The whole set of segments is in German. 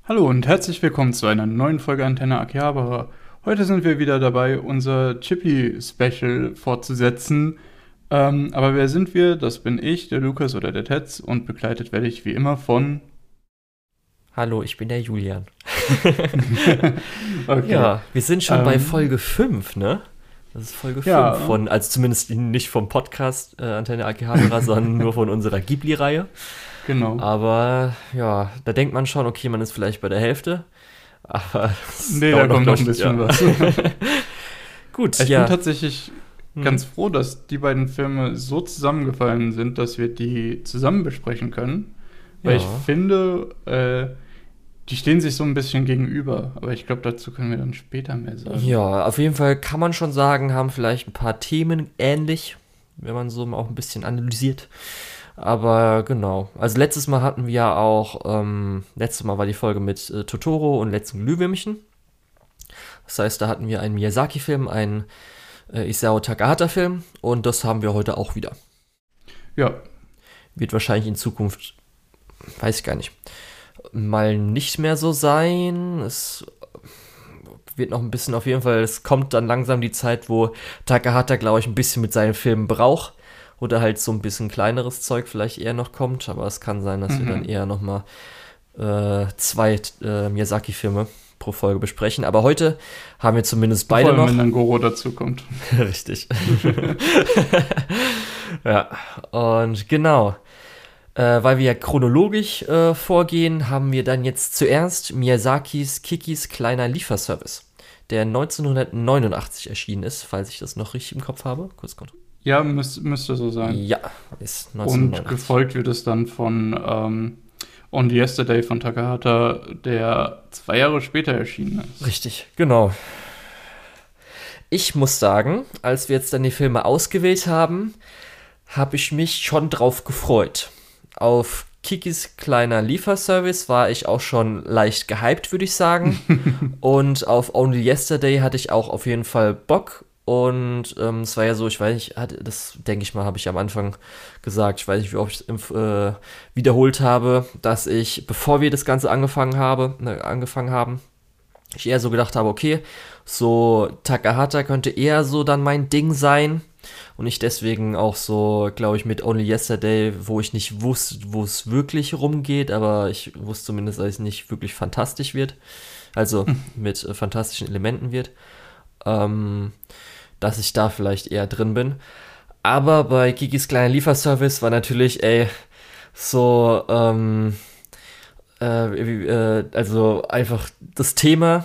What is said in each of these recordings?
Hallo und herzlich willkommen zu einer neuen Folge Antenne Akihabara. Heute sind wir wieder dabei, unser Chippy-Special fortzusetzen. Aber wer sind wir? Das bin ich, der Lukas oder der Tetz, und begleitet werde ich wie immer von... Hallo, ich bin der Julian. Okay. Ja, wir sind schon bei Folge 5, ne? Das ist Folge 5 ja. von, also zumindest nicht vom Podcast Antenne Akihabara, sondern nur von unserer Ghibli-Reihe. Genau. Aber ja, da denkt man schon, okay, man ist vielleicht bei der Hälfte. Aber Nee, da kommt noch ein bisschen was. Gut, Ich bin tatsächlich ganz froh, dass die beiden Filme so zusammengefallen sind, dass wir die zusammen besprechen können. Weil ich finde, die stehen sich so ein bisschen gegenüber. Aber ich glaube, dazu können wir dann später mehr sagen. Ja, auf jeden Fall kann man schon sagen, haben vielleicht ein paar Themen ähnlich, wenn man so auch ein bisschen analysiert. Aber genau, also letztes Mal hatten wir ja auch, letztes Mal war die Folge mit Totoro und letzten Glühwürmchen. Das heißt, da hatten wir einen Miyazaki-Film, einen Isao Takahata-Film und das haben wir heute auch wieder. Ja. Wird wahrscheinlich in Zukunft, weiß ich gar nicht, mal nicht mehr so sein. Es wird noch ein bisschen auf jeden Fall, es kommt dann langsam die Zeit, wo Takahata, glaube ich, ein bisschen mit seinen Filmen braucht. Oder halt so ein bisschen kleineres Zeug vielleicht eher noch kommt. Aber es kann sein, dass wir dann eher nochmal 2 Miyazaki-Filme pro Folge besprechen. Aber heute haben wir zumindest beide vor allem, noch. wenn dann Goro dazu kommt. Richtig. Ja, und genau. Weil wir ja chronologisch vorgehen, haben wir dann jetzt zuerst Miyazakis Kikis kleiner Lieferservice, der 1989 erschienen ist, falls ich das noch richtig im Kopf habe. Kurz kommt. Ja, müsste so sein. Ja, ist Und 1989. gefolgt wird es dann von On the Yesterday von Takahata, der 2 Jahre später erschienen ist. Richtig, genau. Ich muss sagen, als wir jetzt dann die Filme ausgewählt haben, habe ich mich schon drauf gefreut. Auf Kikis kleiner Lieferservice war ich auch schon leicht gehypt, würde ich sagen. Und auf Only Yesterday hatte ich auch auf jeden Fall Bock. Und es war ja so, ich weiß nicht, das denke ich mal, habe ich am Anfang gesagt, ich weiß nicht, wie oft ich es wiederholt habe, dass ich, bevor wir das Ganze angefangen haben, ich eher so gedacht habe, okay, so Takahata könnte eher so dann mein Ding sein. Und ich deswegen auch so, glaube ich, mit Only Yesterday, wo ich nicht wusste, wo es wirklich rumgeht, aber ich wusste zumindest, dass es nicht wirklich fantastisch wird. Also mit fantastischen Elementen wird. Dass ich da vielleicht eher drin bin. Aber bei Kikis kleiner Lieferservice war natürlich, so, also einfach das Thema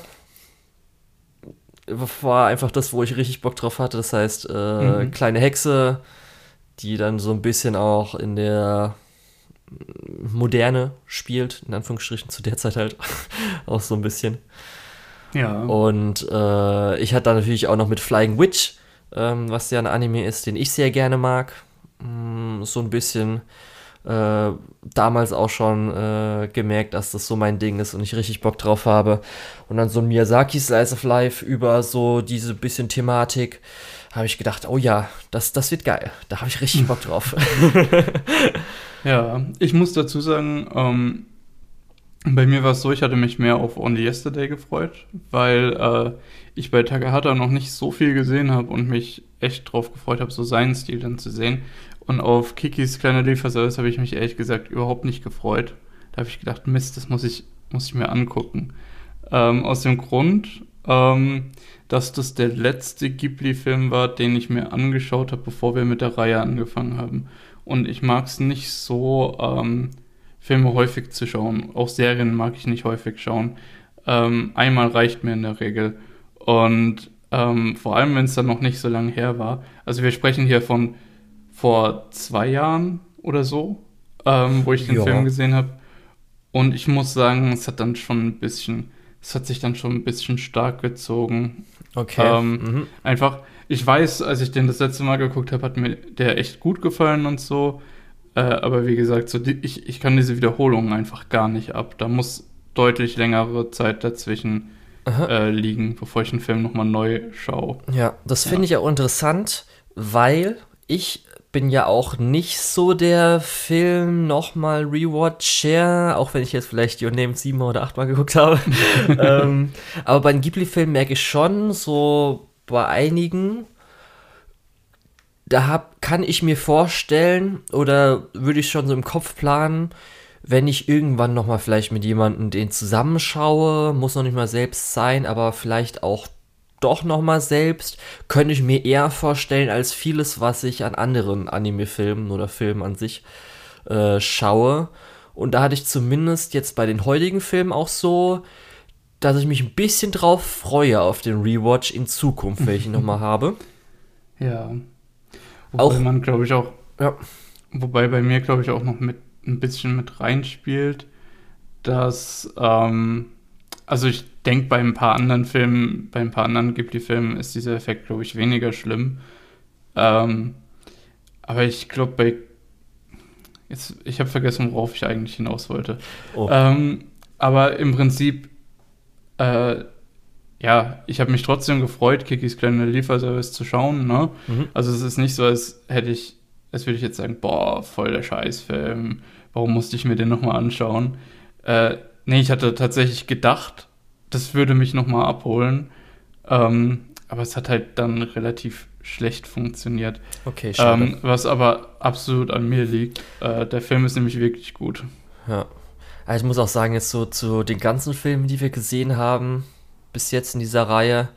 war einfach das, wo ich richtig Bock drauf hatte. Das heißt, kleine Hexe, die dann so ein bisschen auch in der Moderne spielt, in Anführungsstrichen zu der Zeit halt auch so ein bisschen. Ja. Und ich hatte da natürlich auch noch mit Flying Witch, was ja ein Anime ist, den ich sehr gerne mag. So ein bisschen damals auch schon gemerkt, dass das so mein Ding ist und ich richtig Bock drauf habe. Und dann so ein Miyazaki Slice of Life über so diese bisschen Thematik, habe ich gedacht, oh ja, das wird geil. Da habe ich richtig Bock drauf. Ja, ich muss dazu sagen, bei mir war es so, ich hatte mich mehr auf Only Yesterday gefreut, weil ich bei Takahata noch nicht so viel gesehen habe und mich echt drauf gefreut habe, so seinen Stil dann zu sehen. Und auf Kikis kleiner Lieferservice habe ich mich ehrlich gesagt überhaupt nicht gefreut. Da habe ich gedacht, Mist, das muss ich mir angucken. Aus dem Grund, dass das der letzte Ghibli-Film war, den ich mir angeschaut habe, bevor wir mit der Reihe angefangen haben. Und ich mag es nicht so, Filme häufig zu schauen. Auch Serien mag ich nicht häufig schauen. Einmal reicht mir in der Regel. Und vor allem, wenn es dann noch nicht so lange her war. Also wir sprechen hier von vor 2 Jahren oder so, wo ich den Film gesehen habe. Und ich muss sagen, es hat sich dann schon ein bisschen stark gezogen. Okay. Einfach, ich weiß, als ich den das letzte Mal geguckt habe, hat mir der echt gut gefallen und so. Aber wie gesagt, so ich kann diese Wiederholungen einfach gar nicht ab. Da muss deutlich längere Zeit dazwischen liegen, bevor ich einen Film nochmal neu schaue. Ja, das finde ich auch interessant, weil ich bin ja auch nicht so der Film nochmal Rewatcher, auch wenn ich jetzt vielleicht Your Name 7 oder 8 Mal geguckt habe. Aber bei den Ghibli-Filmen merke ich schon, so bei einigen, kann ich mir vorstellen oder würde ich schon so im Kopf planen, wenn ich irgendwann nochmal vielleicht mit jemandem den zusammenschaue, muss noch nicht mal selbst sein, aber vielleicht auch doch nochmal selbst, könnte ich mir eher vorstellen als vieles, was ich an anderen Anime-Filmen oder Filmen an sich schaue. Und da hatte ich zumindest jetzt bei den heutigen Filmen auch so, dass ich mich ein bisschen drauf freue auf den Rewatch in Zukunft, wenn ich ihn nochmal habe. Ja. Wobei man, glaube ich, auch, ja. Wobei bei mir, glaube ich, auch noch ein bisschen mit reinspielt, dass, also ich denke, bei ein paar anderen Ghibli-Filmen ist dieser Effekt, glaube ich, weniger schlimm. Aber ich glaube, ich habe vergessen, worauf ich eigentlich hinaus wollte. Oh. Aber im Prinzip, ja, ich habe mich trotzdem gefreut, Kikis kleiner Lieferservice zu schauen, ne? Mhm. Also es ist nicht so, als würde ich jetzt sagen, boah, voll der Scheißfilm, warum musste ich mir den nochmal anschauen? Nee, ich hatte tatsächlich gedacht, das würde mich nochmal abholen, aber es hat halt dann relativ schlecht funktioniert. Okay, schade. Was aber absolut an mir liegt. Der Film ist nämlich wirklich gut. Ja. Also ich muss auch sagen, jetzt so zu den ganzen Filmen, die wir gesehen haben, bis jetzt in dieser Reihe,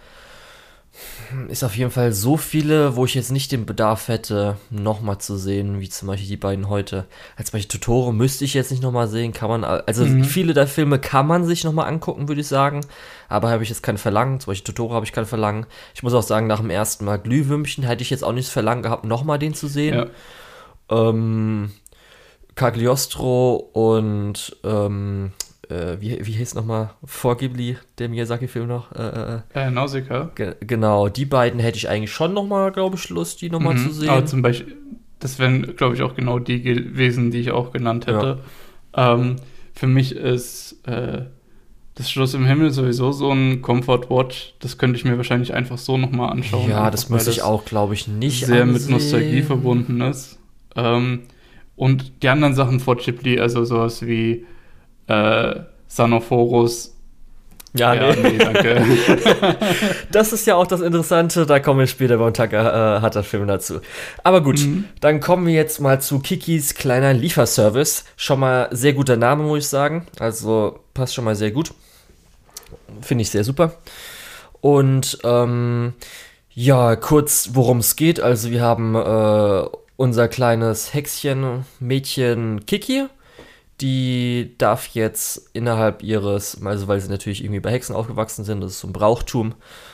ist auf jeden Fall so viele, wo ich jetzt nicht den Bedarf hätte, nochmal zu sehen, wie zum Beispiel die beiden heute. Als Beispiel Totoro müsste ich jetzt nicht nochmal sehen, kann man, also viele der Filme kann man sich nochmal angucken, würde ich sagen, aber habe ich jetzt kein Verlangen, zum Beispiel Totoro habe ich kein Verlangen. Ich muss auch sagen, nach dem ersten Mal Glühwürmchen hätte ich jetzt auch nicht das Verlangen gehabt, nochmal den zu sehen. Ja. Cagliostro und wie hieß nochmal vor Ghibli, der Miyazaki-Film noch? Nausicaa. Genau, die beiden hätte ich eigentlich schon nochmal, glaube ich, Lust, die nochmal zu sehen. Aber zum Beispiel, das wären, glaube ich, auch genau die gewesen, die ich auch genannt hätte. Ja. Für mich ist das Schloss im Himmel sowieso so ein Comfort-Watch. Das könnte ich mir wahrscheinlich einfach so nochmal anschauen. Ja, das muss ich auch, glaube ich, nicht sehr ansehen. Mit Nostalgie verbunden ist. Und die anderen Sachen vor Ghibli, also sowas wie Sanophorus. Ja, nee, danke. Das ist ja auch das Interessante, da kommen wir später beim Takahata-Film dazu. Aber gut, dann kommen wir jetzt mal zu Kikis kleiner Lieferservice. Schon mal sehr guter Name, muss ich sagen. Also passt schon mal sehr gut. Finde ich sehr super. Und ja, kurz worum es geht. Also wir haben unser kleines Hexchen, Mädchen Kiki. Die darf jetzt innerhalb ihres, also weil sie natürlich irgendwie bei Hexen aufgewachsen sind, das ist so ein Brauchtum.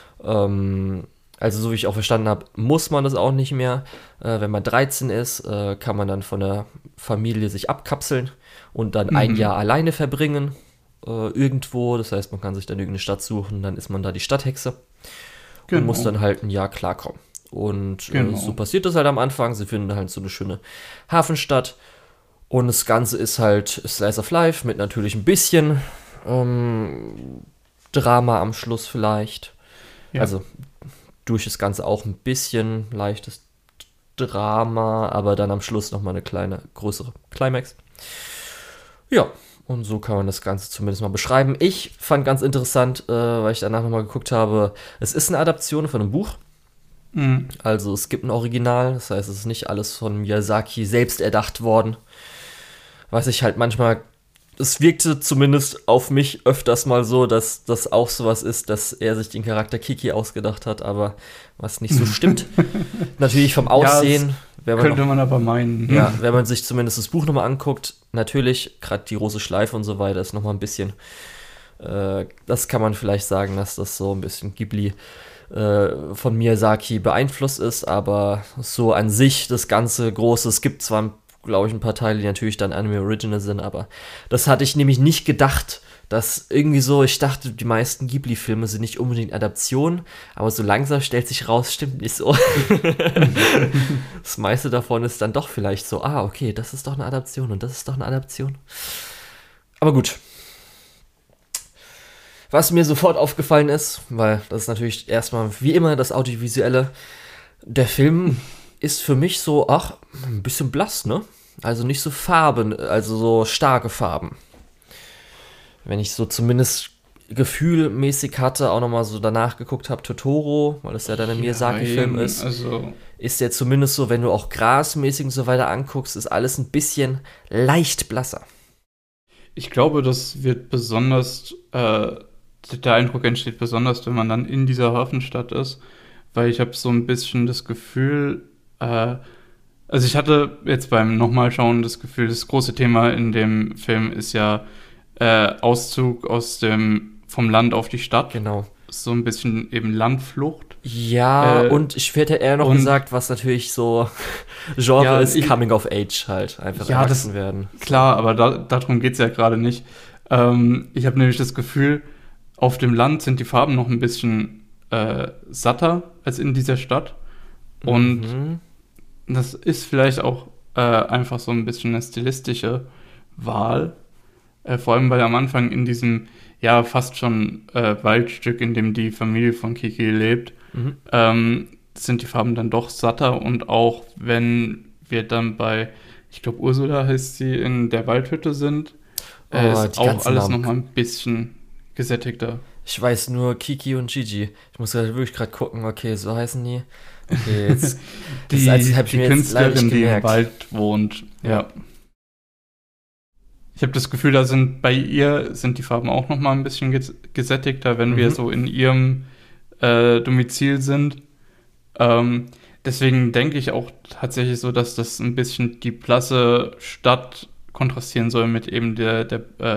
Also so wie ich auch verstanden habe, muss man das auch nicht mehr. Wenn man 13 ist, kann man dann von der Familie sich abkapseln und dann ein Jahr alleine verbringen. Irgendwo, das heißt, man kann sich dann irgendeine Stadt suchen, dann ist man da die Stadthexe und muss dann halt ein Jahr klarkommen. Und so passiert das halt am Anfang. Sie finden halt so eine schöne Hafenstadt. Und das Ganze ist halt Slice of Life mit natürlich ein bisschen Drama am Schluss vielleicht. Ja. Also durch das Ganze auch ein bisschen leichtes Drama, aber dann am Schluss nochmal eine kleine, größere Climax. Ja, und so kann man das Ganze zumindest mal beschreiben. Ich fand ganz interessant, weil ich danach nochmal geguckt habe, es ist eine Adaption von einem Buch. Also es gibt ein Original, das heißt, es ist nicht alles von Miyazaki selbst erdacht worden. Was ich halt manchmal, es wirkte zumindest auf mich öfters mal so, dass das auch sowas ist, dass er sich den Charakter Kiki ausgedacht hat, aber was nicht so stimmt. Natürlich vom Aussehen. Ja, könnte man aber meinen. Ja, wenn man sich zumindest das Buch nochmal anguckt, natürlich, gerade die Rose Schleife und so weiter ist nochmal ein bisschen, das kann man vielleicht sagen, dass das so ein bisschen Ghibli von Miyazaki beeinflusst ist, aber so an sich das ganze Große, es gibt zwar, glaube ich, ein paar Teile, die natürlich dann Anime Original sind, aber das hatte ich nämlich nicht gedacht, dass irgendwie so, ich dachte, die meisten Ghibli-Filme sind nicht unbedingt Adaptionen, aber so langsam stellt sich raus, stimmt nicht so. Das meiste davon ist dann doch vielleicht so, okay, das ist doch eine Adaption und das ist doch eine Adaption. Aber gut. Was mir sofort aufgefallen ist, weil das ist natürlich erstmal wie immer das Audiovisuelle, der Film ist für mich so, ein bisschen blass, ne? Also nicht so Farben, also so starke Farben. Wenn ich so zumindest gefühlmäßig hatte, auch nochmal so danach geguckt habe, Totoro, weil das ja dann ein Miyazaki-Film ist, also ist der zumindest so, wenn du auch grasmäßig und so weiter anguckst, ist alles ein bisschen leicht blasser. ich glaube, das wird besonders, der Eindruck entsteht besonders, wenn man dann in dieser Hafenstadt ist, weil ich habe so ein bisschen das Gefühl, also ich hatte jetzt beim Nochmalschauen das Gefühl, das große Thema in dem Film ist ja Auszug vom Land auf die Stadt. Genau. So ein bisschen eben Landflucht. Ja, und ich hätte eher noch gesagt, was natürlich so Genre ist, Coming of Age halt, einfach erwachsen werden. Klar, aber darum geht es ja gerade nicht. Ich habe nämlich das Gefühl, auf dem Land sind die Farben noch ein bisschen satter als in dieser Stadt. Und das ist vielleicht auch einfach so ein bisschen eine stilistische Wahl. Vor allem, weil am Anfang in diesem fast schon Waldstück, in dem die Familie von Kiki lebt, sind die Farben dann doch satter. Und auch wenn wir dann ich glaube Ursula heißt sie, in der Waldhütte sind, ist auch alles nochmal ein bisschen gesättigter. Ich weiß nur Kiki und Gigi. Ich muss wirklich gerade gucken, okay, so heißen die. Okay, jetzt die Künstlerin, die im Wald wohnt. Ja. Ich habe das Gefühl, bei ihr sind die Farben auch noch mal ein bisschen gesättigter, wenn wir so in ihrem Domizil sind. Deswegen denke ich auch tatsächlich so, dass das ein bisschen die blasse Stadt kontrastieren soll mit eben der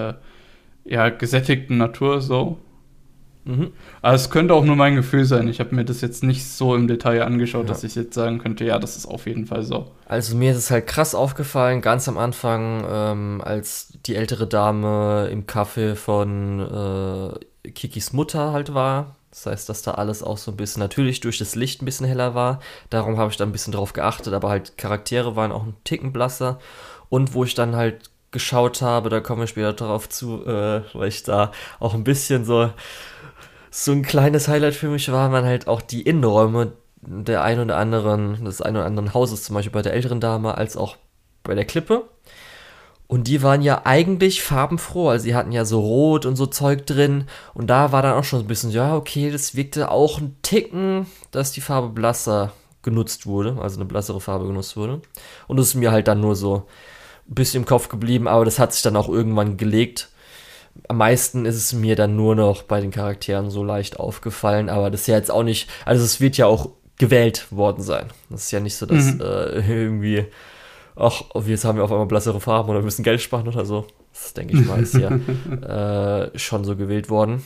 gesättigten Natur so. Aber es könnte auch nur mein Gefühl sein. Ich habe mir das jetzt nicht so im Detail angeschaut, dass ich jetzt sagen könnte, ja, das ist auf jeden Fall so. Also mir ist es halt krass aufgefallen, ganz am Anfang, als die ältere Dame im Café von Kikis Mutter halt war. Das heißt, dass da alles auch so ein bisschen natürlich durch das Licht ein bisschen heller war. Darum habe ich da ein bisschen drauf geachtet, aber halt Charaktere waren auch ein Ticken blasser. Und wo ich dann halt geschaut habe, da kommen wir später darauf zu, weil ich da auch ein bisschen so ein kleines Highlight für mich war, man halt auch die Innenräume des ein oder anderen Hauses, zum Beispiel bei der älteren Dame, als auch bei der Klippe. Und die waren ja eigentlich farbenfroh, also die hatten ja so Rot und so Zeug drin. Und da war dann auch schon so ein bisschen, ja, okay, das wirkte auch ein Ticken, dass die Farbe blasser genutzt wurde, also eine blassere Farbe genutzt wurde. Und das ist mir halt dann nur so ein bisschen im Kopf geblieben, aber das hat sich dann auch irgendwann gelegt. Am meisten ist es mir dann nur noch bei den Charakteren so leicht aufgefallen, aber das ist ja jetzt auch nicht, also es wird ja auch gewählt worden sein. Das ist ja nicht so, dass irgendwie, jetzt haben wir auf einmal blassere Farben oder wir müssen Geld sparen oder so. Das denke ich mal, ist ja schon so gewählt worden.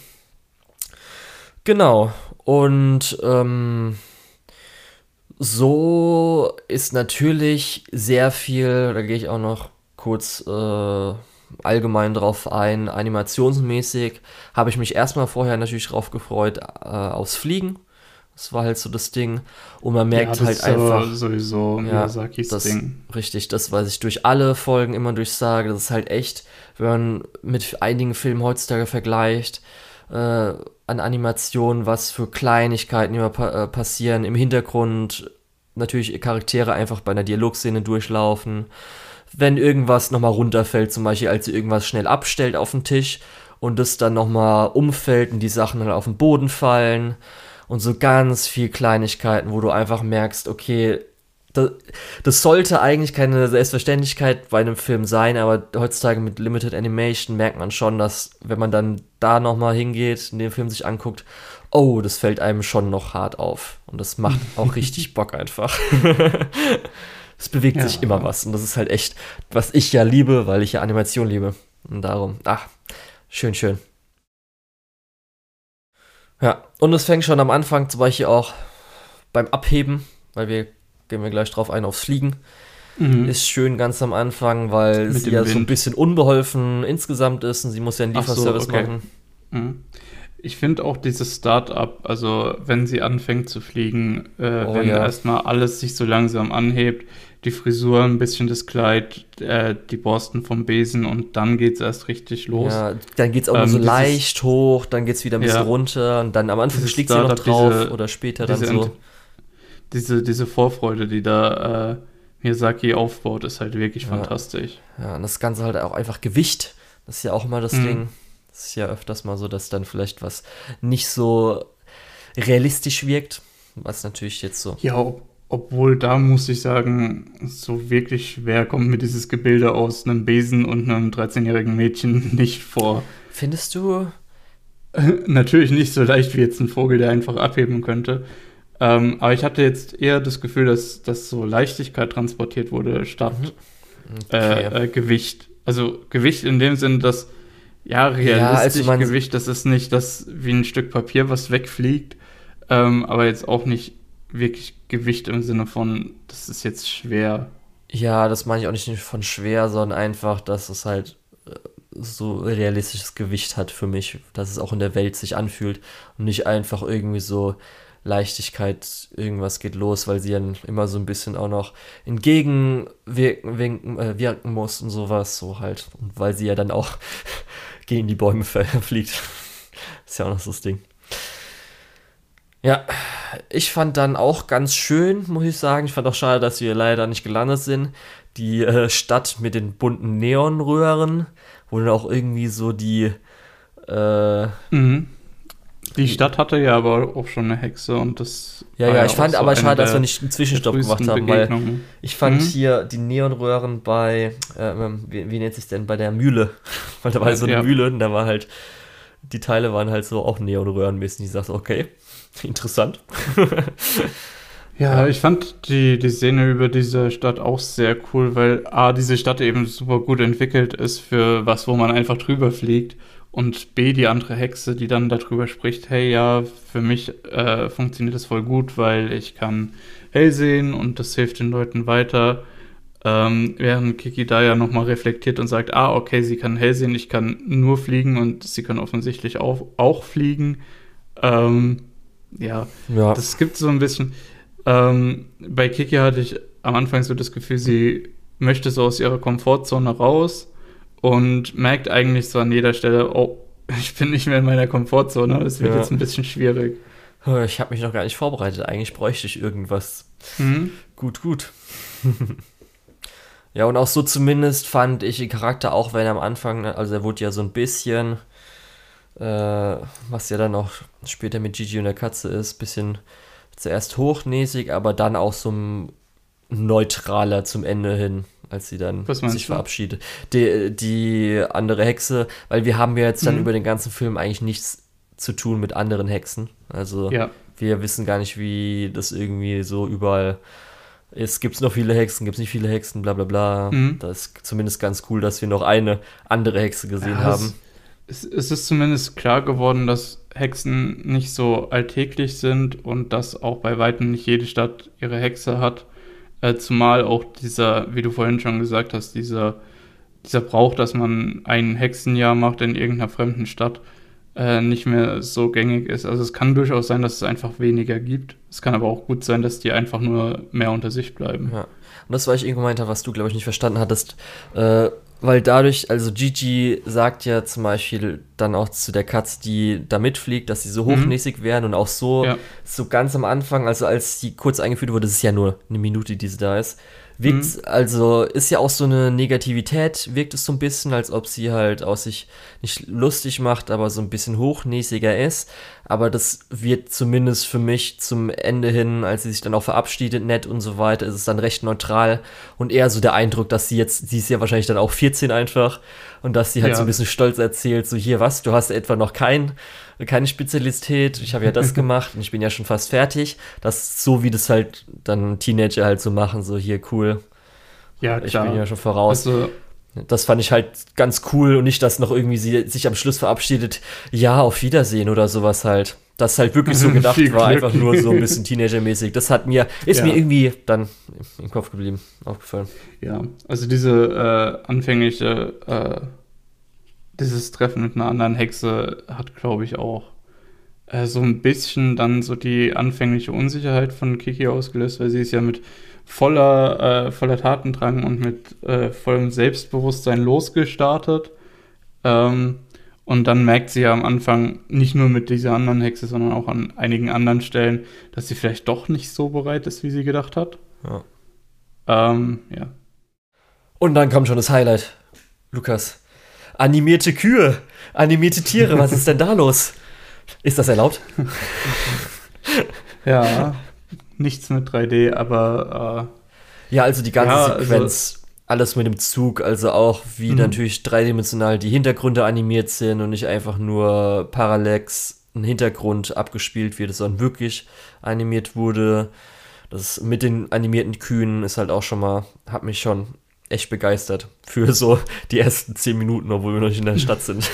Genau, und so ist natürlich sehr viel, da gehe ich auch noch kurz allgemein drauf ein, animationsmäßig habe ich mich erstmal vorher natürlich drauf gefreut, aufs Fliegen. Das war halt so das Ding. Und man merkt halt ist einfach. Sowieso Miyazakis Ding. Richtig, das, was ich durch alle Folgen immer durchsage, das ist halt echt, wenn man mit einigen Filmen heutzutage vergleicht, an Animationen, was für Kleinigkeiten immer passieren. Im Hintergrund natürlich Charaktere einfach bei einer Dialogszene durchlaufen. Wenn irgendwas nochmal runterfällt, zum Beispiel, als sie irgendwas schnell abstellt auf den Tisch und das dann nochmal umfällt und die Sachen dann auf den Boden fallen und so ganz viel Kleinigkeiten, wo du einfach merkst, okay, das sollte eigentlich keine Selbstverständlichkeit bei einem Film sein, aber heutzutage mit Limited Animation merkt man schon, dass, wenn man dann da nochmal hingeht, in den Film sich anguckt, oh, das fällt einem schon noch hart auf und das macht auch richtig Bock einfach. Es bewegt sich immer was und das ist halt echt, was ich ja liebe, weil ich ja Animation liebe. Und darum, schön, schön. Ja, und es fängt schon am Anfang zum Beispiel auch beim Abheben, gehen wir gleich drauf ein, aufs Fliegen. Ist schön ganz am Anfang, weil sie ja so ein bisschen unbeholfen insgesamt ist und sie muss ja einen Lieferservice machen. Ich finde auch dieses Start-up, also wenn sie anfängt zu fliegen, wenn erstmal alles sich so langsam anhebt, die Frisur, ein bisschen das Kleid, die Borsten vom Besen und dann geht's erst richtig los. Ja, dann geht's auch nur so leicht hoch, dann geht's wieder ein bisschen runter und dann am Anfang fliegt sie noch drauf oder später dann so. diese Vorfreude, die da Miyazaki aufbaut, ist halt wirklich fantastisch. Ja, und das Ganze halt auch einfach Gewicht. Das ist ja auch immer das Ding. Das ist ja öfters mal so, dass dann vielleicht was nicht so realistisch wirkt. Was natürlich jetzt so. Ja, obwohl da muss ich sagen, so wirklich schwer kommt mir dieses Gebilde aus einem Besen und einem 13-jährigen Mädchen nicht vor. Findest du? Natürlich nicht so leicht wie jetzt ein Vogel, der einfach abheben könnte. Aber ich hatte jetzt eher das Gefühl, dass so Leichtigkeit transportiert wurde statt Gewicht. Also Gewicht in dem Sinn, dass realistisch Gewicht, das ist nicht das wie ein Stück Papier, was wegfliegt, aber jetzt auch nicht wirklich Gewicht im Sinne von, das ist jetzt schwer. Ja, das meine ich auch nicht von schwer, sondern einfach, dass es halt so realistisches Gewicht hat für mich, dass es auch in der Welt sich anfühlt und nicht einfach irgendwie so Leichtigkeit, irgendwas geht los, weil sie dann immer so ein bisschen auch noch wirken muss und sowas, so halt. Und weil sie ja dann auch gegen die Bäume fliegt. Ist ja auch noch so das Ding. Ja, ich fand dann auch ganz schön, muss ich sagen. Ich fand auch schade, dass wir leider nicht gelandet sind. Die Stadt mit den bunten Neonröhren, wo dann auch irgendwie so die Die Stadt hatte ja aber auch schon eine Hexe und das. Ja, ich fand aber schade, dass wir nicht einen Zwischenstopp gemacht haben, weil ich fand hier die Neonröhren bei, wie nennt sich denn, bei der Mühle, weil da war so eine Mühle und da war halt, die Teile waren halt so auch Neonröhrenmäßig. Ich dachte, okay, interessant. Ja, ich fand die Szene über diese Stadt auch sehr cool, weil diese Stadt eben super gut entwickelt ist für was, wo man einfach drüber fliegt. Und B, die andere Hexe, die dann darüber spricht, hey, ja, für mich funktioniert das voll gut, weil ich kann hell sehen und das hilft den Leuten weiter. Während Kiki da ja nochmal reflektiert und sagt, okay, sie kann hell sehen, ich kann nur fliegen und sie kann offensichtlich auch fliegen. Das gibt so ein bisschen. Bei Kiki hatte ich am Anfang so das Gefühl, sie möchte so aus ihrer Komfortzone raus. Und merkt eigentlich so an jeder Stelle, ich bin nicht mehr in meiner Komfortzone, das wird jetzt ein bisschen schwierig. Ich habe mich noch gar nicht vorbereitet, eigentlich bräuchte ich irgendwas. Gut. Ja, und auch so zumindest fand ich den Charakter, auch wenn er am Anfang, also er wurde ja so ein bisschen, was ja dann auch später mit Gigi und der Katze ist, bisschen zuerst hochnäsig, aber dann auch so neutraler zum Ende hin, als sie dann sich verabschiedet. Die andere Hexe, weil wir haben ja jetzt dann über den ganzen Film eigentlich nichts zu tun mit anderen Hexen. Also wir wissen gar nicht, wie das irgendwie so überall ist. Gibt es noch viele Hexen, gibt es nicht viele Hexen, bla bla bla. Das ist zumindest ganz cool, dass wir noch eine andere Hexe gesehen haben. Es ist zumindest klar geworden, dass Hexen nicht so alltäglich sind und dass auch bei weitem nicht jede Stadt ihre Hexe hat. Zumal auch dieser, wie du vorhin schon gesagt hast, dieser Brauch, dass man ein Hexenjahr macht in irgendeiner fremden Stadt, nicht mehr so gängig ist. Also es kann durchaus sein, dass es einfach weniger gibt. Es kann aber auch gut sein, dass die einfach nur mehr unter sich bleiben. Ja. Und das, was ich irgendwo meinte, was du, glaube ich, nicht verstanden hattest, weil dadurch, also Gigi sagt ja zum Beispiel dann auch zu der Katze, die da mitfliegt, dass sie so hochnäsig werden und auch so ganz am Anfang, also als sie kurz eingeführt wurde, das ist ja nur eine Minute, die sie da ist, wirkt, also ist ja auch so eine Negativität, wirkt es so ein bisschen, als ob sie halt aus sich nicht lustig macht, aber so ein bisschen hochnäsiger ist. Aber das wird zumindest für mich zum Ende hin, als sie sich dann auch verabschiedet, nett und so weiter, ist es dann recht neutral und eher so der Eindruck, dass sie ist ja wahrscheinlich dann auch 14 einfach und dass sie halt so ein bisschen stolz erzählt, so hier, was, du hast etwa noch keine Spezialität, ich habe ja das gemacht und ich bin ja schon fast fertig. Das ist so, wie das halt dann Teenager halt so machen, so hier, cool. Ja, klar. Ich bin ja schon voraus. Also, das fand ich halt ganz cool und nicht, dass noch irgendwie sie sich am Schluss verabschiedet, ja, auf Wiedersehen oder sowas halt. Das halt wirklich so gedacht war, einfach nur so ein bisschen Teenager-mäßig. Das hat mir irgendwie dann im Kopf geblieben, aufgefallen. Ja, also diese dieses Treffen mit einer anderen Hexe hat, glaube ich, auch so ein bisschen dann so die anfängliche Unsicherheit von Kiki ausgelöst, weil sie ist ja mit voller Tatendrang und mit vollem Selbstbewusstsein losgestartet. Und Und dann merkt sie ja am Anfang nicht nur mit dieser anderen Hexe, sondern auch an einigen anderen Stellen, dass sie vielleicht doch nicht so bereit ist, wie sie gedacht hat. Ja. Ja. Und dann kommt schon das Highlight, Lukas. Animierte Kühe, animierte Tiere, was ist denn da los? Ist das erlaubt? Ja, nichts mit 3D, aber ja, also die ganze Sequenz, alles mit dem Zug, also auch wie natürlich dreidimensional die Hintergründe animiert sind und nicht einfach nur Parallax ein Hintergrund abgespielt wird, sondern wirklich animiert wurde. Das mit den animierten Kühen ist halt auch schon mal, hat mich schon echt begeistert für so die ersten 10 Minuten, obwohl wir noch nicht in der Stadt sind.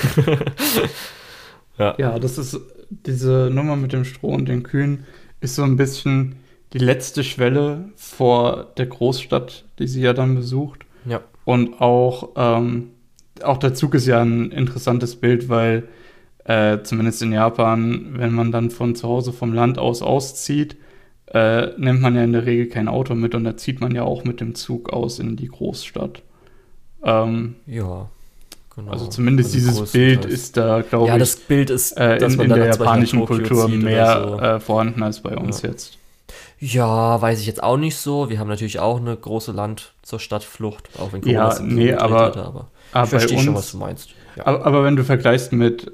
Ja, das ist diese Nummer mit dem Stroh und den Kühen ist so ein bisschen die letzte Schwelle vor der Großstadt, die sie ja dann besucht. Ja. Und auch der Zug ist ja ein interessantes Bild, weil zumindest in Japan, wenn man dann von zu Hause vom Land aus auszieht, nimmt man ja in der Regel kein Auto mit und da zieht man ja auch mit dem Zug aus in die Großstadt. Ja, genau. Also zumindest dieses Bild ist da, glaube ich, das Bild ist, dass man in der dann japanischen Kultur mehr so. Vorhanden als bei uns jetzt. Ja, weiß ich jetzt auch nicht so. Wir haben natürlich auch eine große Land zur Stadtflucht, auch wenn Corona aber ich verstehe uns, schon, was du meinst. Ja. Aber wenn du vergleichst mit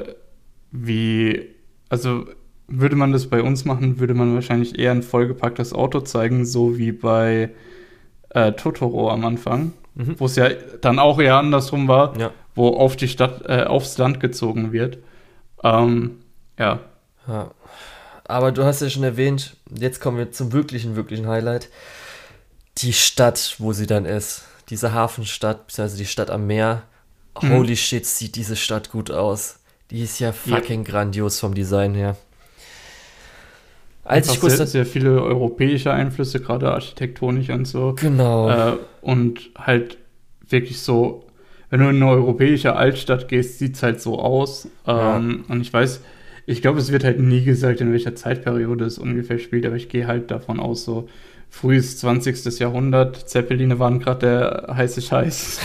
also würde man das bei uns machen, würde man wahrscheinlich eher ein vollgepacktes Auto zeigen, so wie bei Totoro am Anfang, wo es ja dann auch eher andersrum war, wo auf die Stadt, aufs Land gezogen wird. Ja. Aber du hast ja schon erwähnt, jetzt kommen wir zum wirklichen Highlight. Die Stadt, wo sie dann ist. Diese Hafenstadt, beziehungsweise die Stadt am Meer. Holy shit, sieht diese Stadt Ich Die ist ja fucking grandios vom Design her. Als ich wusste, sehr viele europäische Einflüsse, gerade architektonisch und so. Genau. Und halt wirklich so, wenn du in eine europäische Altstadt gehst, sieht es halt so aus. Und ich glaube, es wird halt nie gesagt, in welcher Zeitperiode es ungefähr spielt, aber ich gehe halt davon aus, so frühes 20. Jahrhundert, Zeppeline waren gerade der heiße Scheiß.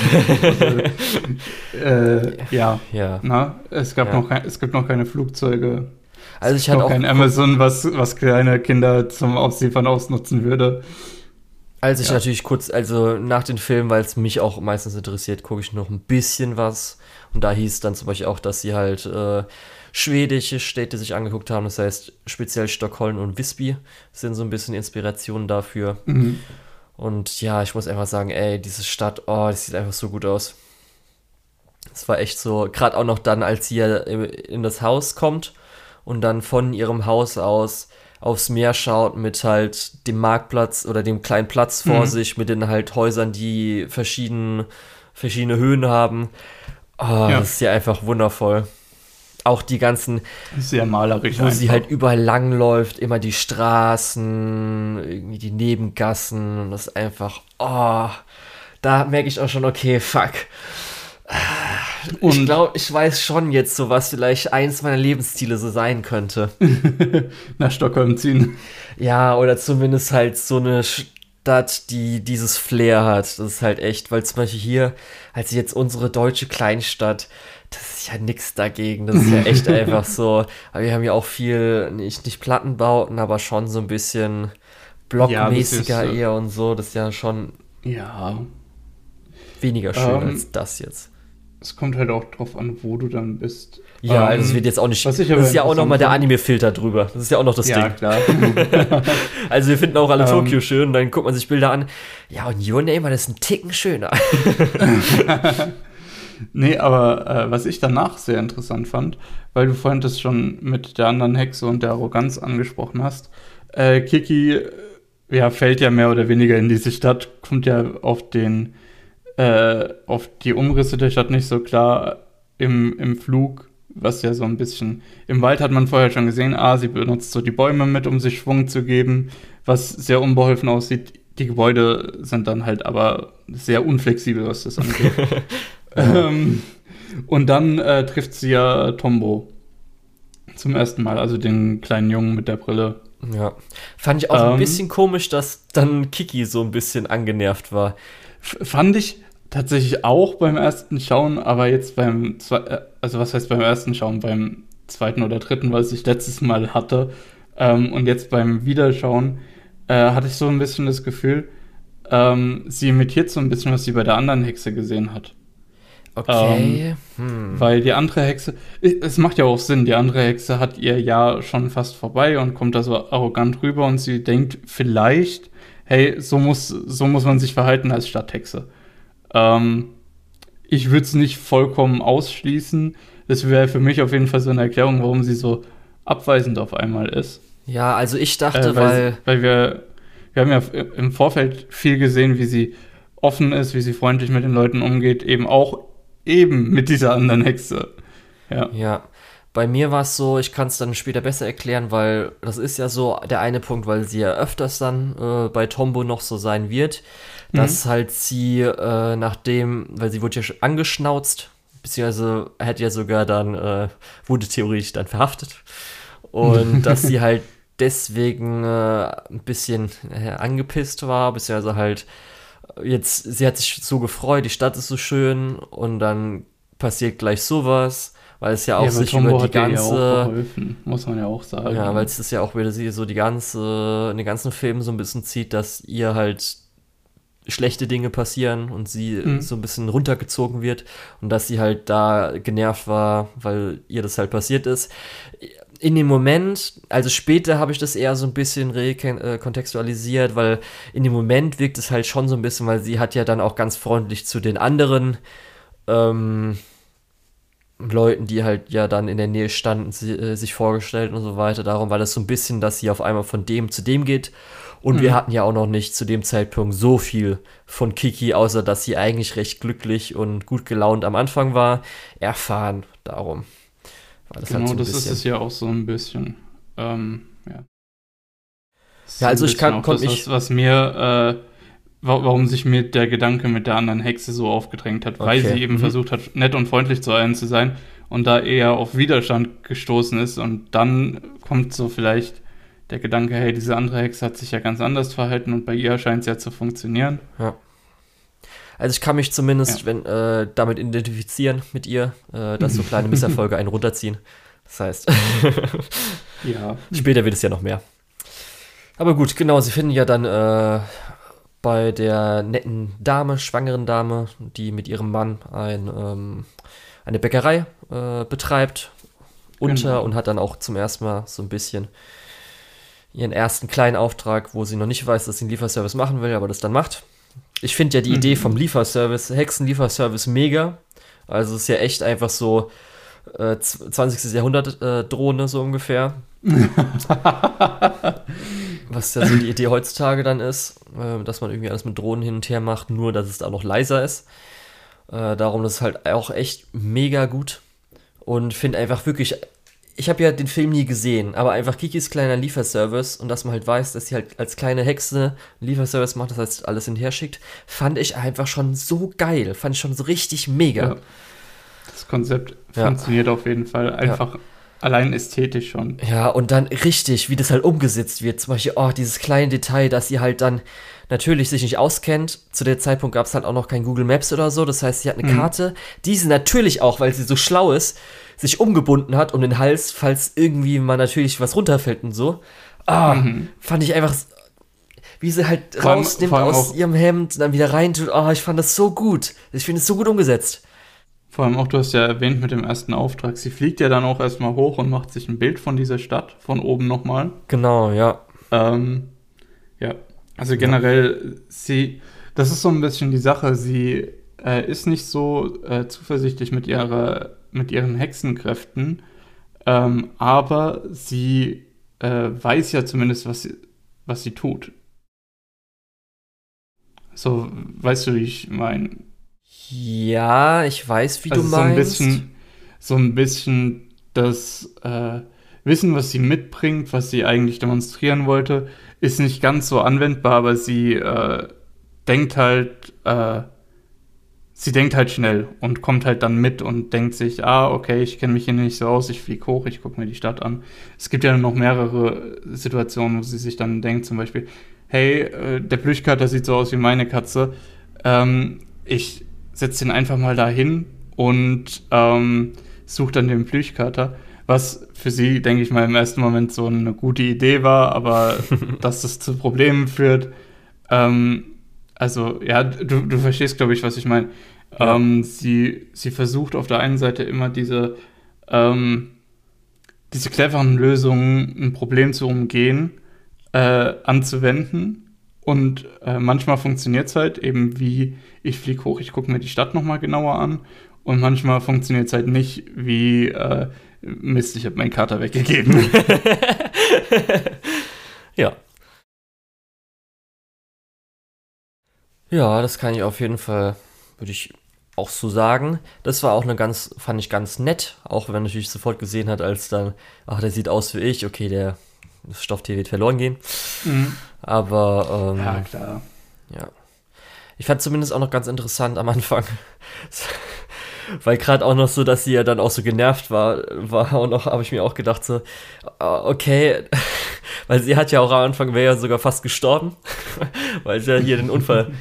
Es gibt noch keine Flugzeuge. Also ich hatte auch kein Amazon, was kleine Kinder zum Ausliefern ausnutzen würde. Also ich natürlich kurz, also nach den Filmen, weil es mich auch meistens interessiert, gucke ich noch ein bisschen was. Und da hieß dann zum Beispiel auch, dass sie halt schwedische Städte sich angeguckt haben. Das heißt, speziell Stockholm und Visby sind so ein bisschen Inspirationen dafür. Und ja, ich muss einfach sagen, diese Stadt, das sieht einfach so gut aus. Es war echt so, gerade auch noch dann, als sie ja in das Haus kommt und dann von ihrem Haus aus aufs Meer schaut mit halt dem Marktplatz oder dem kleinen Platz vor sich, mit den halt Häusern, die verschiedene Höhen haben. Das ist ja einfach wundervoll. Auch die ganzen, sehr malerisch, wo sie halt überall langläuft, immer die Straßen, irgendwie die Nebengassen und das ist einfach, da merke ich auch schon, okay, fuck. Und ich glaube, ich weiß schon jetzt so, was vielleicht eins meiner Lebensziele so sein könnte. Nach Stockholm ziehen. Ja, oder zumindest halt so eine Stadt, die dieses Flair hat. Das ist halt echt, weil zum Beispiel hier, als jetzt unsere deutsche Kleinstadt, das ist ja nix dagegen. Das ist ja echt einfach so. Aber wir haben ja auch viel, nicht Plattenbauten, aber schon so ein bisschen blockmäßiger eher und so. Das ist ja schon weniger schön als das jetzt. Es kommt halt auch drauf an, wo du dann bist. Ja, also es wird jetzt auch nicht. Das ist ja auch nochmal der Anime-Filter drüber. Das ist ja auch noch das Ding. Ja, klar. Also wir finden auch alle Tokio schön, dann guckt man sich Bilder an. Ja, und Your Name, das ist ein Ticken schöner. Nee, aber was ich danach sehr interessant fand, weil du vorhin das schon mit der anderen Hexe und der Arroganz angesprochen hast, Kiki fällt ja mehr oder weniger in diese Stadt, kommt ja auf die Umrisse der Stadt nicht so klar im Flug, was ja so ein bisschen, im Wald hat man vorher schon gesehen, sie benutzt so die Bäume mit, um sich Schwung zu geben, was sehr unbeholfen aussieht. Die Gebäude sind dann halt aber sehr unflexibel, was das angeht. Und dann trifft sie ja Tombo zum ersten Mal, also den kleinen Jungen mit der Brille. Ja, fand ich auch ein bisschen komisch, dass dann Kiki so ein bisschen angenervt war. Fand ich tatsächlich auch beim ersten Schauen, aber jetzt also was heißt beim ersten Schauen, beim zweiten oder dritten, was ich letztes Mal hatte, und jetzt beim Wiederschauen, hatte ich so ein bisschen das Gefühl, sie imitiert so ein bisschen, was sie bei der anderen Hexe gesehen hat. Okay. Weil die andere Hexe, es macht ja auch Sinn, die andere Hexe hat ihr Jahr schon fast vorbei und kommt da so arrogant rüber und sie denkt vielleicht, hey, so muss man sich verhalten als Stadthexe. Ich würde es nicht vollkommen ausschließen. Das wäre für mich auf jeden Fall so eine Erklärung, warum sie so abweisend auf einmal ist. Ja, also ich dachte, weil wir haben ja im Vorfeld viel gesehen, wie sie offen ist, wie sie freundlich mit den Leuten umgeht, eben mit dieser anderen Hexe. Ja. Ja, bei mir war es so, ich kann es dann später besser erklären, weil das ist ja so der eine Punkt, weil sie ja öfters dann bei Tombo noch so sein wird, dass halt sie weil sie wurde ja schon angeschnauzt, beziehungsweise hätte ja sogar dann, wurde theoretisch dann verhaftet und dass sie halt deswegen ein bisschen angepisst war, beziehungsweise halt sie hat sich so gefreut, die Stadt ist so schön und dann passiert gleich sowas, weil es ja auch sich Tombo über die hat ihr ja auch ganze, geholfen, muss man ja auch sagen. ja, weil es ist ja auch wieder sie so in den ganzen Filmen so ein bisschen zieht, dass ihr halt schlechte Dinge passieren und sie so ein bisschen runtergezogen wird und dass sie halt da genervt war, weil ihr das halt passiert ist. In dem Moment, also später habe ich das eher so ein bisschen kontextualisiert, weil in dem Moment wirkt es halt schon so ein bisschen, weil sie hat ja dann auch ganz freundlich zu den anderen Leuten, die halt ja dann in der Nähe standen, sich vorgestellt und so weiter. Darum war das so ein bisschen, dass sie auf einmal von dem zu dem geht. Und wir hatten ja auch noch nicht zu dem Zeitpunkt so viel von Kiki, außer dass sie eigentlich recht glücklich und gut gelaunt am Anfang war, erfahren. Darum war das Genau, halt so ein das bisschen. ist es ja auch so ein bisschen. Ja. Ja, also ich konnte mich. Warum sich mir der Gedanke mit der anderen Hexe so aufgedrängt hat, weil Okay. sie eben versucht hat, nett und freundlich zu allen zu sein und da eher auf Widerstand gestoßen ist und dann kommt so vielleicht der Gedanke, hey, diese andere Hexe hat sich ja ganz anders verhalten und bei ihr scheint es ja zu funktionieren. Ja. Also ich kann mich zumindest damit identifizieren mit ihr, dass so kleine Misserfolge einen runterziehen. Das heißt, Ja. später wird es ja noch mehr. Aber gut, genau, sie finden ja dann bei der netten Dame, schwangeren Dame, die mit ihrem Mann eine Bäckerei betreibt, Genau. und hat dann auch zum ersten Mal so ein bisschen ihren ersten kleinen Auftrag, wo sie noch nicht weiß, dass sie einen Lieferservice machen will, aber das dann macht. Ich finde ja die Idee vom Hexenlieferservice mega. Also es ist ja echt einfach so 20. Jahrhundert Drohne so ungefähr. Was ja so die Idee heutzutage dann ist, dass man irgendwie alles mit Drohnen hin und her macht, nur dass es da noch leiser ist. Darum ist es halt auch echt mega gut. Und finde einfach wirklich, ich habe ja den Film nie gesehen, aber einfach Kikis kleiner Lieferservice und dass man halt weiß, dass sie halt als kleine Hexe einen Lieferservice macht, das heißt alles hinterher schickt, fand ich einfach schon so geil, fand ich schon so richtig mega. Ja. Das Konzept funktioniert auf jeden Fall einfach allein ästhetisch schon. Ja, und dann richtig, wie das halt umgesetzt wird, zum Beispiel, dieses kleine Detail, dass sie halt dann natürlich sich nicht auskennt. Zu der Zeitpunkt gab es halt auch noch kein Google Maps oder so, das heißt, sie hat eine Karte, die sie natürlich auch, weil sie so schlau ist, sich umgebunden hat und den Hals, falls irgendwie mal natürlich was runterfällt und so. Fand ich einfach, wie sie halt Vor allem rausnimmt auch aus ihrem Hemd und dann wieder reintut. Ich fand das so gut. Ich finde es so gut umgesetzt. Vor allem auch, du hast ja erwähnt mit dem ersten Auftrag, sie fliegt ja dann auch erstmal hoch und macht sich ein Bild von dieser Stadt, von oben nochmal. Genau, ja. Ja, also generell, das ist so ein bisschen die Sache, sie ist nicht so zuversichtlich mit ihren Hexenkräften, aber sie weiß ja zumindest, was sie tut. So, weißt du, wie ich meine? Ja, ich weiß, wie du Also meinst. so ein bisschen das Wissen, was sie mitbringt, was sie eigentlich demonstrieren wollte, ist nicht ganz so anwendbar, aber sie denkt halt schnell und kommt halt dann mit und denkt sich, okay, ich kenne mich hier nicht so aus, ich fliege hoch, ich gucke mir die Stadt an. Es gibt ja noch mehrere Situationen, wo sie sich dann denkt, zum Beispiel, hey, der Plüschkater sieht so aus wie meine Katze, ich setzt ihn einfach mal dahin und sucht dann den Plüschkater, was für sie, denke ich mal, im ersten Moment so eine gute Idee war, aber dass das zu Problemen führt. Also, ja, du verstehst, glaube ich, was ich meine. Ja. Sie versucht auf der einen Seite immer diese cleveren Lösungen, ein Problem zu umgehen, anzuwenden. Und manchmal funktioniert es halt eben wie, ich fliege hoch, ich gucke mir die Stadt nochmal genauer an. Und manchmal funktioniert es halt nicht wie, Mist, ich habe meinen Kater weggegeben. Ja. Ja, das kann ich auf jeden Fall, würde ich auch so sagen. Das war auch fand ich ganz nett, auch wenn man natürlich sofort gesehen hat, als dann, ach, der sieht aus wie ich, okay, das Stofftier wird verloren gehen. Mhm. Aber, Ja, klar. ja. Ich fand zumindest auch noch ganz interessant am Anfang, weil gerade auch noch so, dass sie ja dann auch so genervt war auch noch, habe ich mir auch gedacht so, okay, weil sie hat ja auch am Anfang, wäre ja sogar fast gestorben, weil sie ja hier den Unfall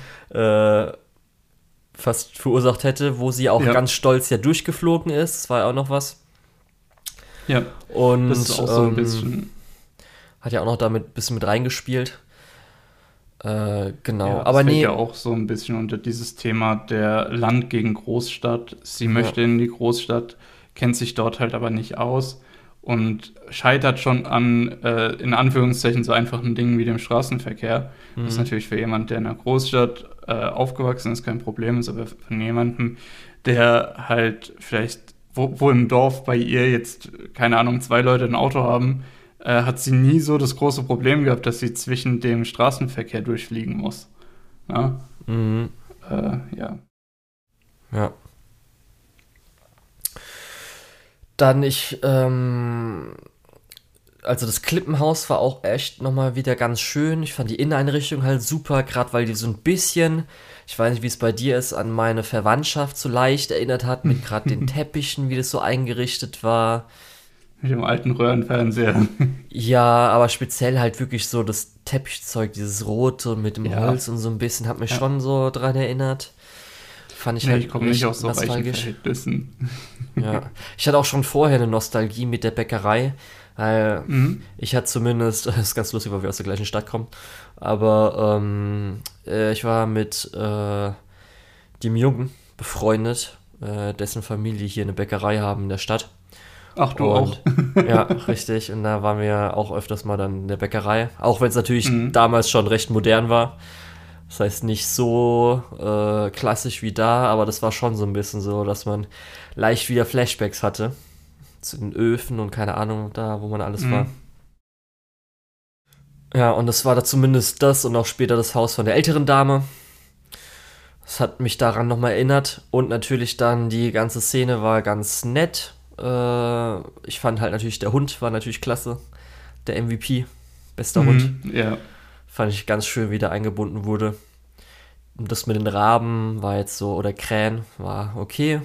fast verursacht hätte, wo sie auch ganz stolz ja durchgeflogen ist, das war ja auch noch was. Ja, und das ist auch so ein bisschen... Hat ja auch noch damit ein bisschen mit reingespielt. Genau, Ja, aber fällt nee. ja auch so ein bisschen unter dieses Thema der Land gegen Großstadt. Sie möchte in die Großstadt, kennt sich dort halt aber nicht aus und scheitert schon an, in Anführungszeichen, so einfachen Dingen wie dem Straßenverkehr. Was natürlich für jemanden, der in einer Großstadt aufgewachsen ist, kein Problem ist, aber von jemandem, der halt vielleicht, wo im Dorf bei ihr jetzt, keine Ahnung, 2 Leute ein Auto haben, hat sie nie so das große Problem gehabt, dass sie zwischen dem Straßenverkehr durchfliegen muss. Ja. Ja. Ja. Dann also das Klippenhaus war auch echt nochmal wieder ganz schön. Ich fand die Inneneinrichtung halt super, gerade weil die so ein bisschen, ich weiß nicht, wie es bei dir ist, an meine Verwandtschaft so leicht erinnert hat, mit gerade den Teppichen, wie das so eingerichtet war. Mit dem alten Röhrenfernseher. Ja, aber speziell halt wirklich so das Teppichzeug, dieses Rote mit dem Holz und so ein bisschen, hat mich schon so dran erinnert. Fand ich halt ich komme nicht aus so reichen nostalgisch. Verhältnissen. Ja, ich hatte auch schon vorher eine Nostalgie mit der Bäckerei. Ich hatte zumindest, das ist ganz lustig, weil wir aus der gleichen Stadt kommen, aber ich war mit dem Jungen befreundet, dessen Familie hier eine Bäckerei haben in der Stadt. Ach, du auch? Ja, richtig. Und da waren wir auch öfters mal dann in der Bäckerei. Auch wenn es natürlich damals schon recht modern war. Das heißt nicht so klassisch wie da, aber das war schon so ein bisschen so, dass man leicht wieder Flashbacks hatte. Zu den Öfen und keine Ahnung, da wo man alles war. Ja, und das war da zumindest das und auch später das Haus von der älteren Dame. Das hat mich daran nochmal erinnert. Und natürlich dann die ganze Szene war ganz nett. Ich fand halt natürlich, der Hund war natürlich klasse. Der MVP, bester Hund. Ja. Fand ich ganz schön, wie der eingebunden wurde. Und das mit den Raben war jetzt so, oder Krähen, war okay.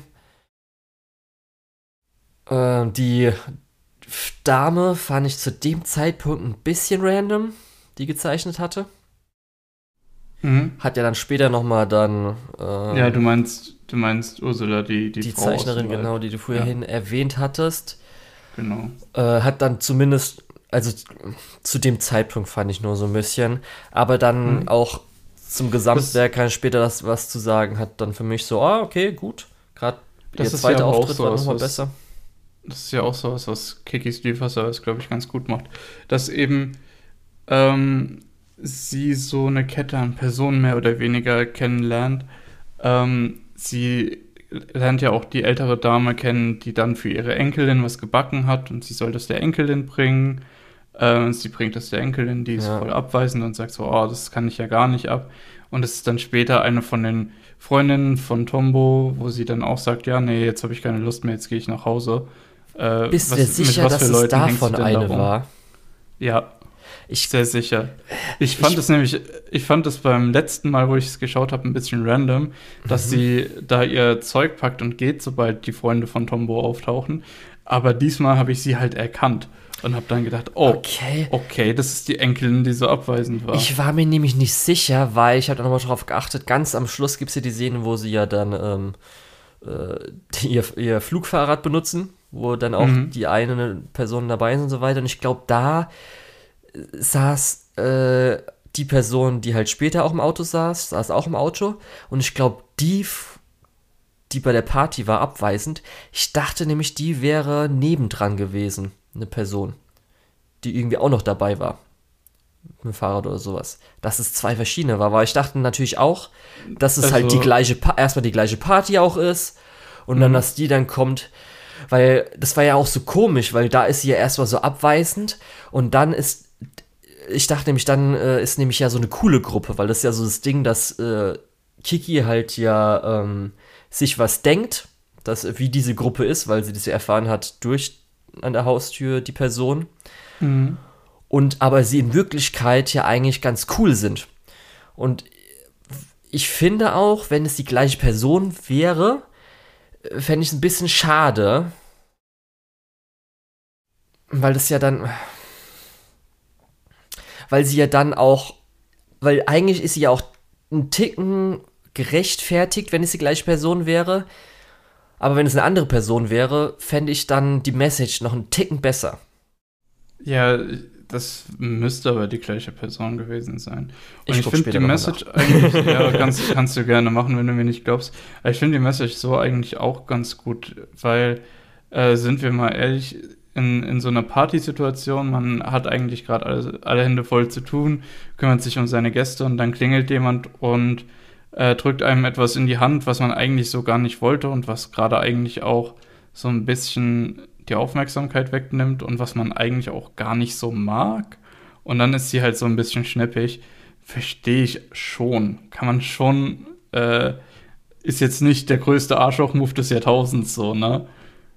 Die Dame fand ich zu dem Zeitpunkt ein bisschen random, die gezeichnet hatte. Hat ja dann später nochmal dann... ja, du meinst Ursula, die Frau Zeichnerin, genau, die du vorhin erwähnt hattest. Genau. Hat dann zumindest, also zu dem Zeitpunkt fand ich nur so ein bisschen, aber dann auch zum Gesamtwerk kann ich später was zu sagen, hat dann für mich so, okay, gut. Gerade der zweite Auftritt war nochmal besser. Das ist ja auch sowas, was Kikis Lieferservice, glaube ich, ganz gut macht. Dass eben sie so eine Kette an Personen mehr oder weniger kennenlernt. Sie lernt ja auch die ältere Dame kennen, die dann für ihre Enkelin was gebacken hat und sie soll das der Enkelin bringen. Sie bringt das der Enkelin, die ist voll abweisend und sagt so, das kann ich ja gar nicht ab. Und es ist dann später eine von den Freundinnen von Tombo, wo sie dann auch sagt, ja, nee, jetzt habe ich keine Lust mehr, jetzt gehe ich nach Hause. Bist du sicher, dass es davon eine war? Ja, sehr sicher. Ich fand es beim letzten Mal, wo ich es geschaut habe, ein bisschen random, dass sie da ihr Zeug packt und geht, sobald die Freunde von Tombo auftauchen. Aber diesmal habe ich sie halt erkannt und habe dann gedacht, oh, okay, das ist die Enkelin, die so abweisend war. Ich war mir nämlich nicht sicher, weil ich habe nochmal drauf geachtet, ganz am Schluss gibt es ja die Szene, wo sie ja dann ihr Flugfahrrad benutzen, wo dann auch die eine Person dabei ist und so weiter. Und ich glaube, da saß die Person, die halt später auch im Auto saß auch im Auto. Und ich glaube, die bei der Party war, abweisend. Ich dachte nämlich, die wäre nebendran gewesen, eine Person, die irgendwie auch noch dabei war. Mit dem Fahrrad oder sowas. Dass es zwei verschiedene war. Weil ich dachte natürlich auch, dass es halt erstmal die gleiche Party auch ist. Und dann, dass die dann kommt. Weil das war ja auch so komisch, weil da ist sie ja erstmal so abweisend. Und dann ich dachte nämlich, dann ist nämlich ja so eine coole Gruppe. Weil das ist ja so das Ding, dass Kiki halt ja sich was denkt, wie diese Gruppe ist, weil sie das ja erfahren hat durch an der Haustür die Person. Und aber sie in Wirklichkeit ja eigentlich ganz cool sind. Und ich finde auch, wenn es die gleiche Person wäre, fände ich es ein bisschen schade, weil sie ja dann auch, weil eigentlich ist sie ja auch ein Ticken gerechtfertigt, wenn es die gleiche Person wäre. Aber wenn es eine andere Person wäre, fände ich dann die Message noch einen Ticken besser. Ja, das müsste aber die gleiche Person gewesen sein. Und ich finde die Message nach. eigentlich, ja, kannst du gerne machen, wenn du mir nicht glaubst. Aber ich finde die Message so eigentlich auch ganz gut, weil, sind wir mal ehrlich, in so einer Partysituation, man hat eigentlich gerade alle Hände voll zu tun, kümmert sich um seine Gäste und dann klingelt jemand und drückt einem etwas in die Hand, was man eigentlich so gar nicht wollte und was gerade eigentlich auch so ein bisschen die Aufmerksamkeit wegnimmt und was man eigentlich auch gar nicht so mag. Und dann ist sie halt so ein bisschen schnippig. Verstehe ich schon. Kann man schon, ist jetzt nicht der größte Arschloch-Move des Jahrtausends so, ne?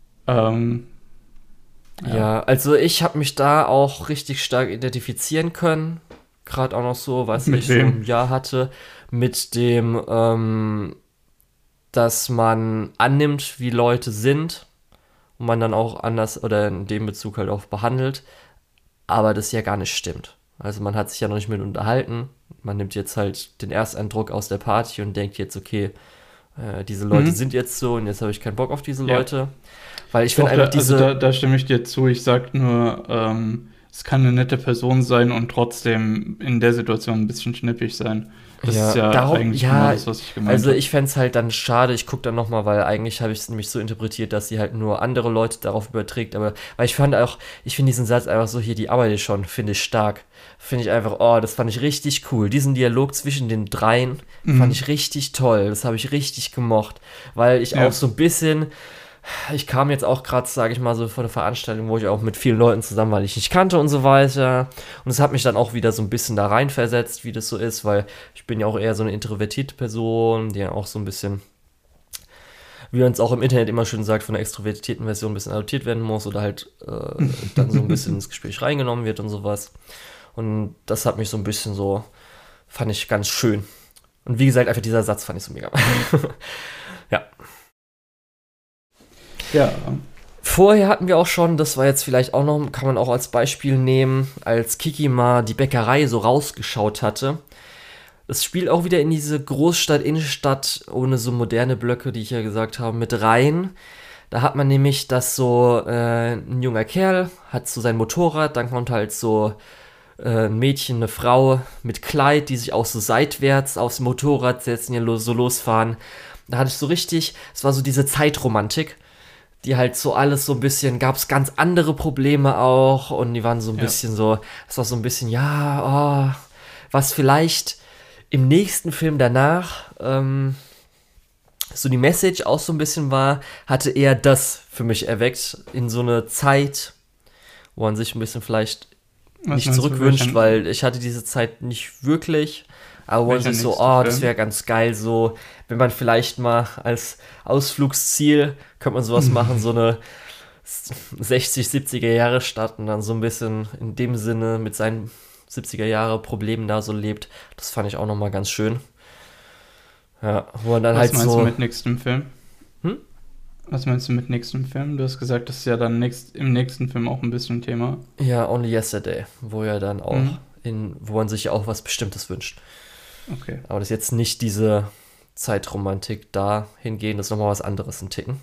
Ja, also ich habe mich da auch richtig stark identifizieren können. Gerade auch noch so, was ich so im Jahr hatte. Mit dem, dass man annimmt, wie Leute sind. Und man dann auch anders oder in dem Bezug halt auch behandelt, aber das ja gar nicht stimmt. Also man hat sich ja noch nicht mit unterhalten, man nimmt jetzt halt den Ersteindruck aus der Party und denkt jetzt, okay, diese Leute sind jetzt so und jetzt habe ich keinen Bock auf diese Leute. Weil ich finde einfach diese... Also da stimme ich dir zu, ich sag nur, es kann eine nette Person sein und trotzdem in der Situation ein bisschen schnippig sein. Das ist ja eigentlich genau das, was ich gemeint habe. Also ich fände es halt dann schade, ich gucke dann nochmal, weil eigentlich habe ich es nämlich so interpretiert, dass sie halt nur andere Leute darauf überträgt, aber weil ich finde diesen Satz einfach so hier, die arbeite schon, finde ich stark. Finde ich einfach, das fand ich richtig cool. Diesen Dialog zwischen den dreien fand ich richtig toll, das habe ich richtig gemocht, weil ich auch so ein bisschen... Ich kam jetzt auch gerade, sage ich mal, so von einer Veranstaltung, wo ich auch mit vielen Leuten zusammen war, die ich nicht kannte und so weiter. Und es hat mich dann auch wieder so ein bisschen da reinversetzt, wie das so ist, weil ich bin ja auch eher so eine introvertierte Person, die ja auch so ein bisschen, wie man es auch im Internet immer schön sagt, von der extrovertierten Version ein bisschen adoptiert werden muss oder halt dann so ein bisschen ins Gespräch reingenommen wird und sowas. Und das hat mich so ein bisschen so, fand ich ganz schön. Und wie gesagt, einfach dieser Satz fand ich so mega. Ja. Ja. Vorher hatten wir auch schon, das war jetzt vielleicht auch noch, kann man auch als Beispiel nehmen, als Kiki mal die Bäckerei so rausgeschaut hatte. Es spielt auch wieder in diese Großstadt, Innenstadt, ohne so moderne Blöcke, die ich ja gesagt habe, mit rein. Da hat man nämlich, dass so ein junger Kerl hat so sein Motorrad, dann kommt halt so ein Mädchen, eine Frau mit Kleid, die sich auch so seitwärts aufs Motorrad setzen, hier so losfahren. Da hatte ich so richtig, es war so diese Zeitromantik, die halt so alles so ein bisschen, gab es ganz andere Probleme auch und die waren so ein bisschen so, es war so ein bisschen, was vielleicht im nächsten Film danach so die Message auch so ein bisschen war, hatte eher das für mich erweckt, in so eine Zeit, wo man sich ein bisschen vielleicht nicht zurückwünscht, weil ich hatte diese Zeit nicht wirklich. Aber wo man sich so, das wäre ganz geil, so, wenn man vielleicht mal als Ausflugsziel, könnte man sowas machen, so eine 60, 70er Jahre Stadt und dann so ein bisschen in dem Sinne mit seinen 70er Jahre Problemen da so lebt. Das fand ich auch nochmal ganz schön. Ja, wo man dann Was halt meinst so... du mit nächstem Film? Was meinst du mit nächstem Film? Du hast gesagt, das ist ja dann im nächsten Film auch ein bisschen Thema. Ja, Only Yesterday, wo ja dann auch wo man sich ja auch was Bestimmtes wünscht. Okay. Aber das ist jetzt nicht diese Zeitromantik dahingehend, das ist nochmal was anderes, ein Ticken.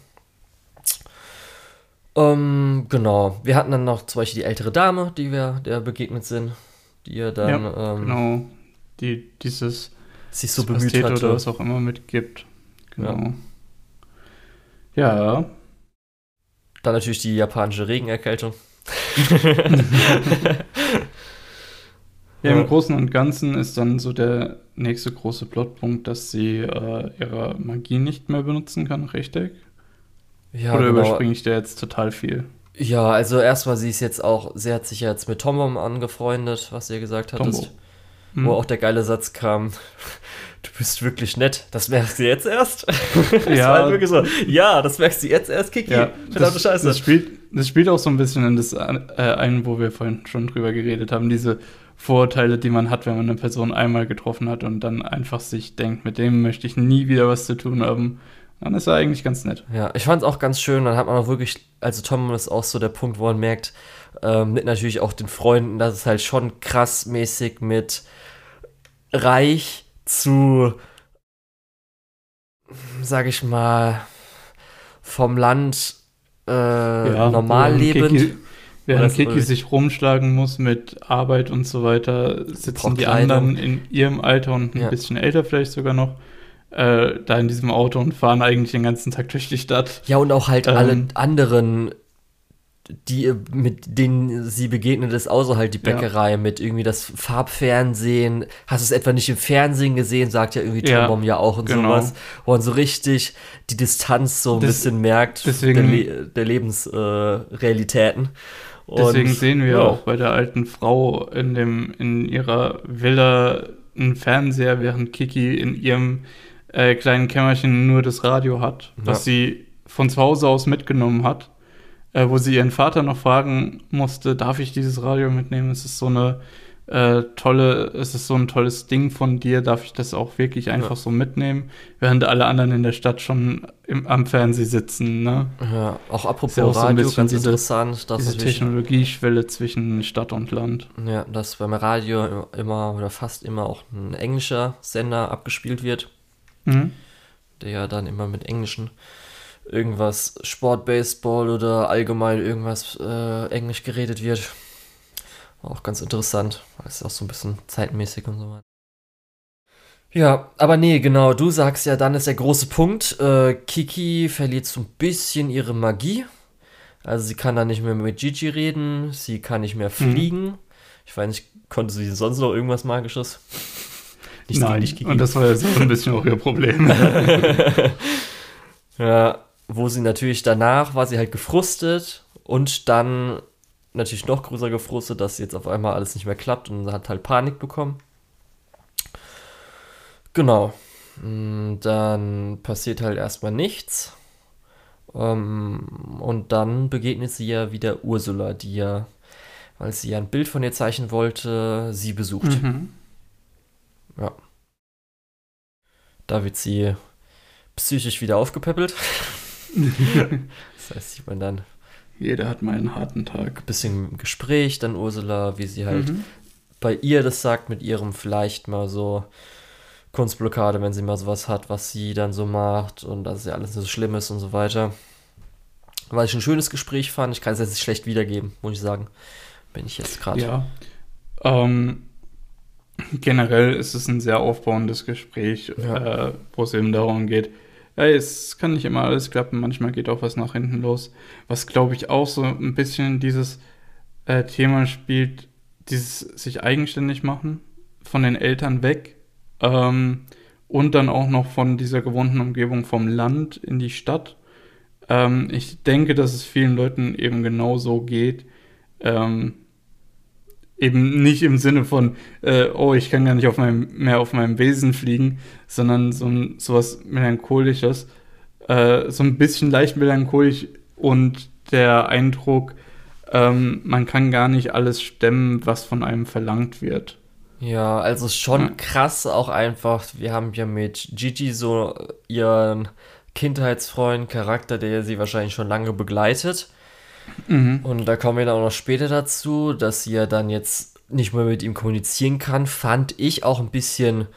Genau. Wir hatten dann noch zum Beispiel die ältere Dame, der begegnet sind, die ihr dann genau, dieses sich so bemüht Pastete hatte. oder was auch immer mitgibt. Genau. Ja. Dann natürlich die japanische Regenerkältung. Ja, im Großen und Ganzen ist dann so der nächste große Plotpunkt, dass sie ihre Magie nicht mehr benutzen kann, richtig? Ja, oder genau. überspringe ich da jetzt total viel? Ja, also erstmal, sie hat sich ja jetzt mit Tombom angefreundet, was ihr gesagt hattest. Wo auch der geile Satz kam, du bist wirklich nett, das merkst du jetzt erst? Das war halt wirklich so, ja, das merkst du jetzt erst, Kiki. Ja, verdammte Scheiße. Das spielt auch so ein bisschen in das ein, wo wir vorhin schon drüber geredet haben, diese Vorurteile, die man hat, wenn man eine Person einmal getroffen hat und dann einfach sich denkt, mit dem möchte ich nie wieder was zu tun haben. Dann ist er eigentlich ganz nett. Ja, ich fand es auch ganz schön, dann hat man auch wirklich, also Tom ist auch so der Punkt, wo man merkt, mit natürlich auch den Freunden, dass es halt schon krass mäßig mit reich zu, sag ich mal, vom Land normal lebend. Während Kiki sich rumschlagen muss mit Arbeit und so weiter, sitzen die anderen in ihrem Alter und ein bisschen älter vielleicht sogar noch, da in diesem Auto und fahren eigentlich den ganzen Tag durch die Stadt. Ja, und auch halt alle anderen, mit denen sie begegnet ist, außer halt die Bäckerei, mit irgendwie das Farbfernsehen. Hast du es etwa nicht im Fernsehen gesehen, sagt ja irgendwie Tombom ja auch und sowas. Wo man so richtig die Distanz so ein bisschen merkt der Lebensrealitäten. Deswegen sehen wir auch bei der alten Frau in ihrer Villa einen Fernseher, während Kiki in ihrem kleinen Kämmerchen nur das Radio hat, was sie von zu Hause aus mitgenommen hat, wo sie ihren Vater noch fragen musste, darf ich dieses Radio mitnehmen? Es ist so ein tolles Ding von dir, darf ich das auch wirklich einfach so mitnehmen, während alle anderen in der Stadt schon am Fernsehen sitzen, ne? Ja, auch apropos auch Radio, so ganz interessant, dass diese Technologieschwelle zwischen Stadt und Land. Ja, dass beim Radio immer oder fast immer auch ein englischer Sender abgespielt wird, der ja dann immer mit englischen irgendwas Sport, Baseball oder allgemein irgendwas Englisch geredet wird. War auch ganz interessant, weil es auch so ein bisschen zeitmäßig und so weiter. Ja, aber nee, genau, du sagst ja, dann ist der große Punkt, Kiki verliert so ein bisschen ihre Magie. Also sie kann dann nicht mehr mit Gigi reden, sie kann nicht mehr fliegen. Ich weiß nicht, konnte sie sonst noch irgendwas Magisches? Nein, und das war ja so ein bisschen auch ihr Problem. Ja, wo sie natürlich danach war sie halt gefrustet und dann natürlich noch größer gefrustet, dass jetzt auf einmal alles nicht mehr klappt und hat halt Panik bekommen. Genau. Dann passiert halt erstmal nichts. Und dann begegnet sie ja wieder Ursula, die ja, weil sie ja ein Bild von ihr zeichnen wollte, sie besucht. Ja. Da wird sie psychisch wieder aufgepäppelt. Das heißt, sieht man dann jeder hat mal einen harten Tag. Ein bisschen im Gespräch, dann Ursula, wie sie halt bei ihr das sagt, mit ihrem vielleicht mal so Kunstblockade, wenn sie mal sowas hat, was sie dann so macht und dass ja alles nicht so schlimm ist und so weiter. Weil ich ein schönes Gespräch fand, ich kann es jetzt nicht schlecht wiedergeben, muss ich sagen. Bin ich jetzt gerade. Ja. Generell ist es ein sehr aufbauendes Gespräch, wo es eben darum geht, es kann nicht immer alles klappen, manchmal geht auch was nach hinten los. Was, glaube ich, auch so ein bisschen dieses Thema spielt, dieses sich eigenständig machen, von den Eltern weg und dann auch noch von dieser gewohnten Umgebung vom Land in die Stadt. Ich denke, dass es vielen Leuten eben genau so geht. Eben nicht im Sinne von, ich kann gar nicht mehr auf meinem Wesen fliegen, sondern sowas Melancholisches, so ein bisschen leicht melancholisch und der Eindruck, man kann gar nicht alles stemmen, was von einem verlangt wird. Ja, also schon krass auch einfach, wir haben ja mit Gigi so ihren Kindheitsfreund, Charakter, der sie wahrscheinlich schon lange begleitet. Mhm. Und da kommen wir dann auch noch später dazu, dass sie ja dann jetzt nicht mehr mit ihm kommunizieren kann. Fand ich auch ein bisschen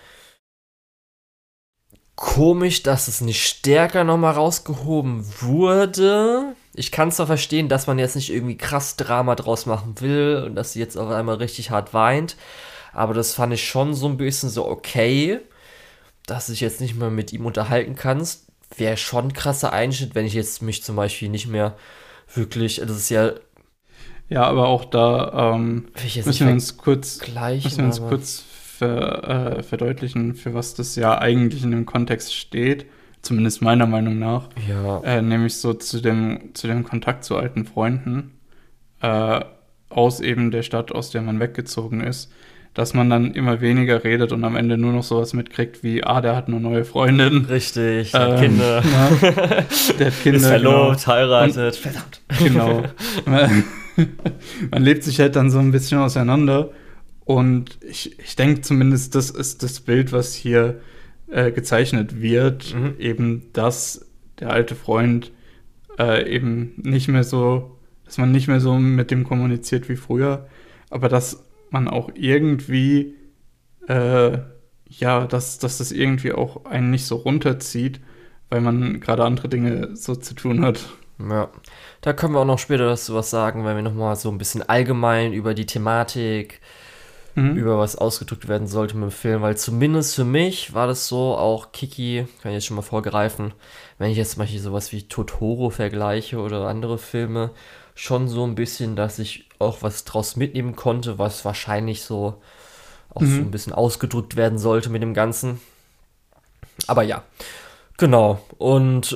komisch, dass es nicht stärker nochmal rausgehoben wurde. Ich kann zwar verstehen, dass man jetzt nicht irgendwie krass Drama draus machen will und dass sie jetzt auf einmal richtig hart weint, aber das fand ich schon so ein bisschen so okay, dass du dich jetzt nicht mehr mit ihm unterhalten kannst. Wäre schon ein krasser Einschnitt, wenn ich jetzt mich zum Beispiel nicht mehr wirklich, das ist ja... Ja, aber auch da müssen wir uns kurz verdeutlichen, für was das ja eigentlich in dem Kontext steht, zumindest meiner Meinung nach. Ja. Nämlich so zu dem Kontakt zu alten Freunden aus eben der Stadt, aus der man weggezogen ist, dass man dann immer weniger redet und am Ende nur noch sowas mitkriegt wie, der hat eine neue Freundin. Richtig, der hat Kinder. Ja, der hat Kinder. Ist verlobt, genau. heiratet. Verdammt. Genau. Man lebt sich halt dann so ein bisschen auseinander. Und ich denke zumindest, das ist das Bild, was hier gezeichnet wird. Eben, dass der alte Freund eben nicht mehr so, dass man nicht mehr so mit dem kommuniziert wie früher. Aber dass man auch irgendwie, dass das irgendwie auch einen nicht so runterzieht, weil man gerade andere Dinge so zu tun hat. Ja, da können wir auch noch später dazu was sagen, wenn wir nochmal so ein bisschen allgemein über die Thematik, über was ausgedrückt werden sollte mit dem Film, weil zumindest für mich war das so, auch Kiki, kann ich jetzt schon mal vorgreifen, wenn ich jetzt zum Beispiel sowas wie Totoro vergleiche oder andere Filme, schon so ein bisschen, dass ich auch was draus mitnehmen konnte, was wahrscheinlich so auch so ein bisschen ausgedrückt werden sollte mit dem Ganzen. Aber ja, genau. Und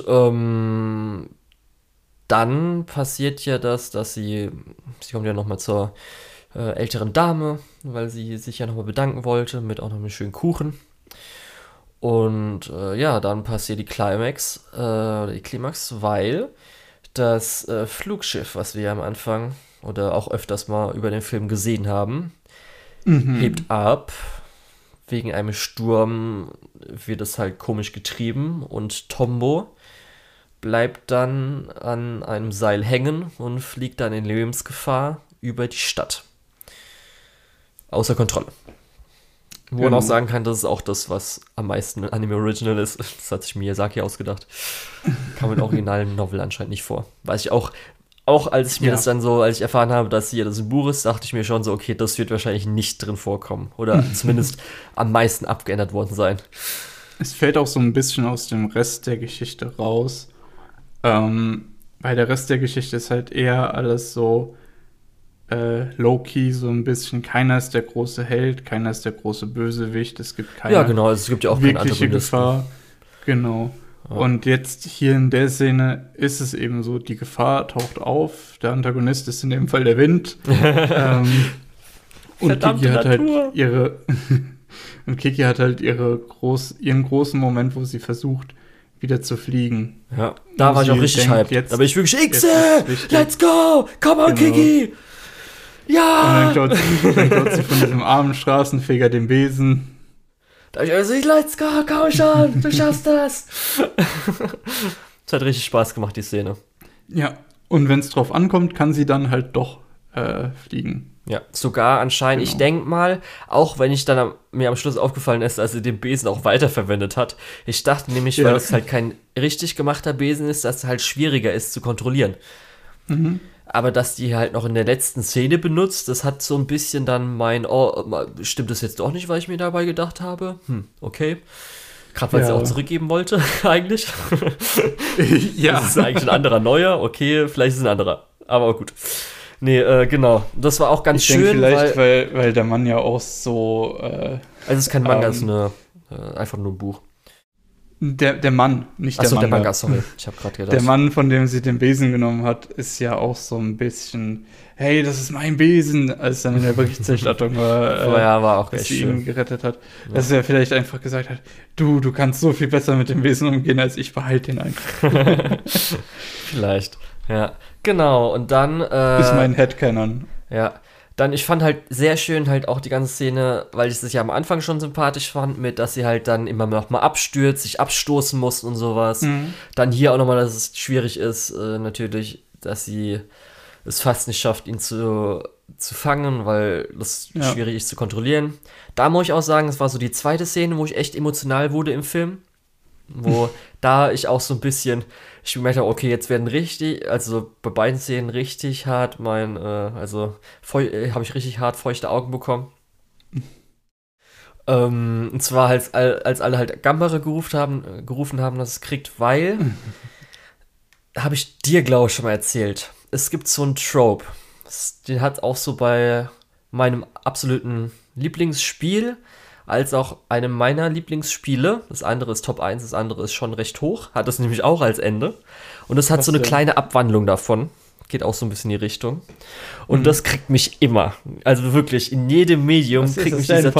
dann passiert ja das, dass sie kommt ja nochmal zur älteren Dame, weil sie sich ja nochmal bedanken wollte, mit auch noch einem schönen Kuchen. Und dann passiert die Klimax, weil das Flugschiff, was wir ja am Anfang oder auch öfters mal über den Film gesehen haben, hebt ab. Wegen einem Sturm wird es halt komisch getrieben und Tombo bleibt dann an einem Seil hängen und fliegt dann in Lebensgefahr über die Stadt. Außer Kontrolle. Wo man auch sagen kann, das ist auch das, was am meisten Anime Original ist. Das hat sich Miyazaki ausgedacht. Kam mit originalen Novel anscheinend nicht vor. Weiß ich auch als ich mir das dann so, als ich erfahren habe, dass hier das ein Buch ist, dachte ich mir schon so, okay, das wird wahrscheinlich nicht drin vorkommen. Oder zumindest am meisten abgeändert worden sein. Es fällt auch so ein bisschen aus dem Rest der Geschichte raus. Weil der Rest der Geschichte ist halt eher alles so low-key, so ein bisschen. Keiner ist der große Held, keiner ist der große Bösewicht. Es gibt keine es gibt ja auch keine wirkliche Gefahr. Genau. Ja. Und jetzt hier in der Szene ist es eben so, die Gefahr taucht auf, der Antagonist ist in dem Fall der Wind. Und Kiki hat halt ihren großen Moment, wo sie versucht, wieder zu fliegen. Ja, da war ich auch richtig hyped. Da bin ich wirklich let's go! Come on, genau. Kiki! Ja! Und dann klaut sie von diesem armen Straßenfeger den Besen. Da hab ich also, let's go, komm schon, du schaffst das! Es hat richtig Spaß gemacht, die Szene. Ja, und wenn es drauf ankommt, kann sie dann halt doch fliegen. Ja, sogar anscheinend, Ich denke mal, auch wenn ich dann mir am Schluss aufgefallen ist, dass sie den Besen auch weiterverwendet hat. Ich dachte nämlich, weil es halt kein richtig gemachter Besen ist, dass es halt schwieriger ist zu kontrollieren. Aber dass die halt noch in der letzten Szene benutzt, das hat so ein bisschen dann stimmt das jetzt doch nicht, weil ich mir dabei gedacht habe? Okay. Gerade weil sie auch zurückgeben wollte, eigentlich. Ja. Das ist eigentlich ein anderer neuer, okay, vielleicht ist es ein anderer. Aber gut. Nee, genau. Das war auch ganz schön. Ich denke vielleicht, weil der Mann ja auch so... also es ist kein Manga, es ist einfach nur ein Buch. Der Mann, nicht der Manga. Achso, der Manga, sorry. Ich habe gerade gedacht. Der Mann, von dem sie den Besen genommen hat, ist ja auch so ein bisschen, hey, das ist mein Besen, als dann in der Berichterstattung war, war auch dass sie ihn gerettet hat. Ja. Dass er vielleicht einfach gesagt hat, du kannst so viel besser mit dem Besen umgehen, als ich, behalte den einfach. Vielleicht, ja. Genau, und dann... ist mein Headcanon. Ja, Dann, ich fand halt sehr schön halt auch die ganze Szene, weil ich es ja am Anfang schon sympathisch fand, mit, dass sie halt dann immer noch mal abstürzt, sich abstoßen muss und sowas. Dann hier auch nochmal, dass es schwierig ist, natürlich, dass sie es fast nicht schafft, ihn zu fangen, weil das schwierig ist zu kontrollieren. Da muss ich auch sagen, es war so die zweite Szene, wo ich echt emotional wurde im Film. Wo da ich auch so ein bisschen, ich gemerkt habe, okay, jetzt werden also bei beiden Szenen richtig hart habe ich richtig hart feuchte Augen bekommen. Und zwar als alle halt Gambara gerufen haben, dass es kriegt, weil, habe ich dir, glaube ich, schon mal erzählt, es gibt so einen Trope, den hat auch so bei meinem absoluten Lieblingsspiel, als auch einem meiner Lieblingsspiele. Das andere ist Top 1, das andere ist schon recht hoch. Hat das nämlich auch als Ende. Und es hat so eine kleine Abwandlung davon. Geht auch so ein bisschen in die Richtung. Und das kriegt mich immer. Also wirklich, in jedem Medium kriegt mich dieser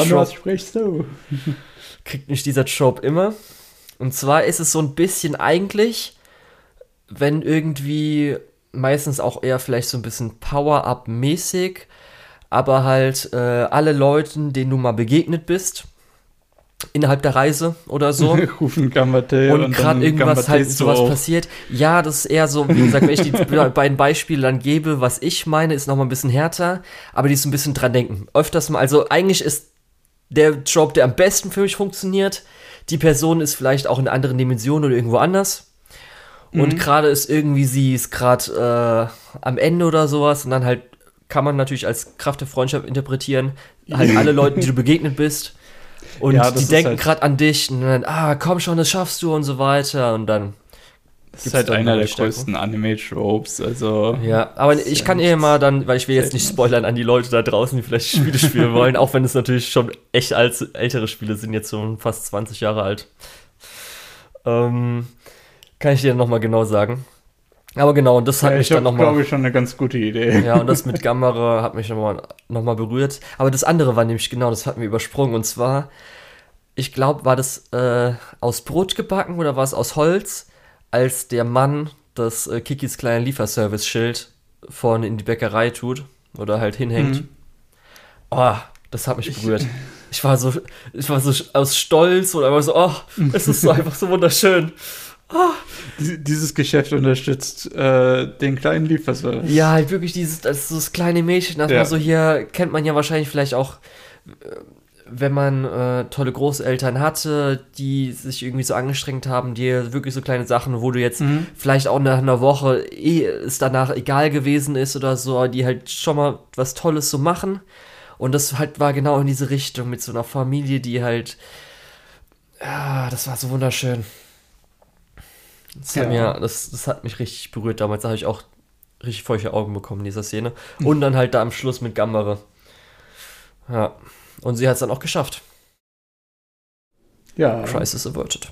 Trope immer. Und zwar ist es so ein bisschen eigentlich, wenn irgendwie meistens auch eher vielleicht so ein bisschen Power-Up-mäßig, aber halt alle Leuten, denen du mal begegnet bist, innerhalb der Reise oder so. Rufen Gambate und gerade irgendwas halt sowas passiert. Ja, das ist eher so, wie gesagt, wenn ich die beiden Beispiele dann gebe, was ich meine, ist nochmal ein bisschen härter, aber die ist so ein bisschen dran denken. Öfters mal, also eigentlich ist der Job, der am besten für mich funktioniert, die Person ist vielleicht auch in einer anderen Dimension oder irgendwo anders. Und gerade ist irgendwie, sie ist gerade am Ende oder sowas und dann halt kann man natürlich als Kraft der Freundschaft interpretieren, halt alle Leute, die du begegnet bist und die denken halt gerade an dich und dann, komm schon, das schaffst du und so weiter und dann das ist halt einer der größten Anime-Tropes, also... Ja, aber ich kann mal dann, weil ich will jetzt nicht spoilern an die Leute da draußen, die vielleicht Spiele spielen wollen, auch wenn es natürlich schon echt ältere Spiele sind, jetzt so fast 20 Jahre alt. Kann ich dir nochmal genau sagen. Aber genau, und das hat mich dann nochmal... glaube ich, schon eine ganz gute Idee. Ja, und das mit Gambara hat mich nochmal berührt. Aber das andere war nämlich genau, das hatten wir übersprungen. Und zwar, ich glaube, war das aus Brot gebacken oder war es aus Holz, als der Mann das Kikis kleiner Lieferservice-Schild vorne in die Bäckerei tut oder halt hinhängt. Oh, das hat mich berührt. Ich war so aus Stolz und einfach so, es ist so einfach so wunderschön. Dieses Geschäft unterstützt den kleinen Lieferservice. Ja, halt wirklich das kleine Mädchen, das man so hier, kennt man ja wahrscheinlich vielleicht auch, wenn man tolle Großeltern hatte, die sich irgendwie so angestrengt haben, die wirklich so kleine Sachen, wo du jetzt vielleicht auch nach einer Woche es danach egal gewesen ist oder so, die halt schon mal was Tolles so machen. Und das halt war genau in diese Richtung mit so einer Familie, die halt, das war so wunderschön. Das hat mich richtig berührt damals. Da habe ich auch richtig feuchte Augen bekommen in dieser Szene. Und dann halt da am Schluss mit Gambara. Ja. Und sie hat es dann auch geschafft. Ja. Crisis averted.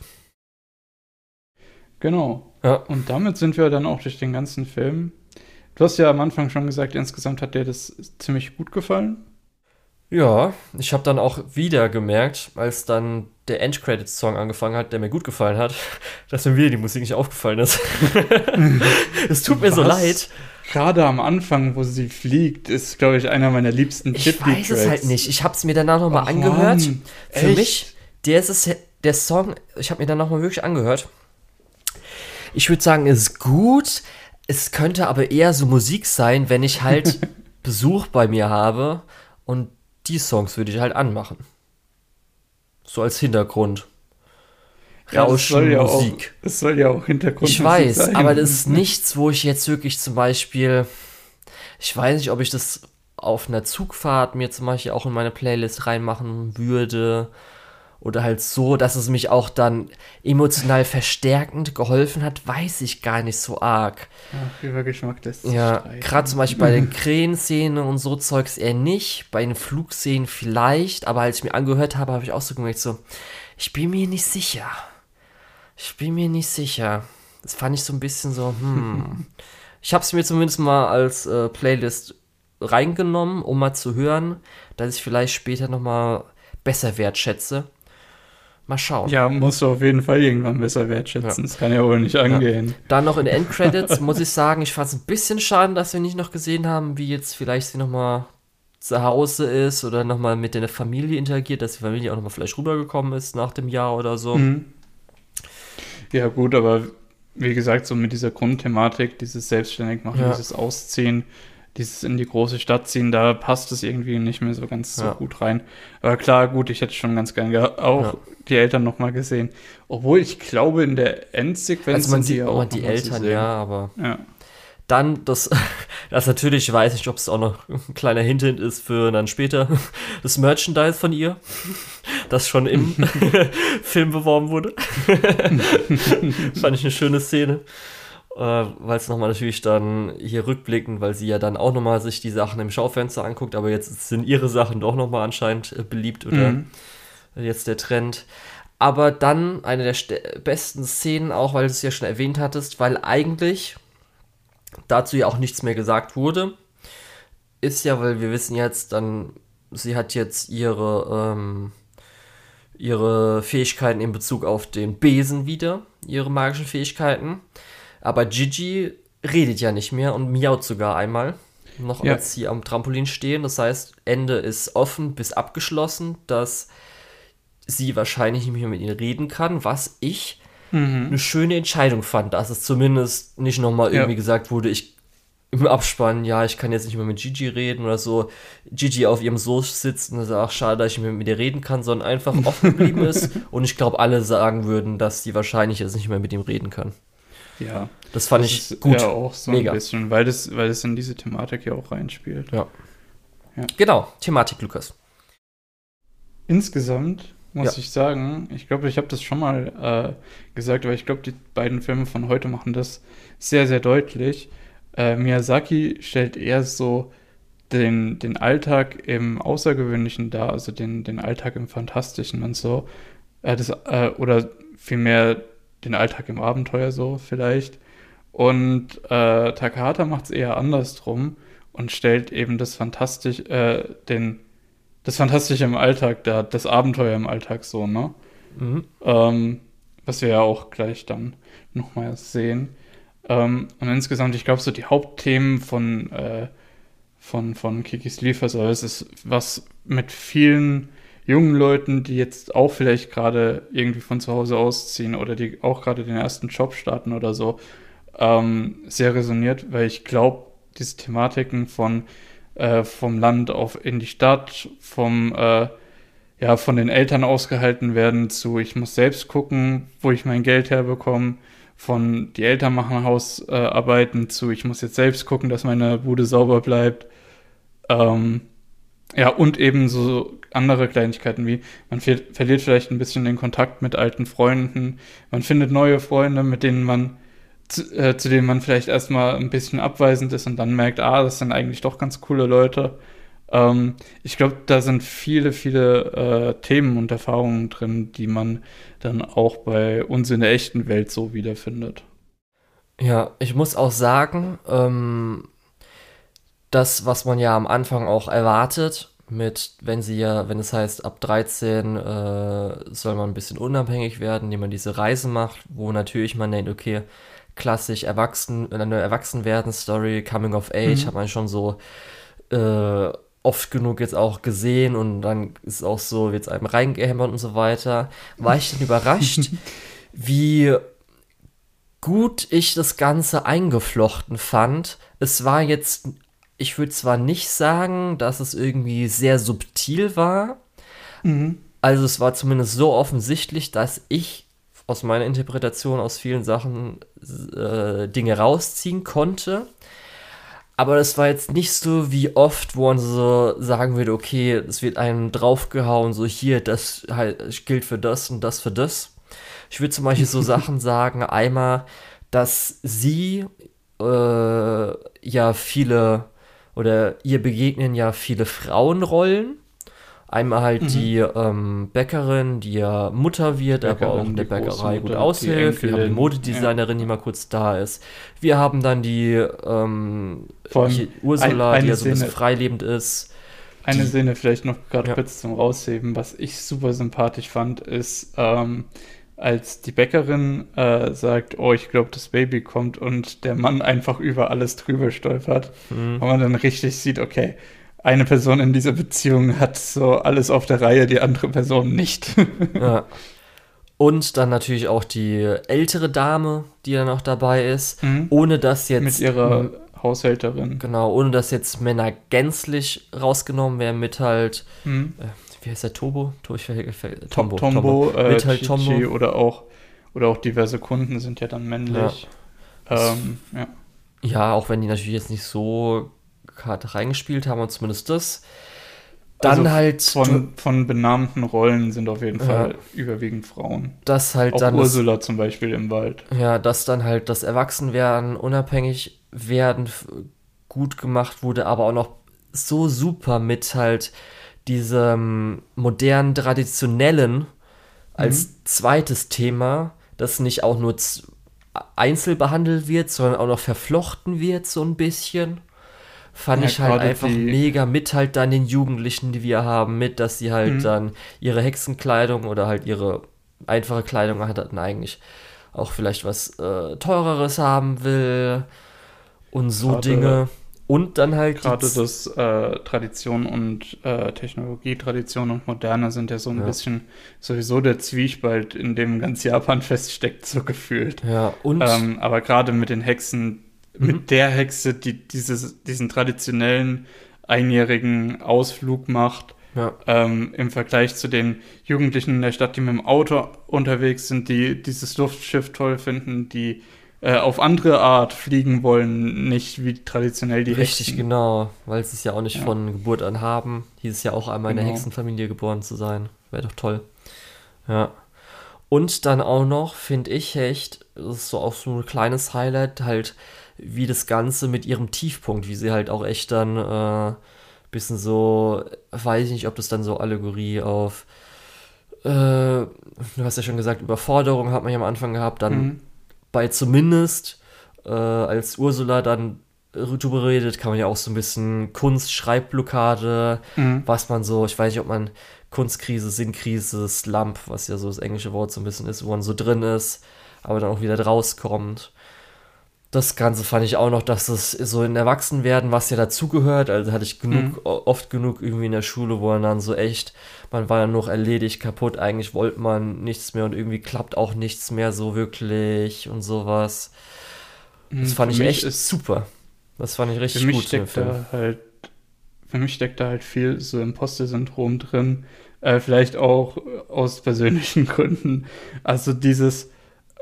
Genau. Ja. Und damit sind wir dann auch durch den ganzen Film. Du hast ja am Anfang schon gesagt, insgesamt hat dir das ziemlich gut gefallen. Ja, ich habe dann auch wieder gemerkt, als dann der End-Credits-Song angefangen hat, der mir gut gefallen hat, dass mir wieder die Musik nicht aufgefallen ist. Es tut mir so leid. Gerade am Anfang, wo sie fliegt, ist, glaube ich, einer meiner liebsten Ghibli-Tracks. Ich weiß es halt nicht. Ich habe es mir danach nochmal angehört. Mann, für mich, der Song, ich habe mir dann nochmal wirklich angehört. Ich würde sagen, es ist gut. Es könnte aber eher so Musik sein, wenn ich halt Besuch bei mir habe und die Songs würde ich halt anmachen. So als Hintergrund. Rauschen, Musik. Es soll ja auch Hintergrund Ich weiß, sein. Aber das ist nichts, wo ich jetzt wirklich zum Beispiel, ich weiß nicht, ob ich das auf einer Zugfahrt mir zum Beispiel auch in meine Playlist reinmachen würde oder halt so, dass es mich auch dann emotional verstärkend geholfen hat, weiß ich gar nicht so arg. Ach, über Geschmack lässt sich streiten. Gerade zum Beispiel bei den Krähenszenen und so Zeugs eher nicht, bei den Flugszenen vielleicht, aber als ich mir angehört habe, habe ich auch so gemerkt, so, ich bin mir nicht sicher. Das fand ich so ein bisschen so, Ich habe es mir zumindest mal als Playlist reingenommen, um mal zu hören, dass ich vielleicht später nochmal besser wertschätze. Mal schauen. Ja, musst du auf jeden Fall irgendwann besser wertschätzen. Das kann ja wohl nicht angehen. Ja. Dann noch in den Endcredits muss ich sagen, ich fand es ein bisschen schade, dass wir nicht noch gesehen haben, wie jetzt vielleicht sie nochmal zu Hause ist oder nochmal mit der Familie interagiert, dass die Familie auch nochmal vielleicht rübergekommen ist nach dem Jahr oder so. Ja, gut, aber wie gesagt, so mit dieser Grundthematik, dieses Selbstständigmachen, dieses Ausziehen, dieses in die große Stadt ziehen, da passt es irgendwie nicht mehr so ganz so gut rein. Aber klar, gut, ich hätte schon ganz gerne auch die Eltern nochmal gesehen. Obwohl ich glaube, in der Endsequenz also man sind die sieht ja auch auch die noch mal zu Eltern, sehen. ja, aber Ja. dann, das natürlich, weiß ich, ob es auch noch ein kleiner Hint ist für dann später das Merchandise von ihr, das schon im Film beworben wurde. Fand ich eine schöne Szene. Weil es nochmal natürlich dann hier rückblickend, weil sie ja dann auch nochmal sich die Sachen im Schaufenster anguckt, aber jetzt sind ihre Sachen doch nochmal anscheinend beliebt oder jetzt der Trend. Aber dann eine der besten Szenen auch, weil du es ja schon erwähnt hattest, weil eigentlich dazu ja auch nichts mehr gesagt wurde, ist ja, weil wir wissen jetzt dann, sie hat jetzt ihre Fähigkeiten in Bezug auf den Besen wieder, ihre magischen Fähigkeiten. Aber Gigi redet ja nicht mehr und miaut sogar einmal, noch als sie am Trampolin stehen. Das heißt, Ende ist offen bis abgeschlossen, dass sie wahrscheinlich nicht mehr mit ihnen reden kann, was ich eine schöne Entscheidung fand, dass es zumindest nicht nochmal irgendwie gesagt wurde, im Abspann, ich kann jetzt nicht mehr mit Gigi reden oder so, Gigi auf ihrem Sofa sitzt und sagt, schade, dass ich nicht mehr mit ihr reden kann, sondern einfach offen geblieben ist. Und ich glaube, alle sagen würden, dass sie wahrscheinlich jetzt nicht mehr mit ihm reden kann. Ja. Das fand ich gut. Ja, auch so mega. Ein bisschen, weil das in diese Thematik ja auch reinspielt. Ja. Genau, Thematik, Lukas. Insgesamt muss ich sagen, ich glaube, ich habe das schon mal gesagt, aber ich glaube, die beiden Filme von heute machen das sehr, sehr deutlich. Miyazaki stellt eher so den Alltag im Außergewöhnlichen dar, also den Alltag im Fantastischen und so. Oder vielmehr den Alltag im Abenteuer so vielleicht. Und Takahata macht es eher andersrum und stellt eben das Fantastische im Alltag dar, das Abenteuer im Alltag so, ne? Was wir ja auch gleich dann nochmal sehen. Und insgesamt, ich glaube, so die Hauptthemen von Kikis Lieferservice ist was mit vielen jungen Leuten, die jetzt auch vielleicht gerade irgendwie von zu Hause ausziehen oder die auch gerade den ersten Job starten oder so, sehr resoniert, weil ich glaube, diese Thematiken vom Land in die Stadt, von den Eltern ausgehalten werden zu, ich muss selbst gucken, wo ich mein Geld herbekomme, von die Eltern machen Hausarbeiten zu, ich muss jetzt selbst gucken, dass meine Bude sauber bleibt. Und eben so andere Kleinigkeiten wie, man verliert vielleicht ein bisschen den Kontakt mit alten Freunden, man findet neue Freunde, mit denen zu denen man vielleicht erstmal ein bisschen abweisend ist und dann merkt, das sind eigentlich doch ganz coole Leute. Ich glaube, da sind viele, viele Themen und Erfahrungen drin, die man dann auch bei uns in der echten Welt so wiederfindet. Ja, ich muss auch sagen, das, was man ja am Anfang auch erwartet, wenn es heißt, ab 13 soll man ein bisschen unabhängig werden, indem man diese Reise macht, wo natürlich man denkt, okay, klassisch eine Erwachsenwerden-Story, Coming of Age, hat man schon so oft genug jetzt auch gesehen und dann ist auch so, wird es einem reingehämmert und so weiter. War ich dann überrascht, wie gut ich das Ganze eingeflochten fand. Es war jetzt, ich würde zwar nicht sagen, dass es irgendwie sehr subtil war, also es war zumindest so offensichtlich, dass ich aus meiner Interpretation aus vielen Sachen Dinge rausziehen konnte. Aber das war jetzt nicht so wie oft, wo man so sagen würde, okay, es wird einem draufgehauen, so hier, das halt gilt für das und das für das. Ich würde zum Beispiel so Sachen sagen, einmal, dass sie ihr begegnen ja viele Frauenrollen. Einmal halt die Bäckerin, die ja Mutter wird, aber auch in der Bäckerei gut aushilft. Wir haben die Modedesignerin, die mal kurz da ist. Wir haben dann die Ursula, die ja so ein bisschen freilebend ist. Eine Szene vielleicht noch gerade kurz zum Rausheben, was ich super sympathisch fand, ist, als die Bäckerin sagt, ich glaube, das Baby kommt und der Mann einfach über alles drüber stolpert. Und man dann richtig sieht, okay, eine Person in dieser Beziehung hat so alles auf der Reihe, die andere Person nicht. Ja. Und dann natürlich auch die ältere Dame, die dann auch dabei ist, ohne dass jetzt... Mit ihrer Haushälterin. Genau, ohne dass jetzt Männer gänzlich rausgenommen werden, mit halt... wie heißt der, Tombo? Tombo, mit halt Tombo. oder auch diverse Kunden sind ja dann männlich. Ja. Ja, auch wenn die natürlich jetzt nicht so hart reingespielt haben, und zumindest das. Dann also halt... Von benannten Rollen sind auf jeden Fall überwiegend Frauen. Das halt auch dann Ursula zum Beispiel im Wald. Ja, dass dann halt das Erwachsenwerden, unabhängig werden gut gemacht wurde, aber auch noch so super mit halt diesem modernen, traditionellen als zweites Thema, das nicht auch nur einzeln behandelt wird, sondern auch noch verflochten wird so ein bisschen. Fand ich halt einfach mega mit halt dann den Jugendlichen, die wir haben, mit, dass sie halt dann ihre Hexenkleidung oder halt ihre einfache Kleidung hatten, eigentlich auch vielleicht was Teureres haben will und so Dinge. Und dann halt... Gerade das Tradition und Technologie, Tradition und Moderne sind ja so ein bisschen sowieso der Zwiespalt, in dem ganz Japan feststeckt, so gefühlt. Ja, und... aber gerade mit den Hexen, mit der Hexe, die diesen traditionellen einjährigen Ausflug macht, im Vergleich zu den Jugendlichen in der Stadt, die mit dem Auto unterwegs sind, die dieses Luftschiff toll finden, die auf andere Art fliegen wollen, nicht wie traditionell die Hexen. Richtig, genau, weil sie es ja auch nicht von Geburt an haben. Hieß es ja auch einmal in der Hexenfamilie geboren zu sein. Wäre doch toll. Ja. Und dann auch noch, finde ich echt, das ist so auch so ein kleines Highlight, halt wie das Ganze mit ihrem Tiefpunkt, wie sie halt auch echt dann bisschen so, weiß ich nicht, ob das dann so Allegorie auf, du hast ja schon gesagt, Überforderung hat man ja am Anfang gehabt, dann bei zumindest, als Ursula dann drüber redet, kann man ja auch so ein bisschen Kunst, Schreibblockade, was man so, ich weiß nicht, ob man Kunstkrise, Sinnkrise, Slump, was ja so das englische Wort so ein bisschen ist, wo man so drin ist, aber dann auch wieder rauskommt. Das Ganze fand ich auch noch, dass es so in Erwachsenwerden, was ja dazugehört, also hatte ich oft genug irgendwie in der Schule, wo man dann so echt, man war dann noch erledigt, kaputt, eigentlich wollte man nichts mehr und irgendwie klappt auch nichts mehr so wirklich und sowas. Das fand ich echt super. Das fand ich richtig gut. Für mich steckt da halt viel so Imposter-Syndrom drin, vielleicht auch aus persönlichen Gründen. Also dieses,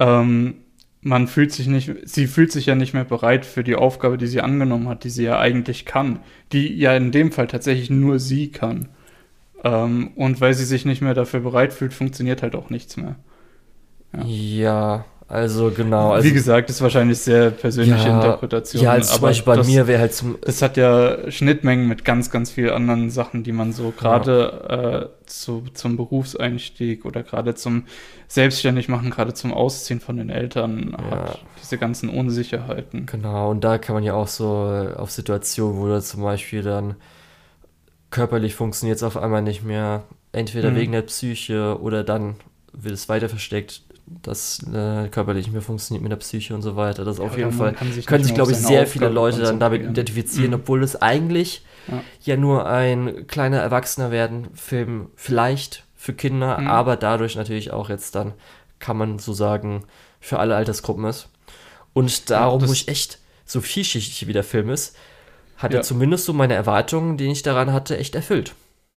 sie fühlt sich ja nicht mehr bereit für die Aufgabe, die sie angenommen hat, die sie ja eigentlich kann, die ja in dem Fall tatsächlich nur sie kann. Und weil sie sich nicht mehr dafür bereit fühlt, funktioniert halt auch nichts mehr. Ja, also genau. Also, wie gesagt, ist wahrscheinlich sehr persönliche Interpretation. Ja, also zum Beispiel bei mir wäre halt das hat ja Schnittmengen mit ganz, ganz vielen anderen Sachen, die man so gerade zum Berufseinstieg oder gerade zum Selbstständigmachen, gerade zum Ausziehen von den Eltern hat. Diese ganzen Unsicherheiten. Genau, und da kann man ja auch so auf Situationen, wo du zum Beispiel dann körperlich funktioniert es auf einmal nicht mehr, entweder wegen der Psyche oder dann wird es weiter versteckt, dass körperlich nicht mehr funktioniert mit der Psyche und so weiter. Das auf jeden Fall können sich, glaube ich, sehr viele Leute dann damit identifizieren, obwohl es eigentlich ja nur ein kleiner Erwachsener-werden-Film vielleicht für Kinder, aber dadurch natürlich auch jetzt dann, kann man so sagen, für alle Altersgruppen ist. Und darum, wo ich echt so vielschichtig wie der Film ist, hat er zumindest so meine Erwartungen, die ich daran hatte, echt erfüllt.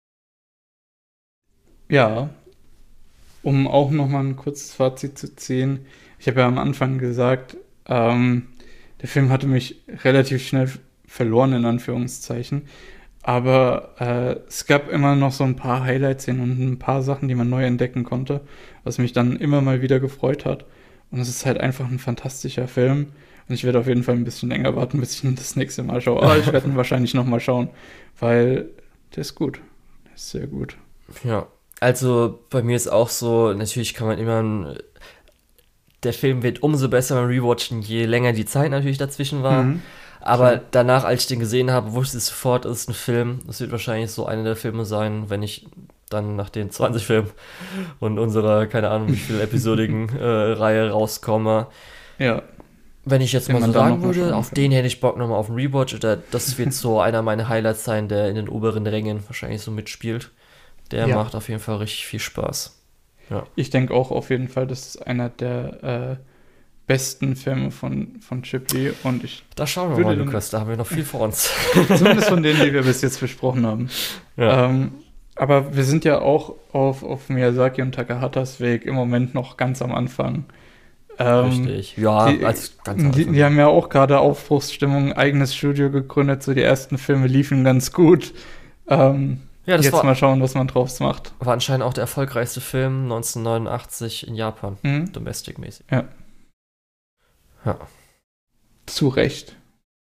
Ja, um auch nochmal ein kurzes Fazit zu ziehen. Ich habe ja am Anfang gesagt, der Film hatte mich relativ schnell verloren, in Anführungszeichen. Aber es gab immer noch so ein paar Highlight-Szenen und ein paar Sachen, die man neu entdecken konnte, was mich dann immer mal wieder gefreut hat. Und es ist halt einfach ein fantastischer Film. Und ich werde auf jeden Fall ein bisschen länger warten, bis ich ihn das nächste Mal schaue. Aber ich werde ihn wahrscheinlich nochmal schauen, weil der ist gut. Der ist sehr gut. Ja, also bei mir ist auch so, natürlich kann man immer, der Film wird umso besser beim Rewatchen, je länger die Zeit natürlich dazwischen war. Aber danach, als ich den gesehen habe, wusste ich sofort, es ist ein Film. Es wird wahrscheinlich so einer der Filme sein, wenn ich dann nach den 20 Filmen und unserer, keine Ahnung, wie viel episodigen Reihe rauskomme. Ja. Wenn ich jetzt Den mal so man dann sagen noch mal würde, schauen auf kann. den hätte ich Bock nochmal auf einen Rewatch, oder das wird so einer meiner Highlights sein, der in den oberen Rängen wahrscheinlich so mitspielt. Der Ja. macht auf jeden Fall richtig viel Spaß. Ja. Ich denke auch auf jeden Fall, das ist einer der besten Filme von Ghibli und ich Da schauen wir würde mal, den- Lukas, da haben wir noch viel vor uns. zumindest von denen, die wir bis jetzt besprochen haben. Ja. Aber wir sind ja auch auf Miyazaki und Takahatas Weg im Moment noch ganz am Anfang. Richtig. Ja, die- als ganz am Die Anfang. haben ja auch gerade Aufbruchsstimmung, eigenes Studio gegründet, so die ersten Filme liefen ganz gut. Ja, das Jetzt mal schauen, was man draus macht. war anscheinend auch der erfolgreichste Film 1989 in Japan, Mhm. domestic-mäßig. Ja. Ja. Zu Recht.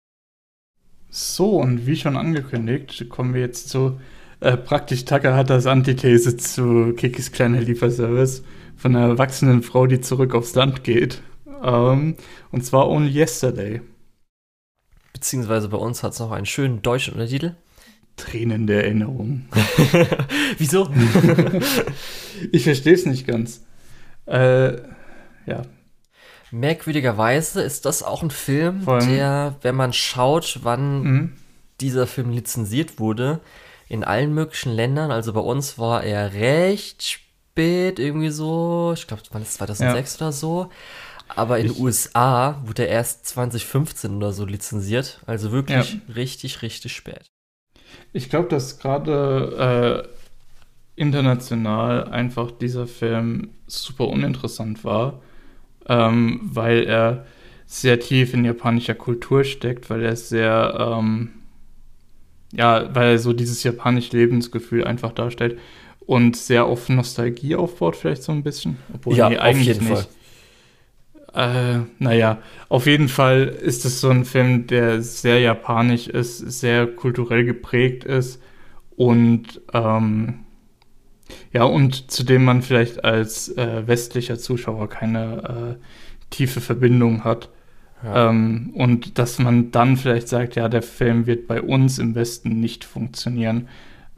So, und wie schon angekündigt, kommen wir jetzt zu praktisch Takahatas Antithese zu Kikis kleiner Lieferservice von einer erwachsenen Frau, die zurück aufs Land geht. Und zwar Only Yesterday. Beziehungsweise bei uns hat es noch einen schönen deutschen Untertitel. Tränen der Erinnerung. Wieso? Ich verstehe es nicht ganz. Ja. Merkwürdigerweise ist das auch ein Film, Vor allem- der, wenn man schaut, wann Mhm. dieser Film lizenziert wurde, in allen möglichen Ländern, also bei uns war er recht spät, irgendwie so, ich glaube, wann ist 2006 oder so, aber in den USA wurde er erst 2015 oder so lizenziert, also wirklich richtig, richtig spät. Ich glaube, dass gerade international einfach dieser Film super uninteressant war, weil er sehr tief in japanischer Kultur steckt, weil er sehr, weil er so dieses japanische Lebensgefühl einfach darstellt und sehr auf Nostalgie aufbaut, vielleicht so ein bisschen. Obwohl, Ja, nee, auf eigentlich jeden nicht. Naja, auf jeden Fall ist es so ein Film, der sehr japanisch ist, sehr kulturell geprägt ist und und zu dem man vielleicht als westlicher Zuschauer keine tiefe Verbindung hat. Ja. Und dass man dann vielleicht sagt, ja, der Film wird bei uns im Westen nicht funktionieren.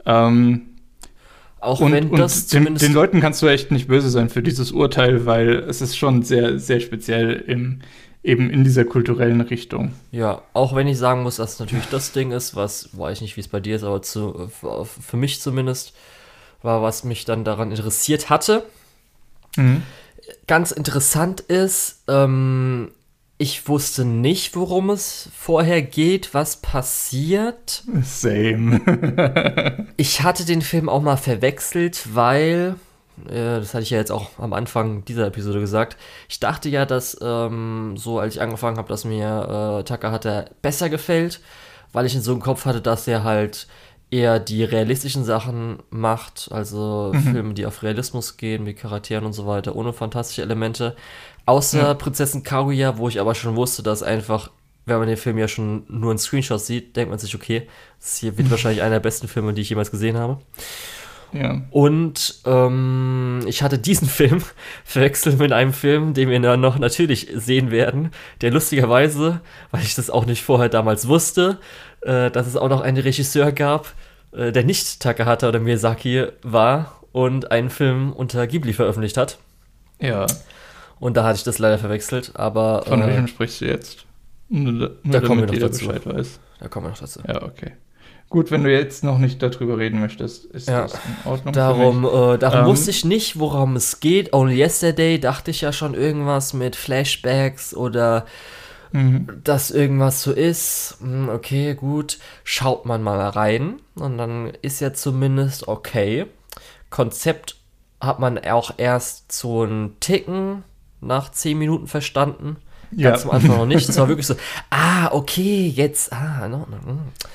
Auch wenn das zumindest... Den Leuten kannst du echt nicht böse sein für dieses Urteil, weil es ist schon sehr, sehr speziell eben in dieser kulturellen Richtung. Ja, auch wenn ich sagen muss, dass natürlich das Ding ist, was, weiß ich nicht, wie es bei dir ist, aber für mich zumindest war, was mich dann daran interessiert hatte. Mhm. Ganz interessant ist, ich wusste nicht, worum es vorher geht, was passiert. Same. Ich hatte den Film auch mal verwechselt, weil, das hatte ich ja jetzt auch am Anfang dieser Episode gesagt, ich dachte ja, dass so als ich angefangen habe, dass mir Takahata besser gefällt, weil ich ihn so im Kopf hatte, dass er halt eher die realistischen Sachen macht, also Filme, die auf Realismus gehen, mit Charakteren und so weiter, ohne fantastische Elemente. Außer Prinzessin Kaguya, wo ich aber schon wusste, dass einfach, wenn man den Film ja schon nur in Screenshots sieht, denkt man sich, okay, das hier wird wahrscheinlich einer der besten Filme, die ich jemals gesehen habe. Ja. Und ich hatte diesen Film verwechselt mit einem Film, den wir dann noch natürlich sehen werden, der lustigerweise, weil ich das auch nicht vorher damals wusste, dass es auch noch einen Regisseur gab, der nicht Takahata oder Miyazaki war und einen Film unter Ghibli veröffentlicht hat. Ja. Und da hatte ich das leider verwechselt, aber Von welchem sprichst du jetzt? Nur da kommen wir damit noch jeder dazu. Bescheid weiß. Da kommen wir noch dazu. Ja, okay. Gut, wenn du jetzt noch nicht darüber reden möchtest, ist Ja. das in Ordnung. Darum Ähm, wusste ich nicht, worum es geht. Only Yesterday dachte ich ja schon irgendwas mit Flashbacks oder dass irgendwas so ist. Okay, gut. Schaut man mal rein und dann ist ja zumindest okay. Konzept hat man auch erst so einen Ticken nach 10 Minuten verstanden. Ja. Ganz am Anfang noch nicht. Es war wirklich so, okay, jetzt, in Ordnung.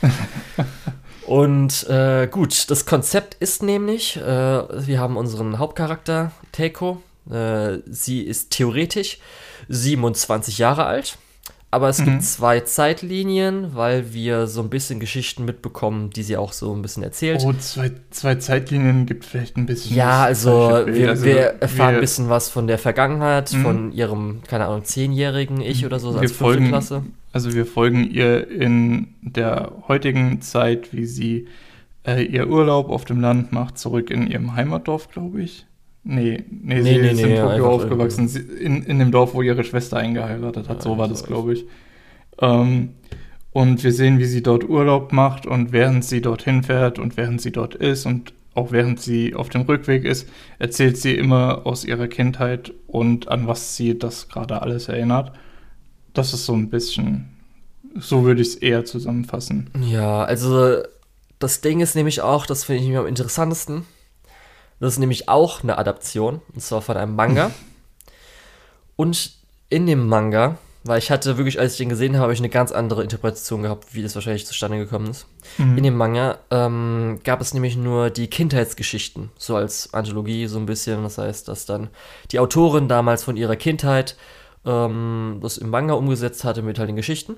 Und gut, das Konzept ist nämlich, wir haben unseren Hauptcharakter, Teiko. Sie ist theoretisch 27 Jahre alt, aber es gibt 2 Zeitlinien, weil wir so ein bisschen Geschichten mitbekommen, die sie auch so ein bisschen erzählt. Oh, zwei Zeitlinien gibt vielleicht ein bisschen. Ja, das also falsche Bild. wir erfahren ein bisschen was von der Vergangenheit, von ihrem, keine Ahnung, 10-jährigen Ich oder so, Wir als 5. folgen- Klasse. Also wir folgen ihr in der heutigen Zeit, wie sie ihr Urlaub auf dem Land macht, zurück in ihrem Heimatdorf, glaube ich. Sie ist in Tokio einfach aufgewachsen, in dem Dorf, wo ihre Schwester eingeheiratet hat, so war das, glaube ich. Und wir sehen, wie sie dort Urlaub macht und während sie dorthin fährt und während sie dort ist und auch während sie auf dem Rückweg ist, erzählt sie immer aus ihrer Kindheit und an was sie das gerade alles erinnert. Das ist so ein bisschen, so würde ich es eher zusammenfassen. Ja, also das Ding ist nämlich auch, das finde ich mir am interessantesten. Das ist nämlich auch eine Adaption, und zwar von einem Manga. Und in dem Manga, weil ich hatte wirklich, als ich den gesehen habe, ich eine ganz andere Interpretation gehabt, wie das wahrscheinlich zustande gekommen ist. In dem Manga gab es nämlich nur die Kindheitsgeschichten, so als Anthologie so ein bisschen. Das heißt, dass dann die Autorin damals von ihrer Kindheit das im Manga umgesetzt hatte mit halt den Geschichten.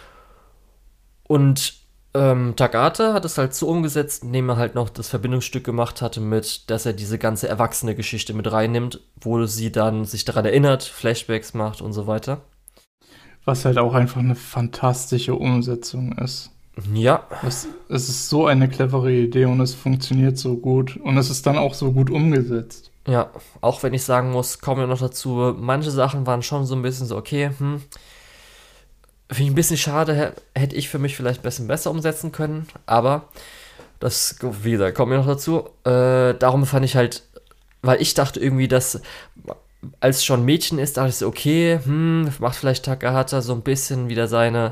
Und Takahata hat es halt so umgesetzt, indem er halt noch das Verbindungsstück gemacht hatte mit, dass er diese ganze erwachsene Geschichte mit reinnimmt, wo sie dann sich daran erinnert, Flashbacks macht und so weiter. Was halt auch einfach eine fantastische Umsetzung ist. Ja. Es ist so eine clevere Idee und es funktioniert so gut. Und es ist dann auch so gut umgesetzt. Ja, auch wenn ich sagen muss, kommen wir noch dazu, manche Sachen waren schon so ein bisschen so, okay, finde ich ein bisschen schade, hätte ich für mich vielleicht ein bisschen besser umsetzen können, aber das, wie gesagt, kommen wir noch dazu. Darum fand ich halt, weil ich dachte irgendwie, dass als schon Mädchen ist, dachte ich so, okay, macht vielleicht Takahata so ein bisschen wieder seine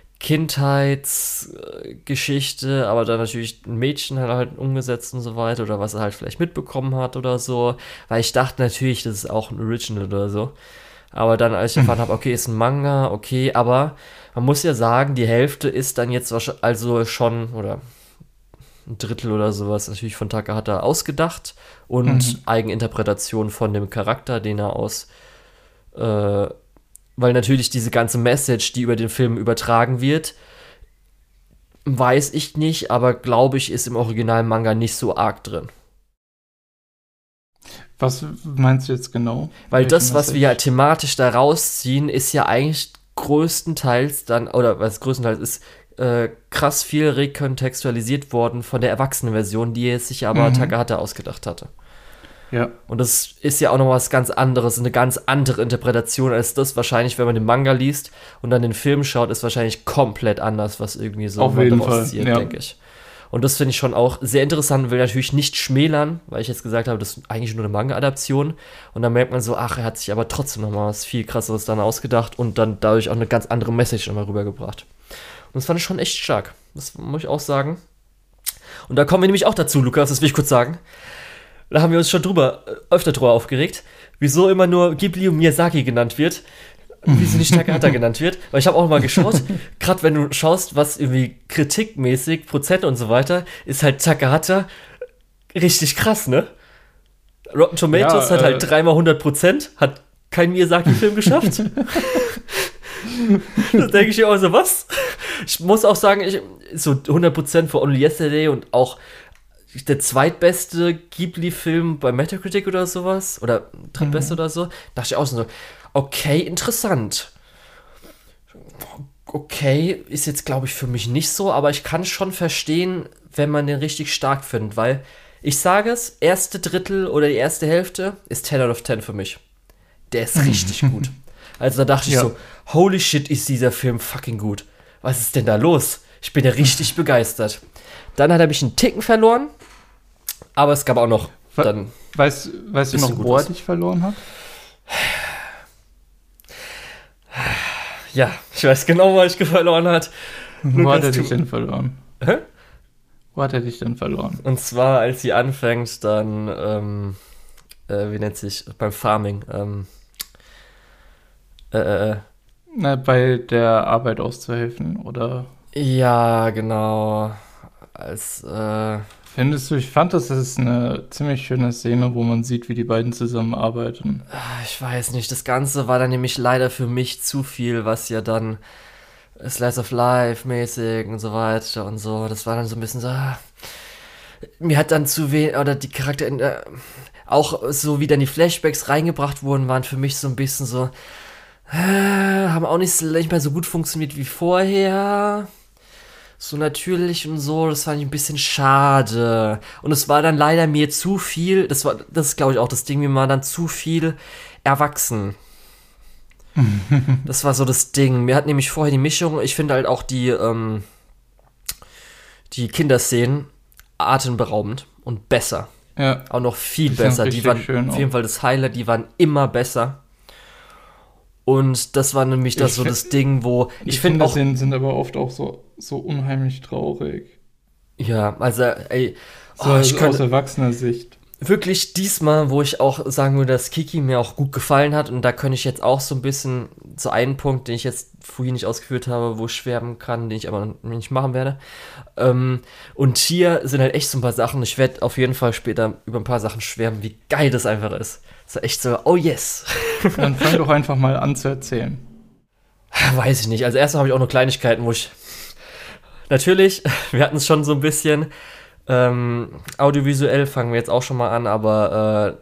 Kindheitsgeschichte, aber dann natürlich ein Mädchen halt umgesetzt und so weiter, oder was er halt vielleicht mitbekommen hat oder so, weil ich dachte natürlich, das ist auch ein Original oder so. Aber dann, als ich erfahren habe, okay, ist ein Manga, okay, aber man muss ja sagen, die Hälfte ist dann jetzt also schon, oder ein Drittel oder sowas, natürlich von Takahata ausgedacht und Eigeninterpretation von dem Charakter, den er weil natürlich diese ganze Message, die über den Film übertragen wird, weiß ich nicht, aber glaube ich, ist im originalen Manga nicht so arg drin. Was meinst du jetzt genau? Weil das, was wir ja thematisch da rausziehen, ist ja eigentlich größtenteils dann, oder was größtenteils ist, krass viel rekontextualisiert worden von der Erwachsenenversion, die es sich aber Takahata ausgedacht hatte. Ja. Und das ist ja auch noch was ganz anderes, eine ganz andere Interpretation als das wahrscheinlich, wenn man den Manga liest und dann den Film schaut, ist wahrscheinlich komplett anders, was irgendwie so auf jeden Fall, denke ich. Und das finde ich schon auch sehr interessant, will natürlich nicht schmälern, weil ich jetzt gesagt habe, das ist eigentlich nur eine Manga-Adaption. Und dann merkt man so, ach, er hat sich aber trotzdem noch mal was viel Krasseres dann ausgedacht und dann dadurch auch eine ganz andere Message nochmal rübergebracht. Und das fand ich schon echt stark. Das muss ich auch sagen. Und da kommen wir nämlich auch dazu, Lukas, das will ich kurz sagen. Da haben wir uns schon öfter drüber aufgeregt, wieso immer nur Ghibli und Miyazaki genannt wird, wieso nicht Takahata genannt wird. Weil ich habe auch mal geschaut, gerade wenn du schaust, was irgendwie kritikmäßig, Prozente und so weiter, ist halt Takahata richtig krass, ne? Rotten Tomatoes hat halt 3x100%, hat kein Miyazaki-Film geschafft. Das denke ich mir auch so, was? Ich muss auch sagen, so 100% für Only Yesterday und auch der zweitbeste Ghibli-Film bei Metacritic oder sowas, oder drittbeste oder so, dachte ich auch so, okay, interessant. Okay, ist jetzt, glaube ich, für mich nicht so, aber ich kann schon verstehen, wenn man den richtig stark findet, weil ich sage es, erste Drittel oder die erste Hälfte ist 10 out of 10 für mich. Der ist richtig gut. Also da dachte ich so, holy shit, ist dieser Film fucking gut. Was ist denn da los? Ich bin ja richtig begeistert. Dann hat er mich einen Ticken verloren, aber es gab auch noch dann... Weißt du noch, wo er dich verloren hat? Ja, ich weiß genau, wo er dich verloren hat. Wo hat er dich denn verloren? Hä? Wo hat er dich denn verloren? Und zwar, als sie anfängt, dann, wie nennt sich, beim Farming, bei der Arbeit auszuhelfen, oder? Ja, genau. Findest du, ich fand, das ist eine ziemlich schöne Szene, wo man sieht, wie die beiden zusammenarbeiten. Ich weiß nicht, das Ganze war dann nämlich leider für mich zu viel, was ja dann Slice of Life mäßig und so weiter und so. Das war dann so ein bisschen so, mir hat dann zu wenig, oder die Charakter, auch so wie dann die Flashbacks reingebracht wurden, waren für mich so ein bisschen so, haben auch nicht mehr so gut funktioniert wie vorher. so natürlich und so, das fand ich ein bisschen schade. Und es war dann leider mir zu viel, das ist glaube ich auch das Ding, mir war dann zu viel erwachsen. Das war so das Ding. Mir hat nämlich vorher die Mischung, ich finde halt auch die Kinderszenen atemberaubend und besser. Ja. Auch noch viel besser. Die waren schön auf jeden Fall das Highlight, die waren immer besser. Und das war nämlich das Ding, wo ich finde auch... Die sind aber oft auch so unheimlich traurig. Ja, also, ey... Ich könnte aus erwachsener Sicht. Wirklich diesmal, wo ich auch sagen würde, dass Kiki mir auch gut gefallen hat, und da könnte ich jetzt auch so ein bisschen zu einem Punkt, den ich jetzt vorhin nicht ausgeführt habe, wo ich schwärmen kann, den ich aber nicht machen werde. Und hier sind halt echt so ein paar Sachen, ich werde auf jeden Fall später über ein paar Sachen schwärmen, wie geil das einfach ist. Das ist echt so, oh yes. Dann fang doch einfach mal an zu erzählen. Weiß ich nicht. Also erstmal habe ich auch noch Kleinigkeiten, wo ich... Natürlich, wir hatten es schon so ein bisschen... audiovisuell fangen wir jetzt auch schon mal an, aber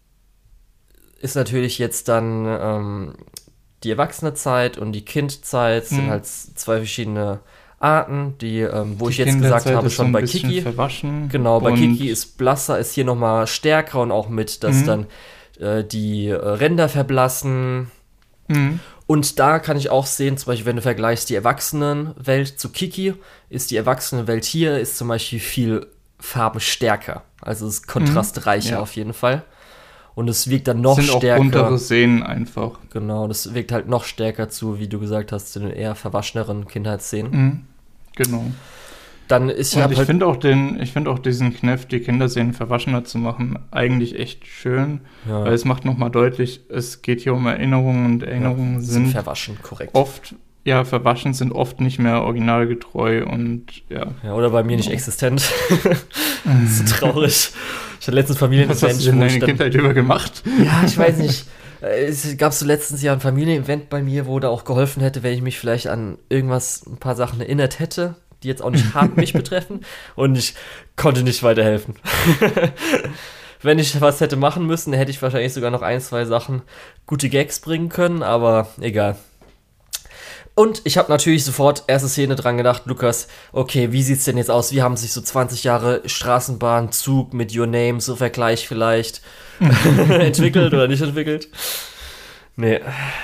ist natürlich jetzt dann die Erwachsene-Zeit und die Kindzeit sind halt zwei verschiedene Arten, wo ich jetzt gesagt habe, schon bei Kiki. Verwaschen. Genau, bei Kiki ist blasser, ist hier nochmal stärker und auch mit, dass dann die Ränder verblassen. Und da kann ich auch sehen, zum Beispiel, wenn du vergleichst die Erwachsenenwelt zu Kiki, ist die Erwachsenenwelt hier ist zum Beispiel viel farbenstärker. Also es ist kontrastreicher auf jeden Fall. Und es wirkt dann noch stärker. Sind auch buntere Szenen einfach. Genau, das wirkt halt noch stärker zu, wie du gesagt hast, zu den eher verwascheneren Kindheitsszenen. Genau. Dann ist ich finde auch diesen Kniff, die Kinderszenen verwaschener zu machen, eigentlich echt schön, weil es macht nochmal deutlich, es geht hier um Erinnerungen und Erinnerungen sind verwaschen, korrekt. Verwaschen sind oft nicht mehr originalgetreu und ja. Ja, oder bei mir nicht existent. So traurig. Ich hatte letztens Familienevent. Was hast du denn deine Kindheit über gemacht? Ja, ich weiß nicht. Es gab so letztens Jahr ein Familienevent bei mir, wo da auch geholfen hätte, wenn ich mich vielleicht an ein paar Sachen erinnert hätte, die jetzt auch nicht hart mich betreffen, und ich konnte nicht weiterhelfen. Wenn ich was hätte machen müssen, hätte ich wahrscheinlich sogar noch 1, 2 Sachen, gute Gags bringen können, aber egal. Und ich habe natürlich sofort erste Szene dran gedacht, Lukas, okay, wie sieht's denn jetzt aus? Wie haben sich so 20 Jahre Straßenbahn, Zug mit Your Name, so Vergleich vielleicht, entwickelt oder nicht entwickelt? Nee.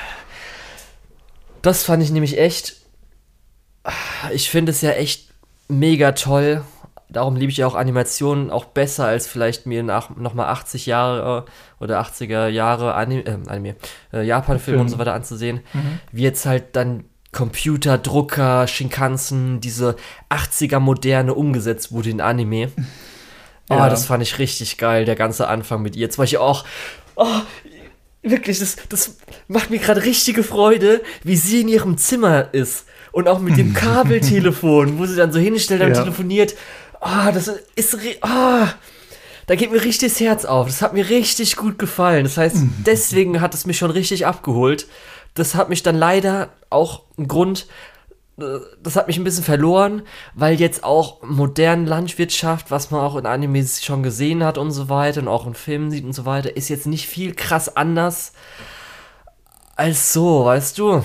Das fand ich nämlich echt, ich finde es ja echt mega toll. Darum liebe ich ja auch Animationen auch besser, als vielleicht mir nochmal 80 Jahre oder 80er Jahre Japan-Filme und so weiter anzusehen. Wie jetzt halt dann Computer, Drucker, Shinkansen, diese 80er-Moderne umgesetzt wurde in Anime. Ja. Das fand ich richtig geil, der ganze Anfang mit ihr. Zum Beispiel auch, wirklich, das macht mir gerade richtige Freude, wie sie in ihrem Zimmer ist. Und auch mit dem Kabeltelefon, wo sie dann so hinstellt und telefoniert. Das ist, da geht mir richtig das Herz auf. Das hat mir richtig gut gefallen. Das heißt, deswegen hat es mich schon richtig abgeholt. Das hat mich dann leider auch das hat mich ein bisschen verloren, weil jetzt auch moderne Landwirtschaft, was man auch in Animes schon gesehen hat und so weiter und auch in Filmen sieht und so weiter, ist jetzt nicht viel krass anders als so, weißt du?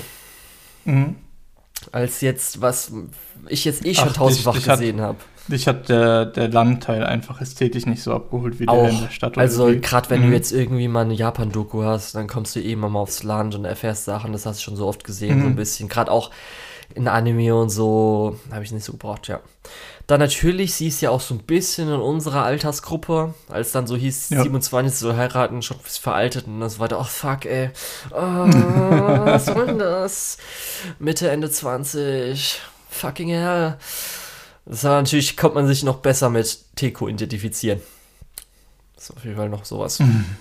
Als jetzt, was ich jetzt schon tausendfach gesehen habe. Dich hat der Landteil einfach ästhetisch nicht so abgeholt wie der in der Stadt. Also gerade wenn du jetzt irgendwie mal eine Japan-Doku hast, dann kommst du eben mal aufs Land und erfährst Sachen, das hast du schon so oft gesehen, so ein bisschen. Gerade auch in Anime und so, habe ich nicht so gebraucht, ja. Dann natürlich, sie ist ja auch so ein bisschen in unserer Altersgruppe, als dann so hieß, 27 so heiraten, schon veraltet und so weiter. Oh fuck, ey. Was soll denn das? Mitte, Ende 20. Fucking hell. Das war natürlich, kommt man sich noch besser mit Teko identifizieren. Das ist auf jeden Fall noch sowas.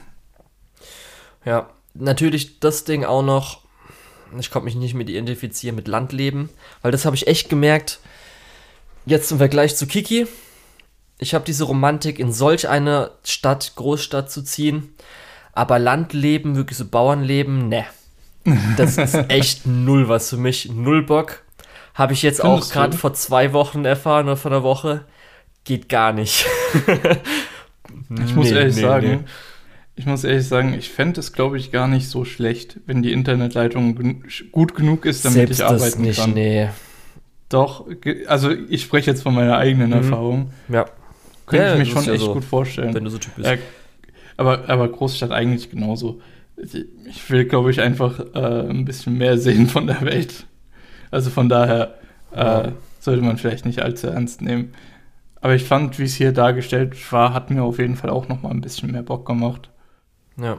Ja, natürlich das Ding auch noch. Ich konnte mich nicht mit identifizieren mit Landleben, weil das habe ich echt gemerkt. Jetzt im Vergleich zu Kiki. Ich habe diese Romantik, in solch eine Stadt, Großstadt zu ziehen. Aber Landleben, wirklich so Bauernleben, ne. Das ist echt null was für mich. Null Bock. Habe ich jetzt auch gerade vor 2 Wochen erfahren oder vor einer Woche. Geht gar nicht. Ich muss ehrlich sagen, ich fände es, glaube ich, gar nicht so schlecht, wenn die Internetleitung gut genug ist, damit ich arbeiten kann. Nee. Doch, also ich spreche jetzt von meiner eigenen Erfahrung. Ja. Könnte ich mir das schon ist ja echt so, gut vorstellen. wenn du so Typ bist. Aber Großstadt eigentlich genauso. Ich will, glaube ich, einfach ein bisschen mehr sehen von der Welt. Also von daher sollte man vielleicht nicht allzu ernst nehmen. Aber ich fand, wie es hier dargestellt war, hat mir auf jeden Fall auch noch mal ein bisschen mehr Bock gemacht. Ja.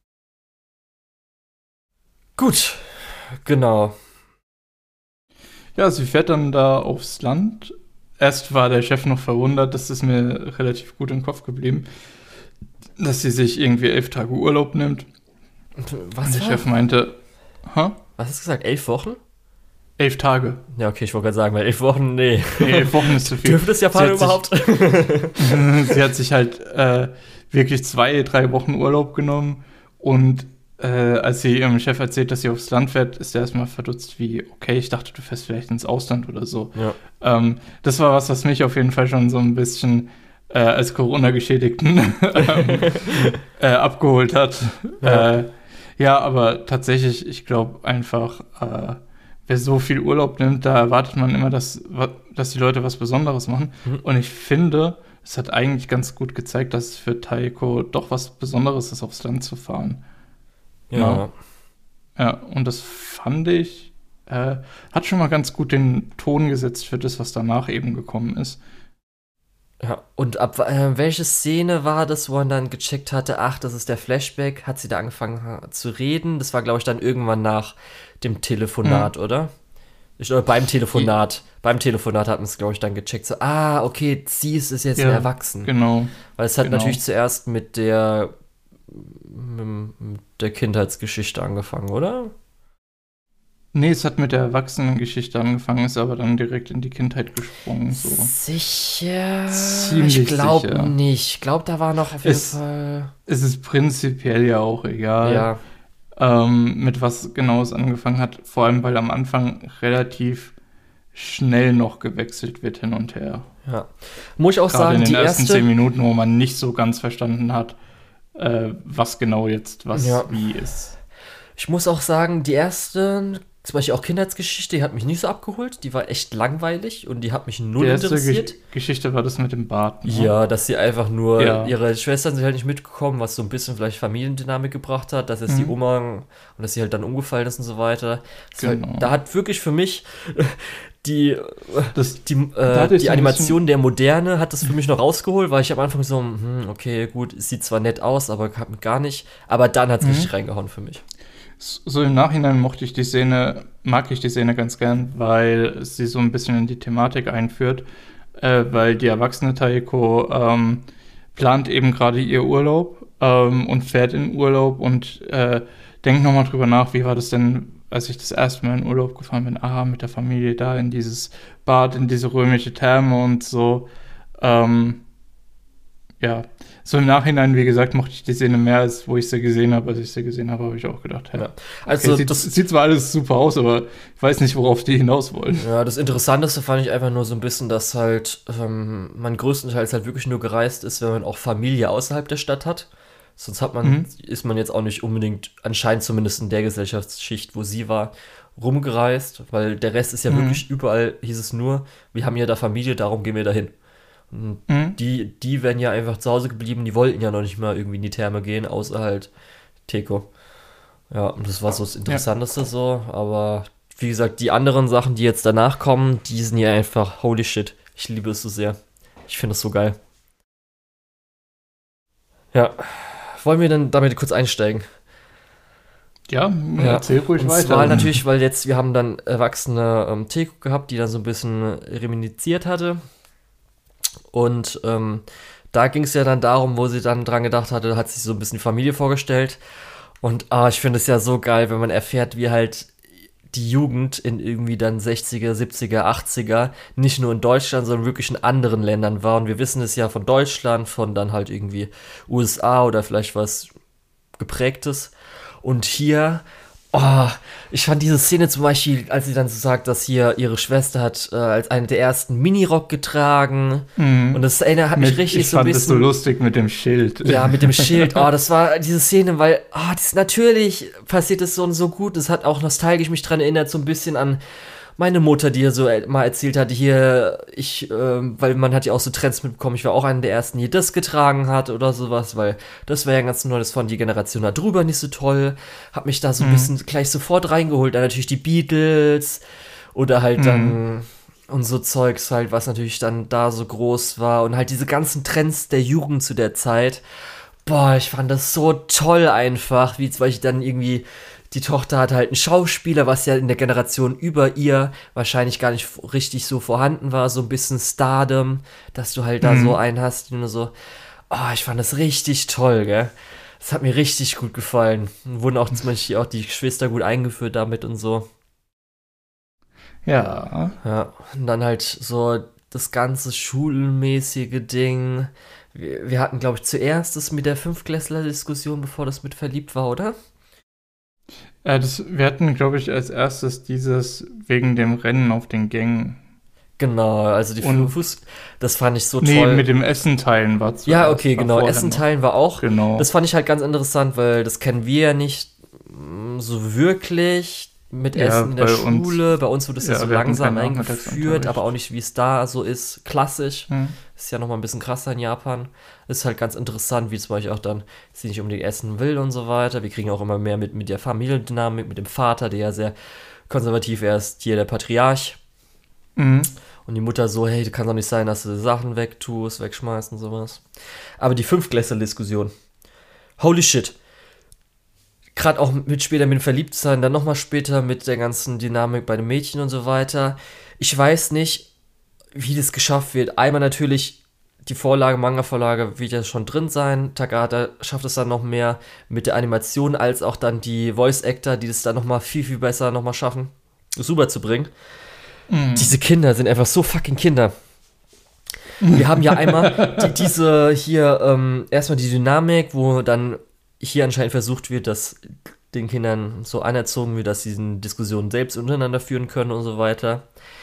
Gut, genau. Ja, sie fährt dann da aufs Land. Erst war der Chef noch verwundert, das ist mir relativ gut im Kopf geblieben, dass sie sich irgendwie 11 Tage Urlaub nimmt. Was Und der Chef meinte, was hast du gesagt, 11 Wochen? 11 Tage. Ja, okay, ich wollte gerade sagen, weil 11 Wochen, nee. Nee, 11 Wochen ist zu viel. Dürfen das Japaner überhaupt? Sie hat sich halt wirklich 2-3 Wochen Urlaub genommen und als sie ihrem Chef erzählt, dass sie aufs Land fährt, ist er erstmal verdutzt wie, okay, ich dachte, du fährst vielleicht ins Ausland oder so. Ja. Das war was mich auf jeden Fall schon so ein bisschen als Corona-Geschädigten abgeholt hat. Ja, aber tatsächlich, ich glaube einfach, wer so viel Urlaub nimmt, da erwartet man immer, dass die Leute was Besonderes machen. Und ich finde, es hat eigentlich ganz gut gezeigt, dass es für Taeko doch was Besonderes ist, aufs Land zu fahren. Ja. Ja, und das fand ich, hat schon mal ganz gut den Ton gesetzt für das, was danach eben gekommen ist. Ja, und ab welche Szene war das, wo man dann gecheckt hatte, ach, das ist der Flashback? Hat sie da angefangen zu reden? Das war, glaube ich, dann irgendwann nach dem Telefonat, oder? Beim Telefonat. Beim Telefonat hat man es, glaube ich, dann gecheckt. So, okay, sie ist jetzt erwachsen. Genau. Weil es hat natürlich zuerst mit der Kindheitsgeschichte angefangen, oder? Nee, es hat mit der Erwachsenengeschichte angefangen, ist aber dann direkt in die Kindheit gesprungen. So. Sicher? Ziemlich ich glaube sicher. nicht. Ich glaube, da war noch auf jeden Fall... Es ist prinzipiell ja auch egal, mit was genau es angefangen hat. Vor allem, weil am Anfang relativ schnell noch gewechselt wird hin und her. Ja. Muss ich auch Gerade sagen, in den die ersten erste... 10 Minuten, wo man nicht so ganz verstanden hat, was genau jetzt wie ist. Ich muss auch sagen, die erste, zum Beispiel auch Kindheitsgeschichte, die hat mich nicht so abgeholt. Die war echt langweilig und die hat mich null interessiert. Die Geschichte war das mit dem Bart. Ne? Ja, dass sie einfach nur, ihre Schwestern sind halt nicht mitgekommen, was so ein bisschen vielleicht Familiendynamik gebracht hat, dass jetzt die Oma und dass sie halt dann umgefallen ist und so weiter. Da hat wirklich für mich die Animation der Moderne hat das für mich noch rausgeholt, weil ich am Anfang so, okay, gut, es sieht zwar nett aus, aber gar nicht. Aber dann hat es richtig reingehauen für mich. So im Nachhinein mag ich die Szene ganz gern, weil sie so ein bisschen in die Thematik einführt, weil die erwachsene Taeko plant eben gerade ihr Urlaub und fährt in Urlaub und denkt nochmal drüber nach, wie war das denn, als ich das erste Mal in Urlaub gefahren bin, mit der Familie da in dieses Bad, in diese römische Therme und so. So im Nachhinein, wie gesagt, mochte ich die Szene mehr, als wo ich sie gesehen habe. Als ich sie gesehen habe, habe ich auch gedacht, also okay, sieht zwar alles super aus, aber ich weiß nicht, worauf die hinaus wollen. Ja, das Interessanteste fand ich einfach nur so ein bisschen, dass halt man größtenteils halt wirklich nur gereist ist, wenn man auch Familie außerhalb der Stadt hat. Sonst ist man jetzt auch nicht unbedingt, anscheinend zumindest in der Gesellschaftsschicht, wo sie war, rumgereist, weil der Rest ist ja wirklich überall, hieß es nur, wir haben ja da Familie, darum gehen wir dahin. Und die wären ja einfach zu Hause geblieben, die wollten ja noch nicht mal irgendwie in die Therme gehen, außer halt Teko. Ja, und das war so das Interessanteste so, aber wie gesagt, die anderen Sachen, die jetzt danach kommen, die sind ja einfach holy shit. Ich liebe es so sehr. Ich finde es so geil. Ja, wollen wir dann damit kurz einsteigen? Ja, erzähl ruhig und weiter. Zwar natürlich, weil wir haben dann erwachsene Teko gehabt, die dann so ein bisschen reminisziert hatte. Und da ging es ja dann darum, wo sie dann dran gedacht hatte, hat sich so ein bisschen die Familie vorgestellt. Und ich finde es ja so geil, wenn man erfährt, wie halt die Jugend in irgendwie dann 60er, 70er, 80er nicht nur in Deutschland, sondern wirklich in anderen Ländern war. Und wir wissen es ja von Deutschland, von dann halt irgendwie USA oder vielleicht was Geprägtes. Und hier, ich fand diese Szene zum Beispiel, als sie dann so sagt, dass hier ihre Schwester hat als eine der ersten Minirock getragen. Und das hat mich richtig so ein bisschen... Ich fand das so lustig mit dem Schild. Ja, mit dem Schild. Das war diese Szene, weil natürlich passiert es so und so gut. Es hat auch nostalgisch mich dran erinnert, so ein bisschen an Meine Mutter, die ja so mal erzählt hat, hier, weil man hat ja auch so Trends mitbekommen, ich war auch einer der ersten, die das getragen hat oder sowas, weil das war ja ganz neu, das fand die Generation da drüber nicht so toll, hab mich da so ein bisschen gleich sofort reingeholt, dann natürlich die Beatles oder halt dann und so Zeugs halt, was natürlich dann da so groß war und halt diese ganzen Trends der Jugend zu der Zeit. Boah, ich fand das so toll einfach, wie zum Beispiel dann irgendwie die Tochter hat halt einen Schauspieler, was ja in der Generation über ihr wahrscheinlich gar nicht richtig so vorhanden war, so ein bisschen Stardom, dass du halt da so einen hast, die nur so, ich fand das richtig toll, gell. Das hat mir richtig gut gefallen. Wurden auch zum Beispiel auch die Geschwister gut eingeführt damit und so. Ja. Ja, und dann halt so das ganze schulmäßige Ding. Wir hatten, glaube ich, zuerst das mit der Fünftklässler-Diskussion, bevor das mit verliebt war, oder? Wir hatten, glaube ich, als erstes dieses wegen dem Rennen auf den Gängen. Genau, also die Fuß, das fand ich so toll. Nee, mit dem Essen teilen war zuerst. Ja, okay, genau, Essen teilen war auch. Genau. Das fand ich halt ganz interessant, weil das kennen wir ja nicht so wirklich mit Essen in der Schule. Bei uns wird es ja so langsam eingeführt, aber auch nicht, wie es da so ist. Klassisch. Ist ja nochmal ein bisschen krasser in Japan. Ist halt ganz interessant, wie zum Beispiel auch dann sie nicht unbedingt essen will und so weiter. Wir kriegen auch immer mehr mit der Familiendynamik, mit dem Vater, der ja sehr konservativ ist, hier der Patriarch. Und die Mutter so, hey, kann doch nicht sein, dass du Sachen wegtust, wegschmeißt und sowas. Aber die Fünftklässler-Diskussion. Holy shit. Gerade auch später mit dem Verliebtsein, dann nochmal später mit der ganzen Dynamik bei den Mädchen und so weiter. Ich weiß nicht, wie das geschafft wird. Einmal natürlich, die Manga-Vorlage wird ja schon drin sein. Takahata schafft es dann noch mehr mit der Animation, als auch dann die Voice-Actor, die das dann nochmal viel, viel besser nochmal schaffen, das rüberzubringen. Diese Kinder sind einfach so fucking Kinder. Wir haben ja einmal diese hier, erstmal die Dynamik, wo dann hier anscheinend versucht wird, dass den Kindern so anerzogen wird, dass sie diese Diskussionen selbst untereinander führen können und so weiter.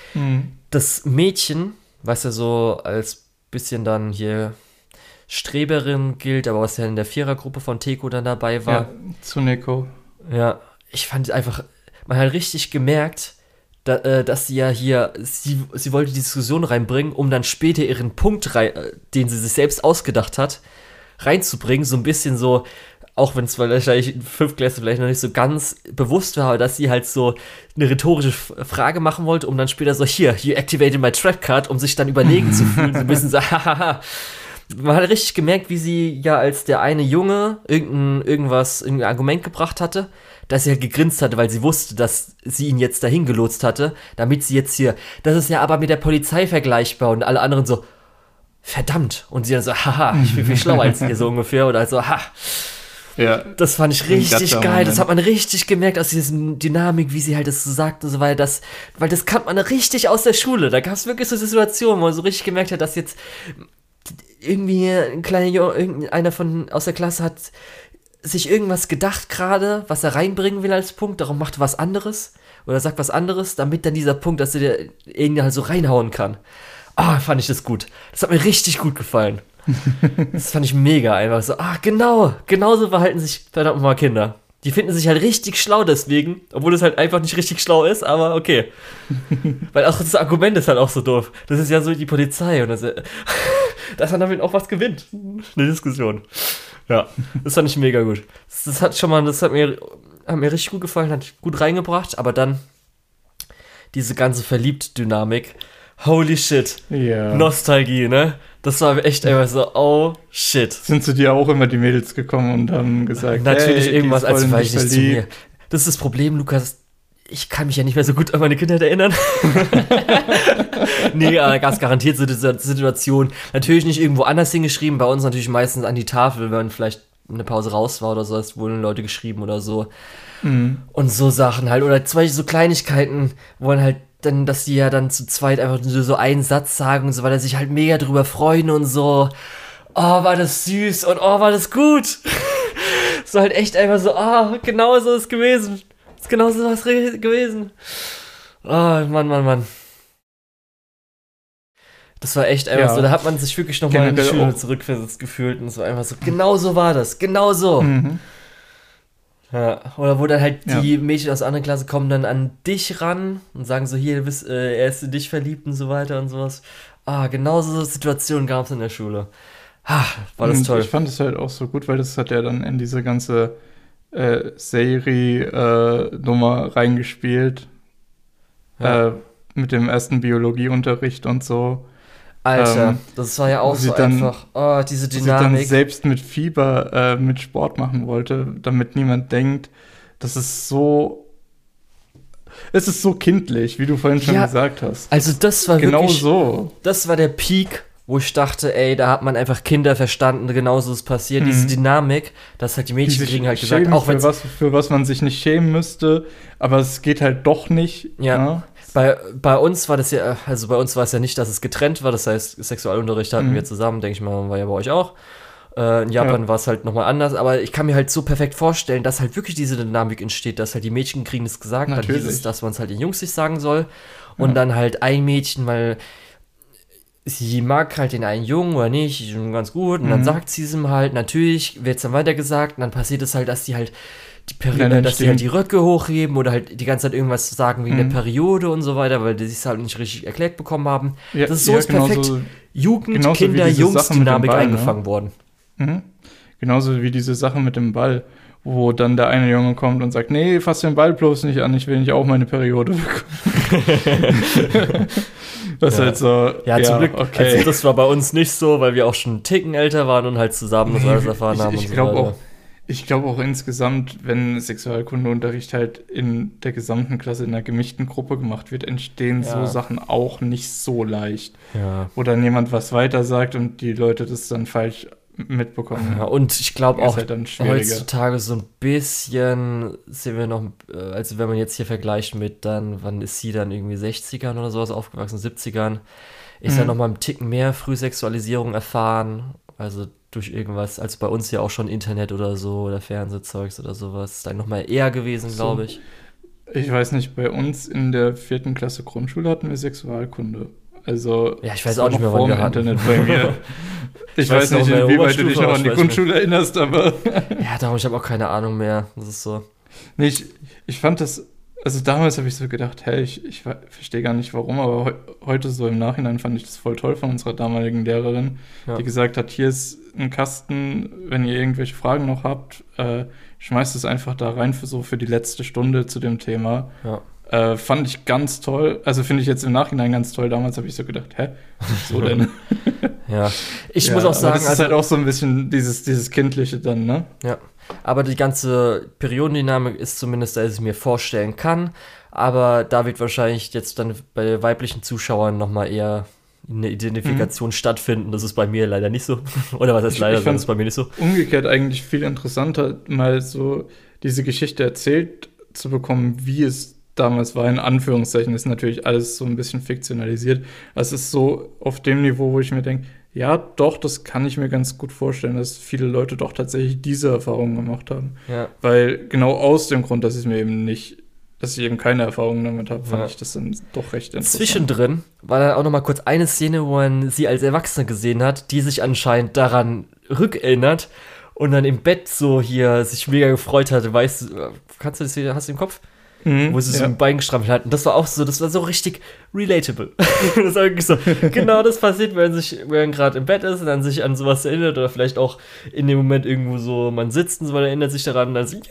Das Mädchen, was ja so als bisschen dann hier Streberin gilt, aber was ja in der Vierergruppe von Teko dann dabei war. Ja, Tsuneko. Ja, ich fand einfach, man hat richtig gemerkt, dass sie ja hier, sie wollte die Diskussion reinbringen, um dann später ihren Punkt, den sie sich selbst ausgedacht hat, reinzubringen, so ein bisschen so, auch wenn es wahrscheinlich in Fünftklässler vielleicht noch nicht so ganz bewusst war, aber dass sie halt so eine rhetorische Frage machen wollte, um dann später so, hier, you activated my trap card, um sich dann überlegen zu fühlen, so ein bisschen so, hahaha. Man hat richtig gemerkt, wie sie ja als der eine Junge irgendein Argument gebracht hatte, dass sie halt gegrinst hatte, weil sie wusste, dass sie ihn jetzt dahin gelotst hatte, damit sie jetzt hier, das ist ja aber mit der Polizei vergleichbar und alle anderen so, verdammt. Und sie dann so, haha, ich bin viel schlauer als ihr, so ungefähr, oder so, ha. Ja. Das fand ich richtig geil, das hat man richtig gemerkt aus dieser Dynamik, wie sie halt das so sagt und so weiter, weil das kannte man richtig aus der Schule, da gab es wirklich so Situationen, wo man so richtig gemerkt hat, dass jetzt irgendwie ein kleiner Junge, irgendeiner aus der Klasse hat sich irgendwas gedacht gerade, was er reinbringen will als Punkt, darum macht was anderes oder sagt was anderes, damit dann dieser Punkt, dass er dir irgendwie halt so reinhauen kann. Fand ich das gut. Das hat mir richtig gut gefallen. Das fand ich mega einfach so. Genauso verhalten sich verdammt mal Kinder. Die finden sich halt richtig schlau deswegen, obwohl es halt einfach nicht richtig schlau ist, aber okay. Weil auch das Argument ist halt auch so doof. Das ist ja so die Polizei und dass man damit auch was gewinnt. Eine Diskussion. Ja, das fand ich mega gut. Das hat mir richtig gut gefallen, hat gut reingebracht, aber dann diese ganze Verliebt-Dynamik. Holy shit. Ja. Nostalgie, ne? Das war echt einfach so, oh shit. Sind zu dir auch immer die Mädels gekommen und haben gesagt, natürlich hey, irgendwas, also war ich nicht zu mir. Das ist das Problem, Lukas. Ich kann mich ja nicht mehr so gut an meine Kindheit erinnern. Nee, ganz garantiert so diese Situation. Natürlich nicht irgendwo anders hingeschrieben, bei uns natürlich meistens an die Tafel, wenn man vielleicht eine Pause raus war oder so, es wurden Leute geschrieben oder so. Und so Sachen halt. Oder zum Beispiel so Kleinigkeiten, wo man halt dann, dass die ja dann zu zweit einfach nur so einen Satz sagen und so, weil er sich halt mega drüber freuen und so. Oh, war das süß und oh, war das gut. So halt echt einfach so, genau so ist es gewesen. Ist genau so was gewesen. Oh, Mann. Das war echt einfach so, da hat man sich wirklich nochmal in die Schule zurückversetzt gefühlt und so einfach so, genau so war das, genau so. Ja, oder wo dann halt die Mädchen aus der anderen Klasse kommen dann an dich ran und sagen so, hier, er ist in dich verliebt und so weiter und sowas. Genau so Situationen gab es in der Schule. War das toll. Ich fand es halt auch so gut, weil das hat ja dann in diese ganze Serie-Nummer reingespielt. Ja. Mit dem ersten Biologieunterricht und so. Alter, das war ja auch so einfach. Diese Dynamik. Sie dann selbst mit Fieber mit Sport machen wollte, damit niemand denkt, das ist so. Es ist so kindlich, wie du vorhin schon gesagt hast. Also das war genau wirklich. So. Das war der Peak, wo ich dachte, ey, da hat man einfach Kinder verstanden, genauso ist passiert. Diese Dynamik, dass halt die Mädchen kriegen halt gesagt, auch wenn für was man sich nicht schämen müsste, aber es geht halt doch nicht. Ja. Bei uns war das ja, also bei uns war es ja nicht, dass es getrennt war, das heißt, Sexualunterricht hatten wir zusammen, denke ich mal, war ja bei euch auch. In Japan war es halt nochmal anders, aber ich kann mir halt so perfekt vorstellen, dass halt wirklich diese Dynamik entsteht, dass halt die Mädchen kriegen es gesagt, dann hieß es, dass man es halt den Jungs nicht sagen soll und dann halt ein Mädchen, weil sie mag halt den einen Jungen oder nicht, ganz gut, und dann sagt sie es ihm halt, natürlich wird es dann weitergesagt und dann passiert es halt, dass die halt dass die halt die Röcke hochheben oder halt die ganze Zeit irgendwas sagen wegen der Periode und so weiter, weil die sich halt nicht richtig erklärt bekommen haben. Ja, das ist so perfekt Jugend, Kinder, Jungs-Dynamik eingefangen worden. Genauso wie diese Sache mit dem Ball, wo dann der eine Junge kommt und sagt, nee, fass den Ball bloß nicht an, ich will nicht auch meine Periode bekommen. Das ist halt so, zum Glück, okay. Also das war bei uns nicht so, weil wir auch schon einen Ticken älter waren und halt zusammen das alles erfahren haben und so weiter. Ich glaube auch insgesamt, wenn Sexualkundeunterricht halt in der gesamten Klasse in einer gemischten Gruppe gemacht wird, entstehen so Sachen auch nicht so leicht. Ja. Wo dann jemand was weiter sagt und die Leute das dann falsch mitbekommen. Ja, und ich glaube auch, halt heutzutage so ein bisschen sehen wir noch, also wenn man jetzt hier vergleicht mit dann, wann ist sie dann irgendwie 60ern oder sowas aufgewachsen, 70ern, ist ja noch mal ein Ticken mehr Frühsexualisierung erfahren, also durch irgendwas, als bei uns ja auch schon Internet oder so oder Fernsehzeugs oder sowas, dann nochmal eher gewesen, glaube ich. Ich weiß nicht, bei uns in der 4. Klasse Grundschule hatten wir Sexualkunde. Also, ja, ich weiß auch nicht mehr, wann wir hatten. Internet bei mir. Ich weiß nicht, inwieweit du dich noch an die Grundschule erinnerst, aber. Ja, darum, ich habe auch keine Ahnung mehr. Das ist so. Nee, ich fand das. Also damals habe ich so gedacht, hey, ich verstehe gar nicht warum, aber heute so im Nachhinein fand ich das voll toll von unserer damaligen Lehrerin, die gesagt hat, hier ist ein Kasten, wenn ihr irgendwelche Fragen noch habt, schmeißt es einfach da rein für die letzte Stunde zu dem Thema. Ja. Fand ich ganz toll, also finde ich jetzt im Nachhinein ganz toll. Damals habe ich so gedacht, so denn? Ja, ich muss auch sagen, das ist halt auch so ein bisschen dieses Kindliche dann, ne? Ja, aber die ganze Periodendynamik ist zumindest, dass ich mir vorstellen kann, aber da wird wahrscheinlich jetzt dann bei weiblichen Zuschauern nochmal eher eine Identifikation stattfinden. Das ist bei mir leider nicht so. Oder was heißt leider, das ist bei mir nicht so. Umgekehrt eigentlich viel interessanter, mal so diese Geschichte erzählt zu bekommen, wie es damals war, in Anführungszeichen, ist natürlich alles so ein bisschen fiktionalisiert. Es ist so auf dem Niveau, wo ich mir denke, ja, doch, das kann ich mir ganz gut vorstellen, dass viele Leute doch tatsächlich diese Erfahrungen gemacht haben. Ja. Weil genau aus dem Grund, dass ich eben keine Erfahrungen damit habe, fand ich das dann doch recht interessant. Zwischendrin war dann auch noch mal kurz eine Szene, wo man sie als Erwachsene gesehen hat, die sich anscheinend daran rückerinnert und dann im Bett so hier sich mega gefreut hatte. Weißt du, hast du das im Kopf? Wo sie so ein Bein gestrampelt hatten. Das war so richtig relatable. Das war wirklich so, genau das passiert, wenn man gerade im Bett ist und dann sich an sowas erinnert oder vielleicht auch in dem Moment irgendwo so, man sitzt und so, man erinnert sich daran und dann so,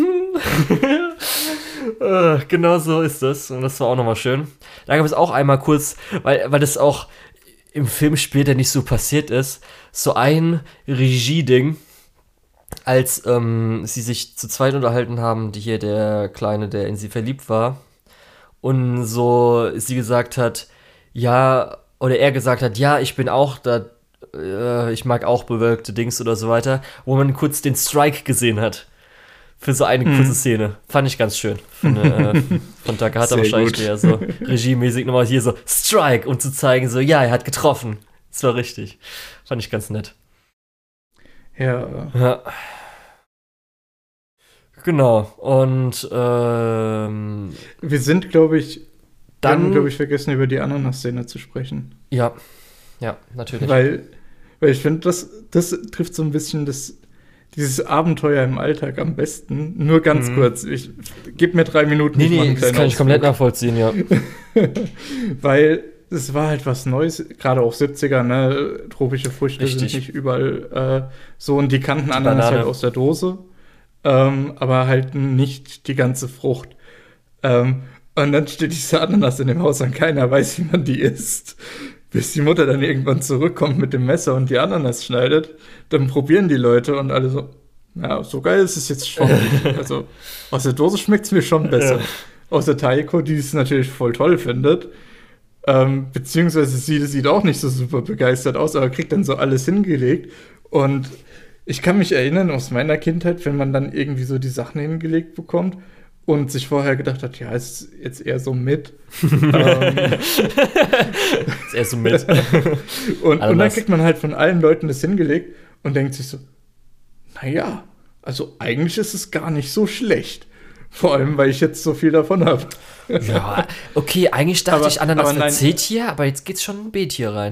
genau so ist das. Und das war auch nochmal schön. Da gab es auch einmal kurz, weil das auch im Film später nicht so passiert ist, so ein Regie-Ding, als sie sich zu zweit unterhalten haben, der Kleine, der in sie verliebt war, und so sie gesagt hat, ja, oder er gesagt hat, ja, ich bin auch da, ich mag auch bewölkte Dings oder so weiter, wo man kurz den Strike gesehen hat. Für so eine kurze Szene. Fand ich ganz schön. Von Takahata wahrscheinlich eher so regiemäßig nochmal hier so Strike, um zu zeigen, so, ja, er hat getroffen. Das war richtig. Fand ich ganz nett. Ja. Genau. Und wir sind, glaube ich, vergessen, über die Ananas-Szene zu sprechen. Ja, natürlich. Weil ich finde, das trifft so ein bisschen dieses Abenteuer im Alltag am besten. Nur ganz kurz. Gib mir 3 Minuten. Nee, das kann ich komplett nachvollziehen, ja. Weil es war halt was Neues, gerade auch 70er, ne? Tropische Früchte Richtig. sind nicht überall so. Und die kannten Ananas Banane. halt aus der Dose. Aber halt nicht die ganze Frucht. Und dann steht diese Ananas in dem Haus und keiner weiß, wie man die isst. Bis die Mutter dann irgendwann zurückkommt mit dem Messer und die Ananas schneidet, dann probieren die Leute und alle so, ja, so geil ist es jetzt schon nicht. Also aus der Dose schmeckt es mir schon besser. Ja. Außer Taiko, die es natürlich voll toll findet. Beziehungsweise sie sieht auch nicht so super begeistert aus, aber kriegt dann so alles hingelegt. Und ich kann mich erinnern aus meiner Kindheit, wenn man dann irgendwie so die Sachen hingelegt bekommt und sich vorher gedacht hat, ja, ist jetzt eher so mit. Ist eher so mit. und dann kriegt man halt von allen Leuten das hingelegt und denkt sich so, naja, also eigentlich ist es gar nicht so schlecht. Vor allem, weil ich jetzt so viel davon habe. Ja, okay, eigentlich dachte ich Ananas ein C-Tier, aber jetzt geht's schon ein B-Tier rein.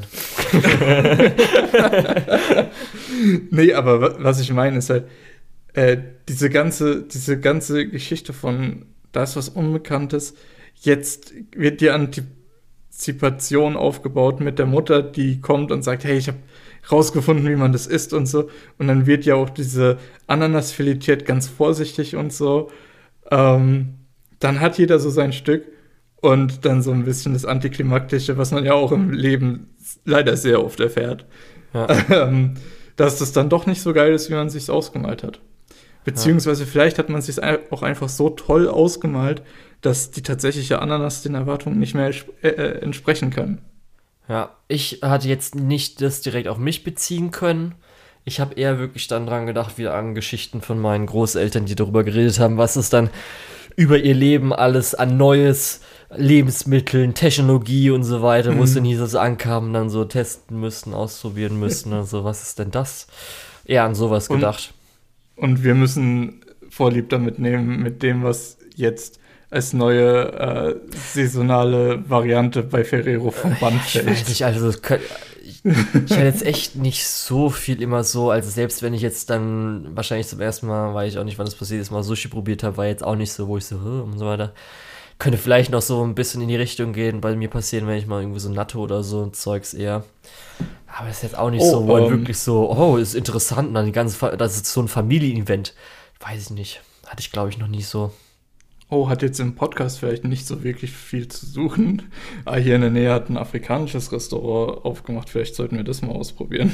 Nee, aber was ich meine ist halt, diese ganze Geschichte von da ist was Unbekanntes, jetzt wird die Antizipation aufgebaut mit der Mutter, die kommt und sagt, hey, ich habe rausgefunden, wie man das isst und so. Und dann wird ja auch diese Ananas filetiert, ganz vorsichtig und so. Dann hat jeder so sein Stück und dann so ein bisschen das Antiklimaktische, was man ja auch im Leben leider sehr oft erfährt. Ja. Dass das dann doch nicht so geil ist, wie man es sich ausgemalt hat. Beziehungsweise vielleicht hat man es sich auch einfach so toll ausgemalt, dass die tatsächliche Ananas den Erwartungen nicht mehr entsprechen kann. Ja, ich hatte jetzt nicht das direkt auf mich beziehen können. Ich habe eher wirklich dann dran gedacht, wieder an Geschichten von meinen Großeltern, die darüber geredet haben, was es dann über ihr Leben alles an Neues, Lebensmitteln, Technologie und so weiter, wo es dann hieß, dass sie ankamen, dann so testen müssten, ausprobieren müssten und so, was ist denn das? Eher an sowas gedacht. Und wir müssen Vorlieb damit nehmen, mit dem, was jetzt als neue saisonale Variante bei Ferrero vom Band fällt. Ich weiß nicht, also ich hatte jetzt echt nicht so viel immer so, also selbst wenn ich jetzt dann wahrscheinlich zum ersten Mal, weiß ich auch nicht, wann das passiert ist, mal Sushi probiert habe, war jetzt auch nicht so, wo ich so, und so weiter. Könnte vielleicht noch so ein bisschen in die Richtung gehen, bei mir passieren, wenn ich mal irgendwie so Natto oder so ein Zeugs eher. Aber das ist jetzt auch nicht so, wo wirklich so, ist interessant, und dann das ist so ein Familienevent. Weiß ich nicht. Hatte ich, glaube ich, noch nie so. Oh, hat jetzt im Podcast vielleicht nicht so wirklich viel zu suchen. Hier in der Nähe hat ein afrikanisches Restaurant aufgemacht. Vielleicht sollten wir das mal ausprobieren.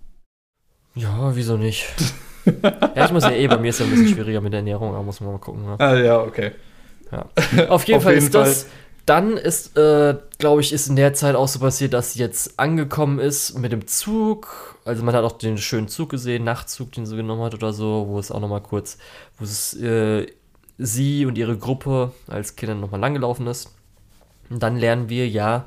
Ja, wieso nicht? Ja, ich muss ja bei mir ist ja ein bisschen schwieriger mit der Ernährung, aber muss man mal gucken. Ne? Ja, okay. Ja. Auf jeden Fall ist das. Dann ist, glaube ich, ist in der Zeit auch so passiert, dass sie jetzt angekommen ist mit dem Zug. Also man hat auch den schönen Zug gesehen, Nachtzug, den sie genommen hat oder so, wo es auch nochmal kurz, wo es sie und ihre Gruppe als Kinder nochmal langgelaufen ist. Und dann lernen wir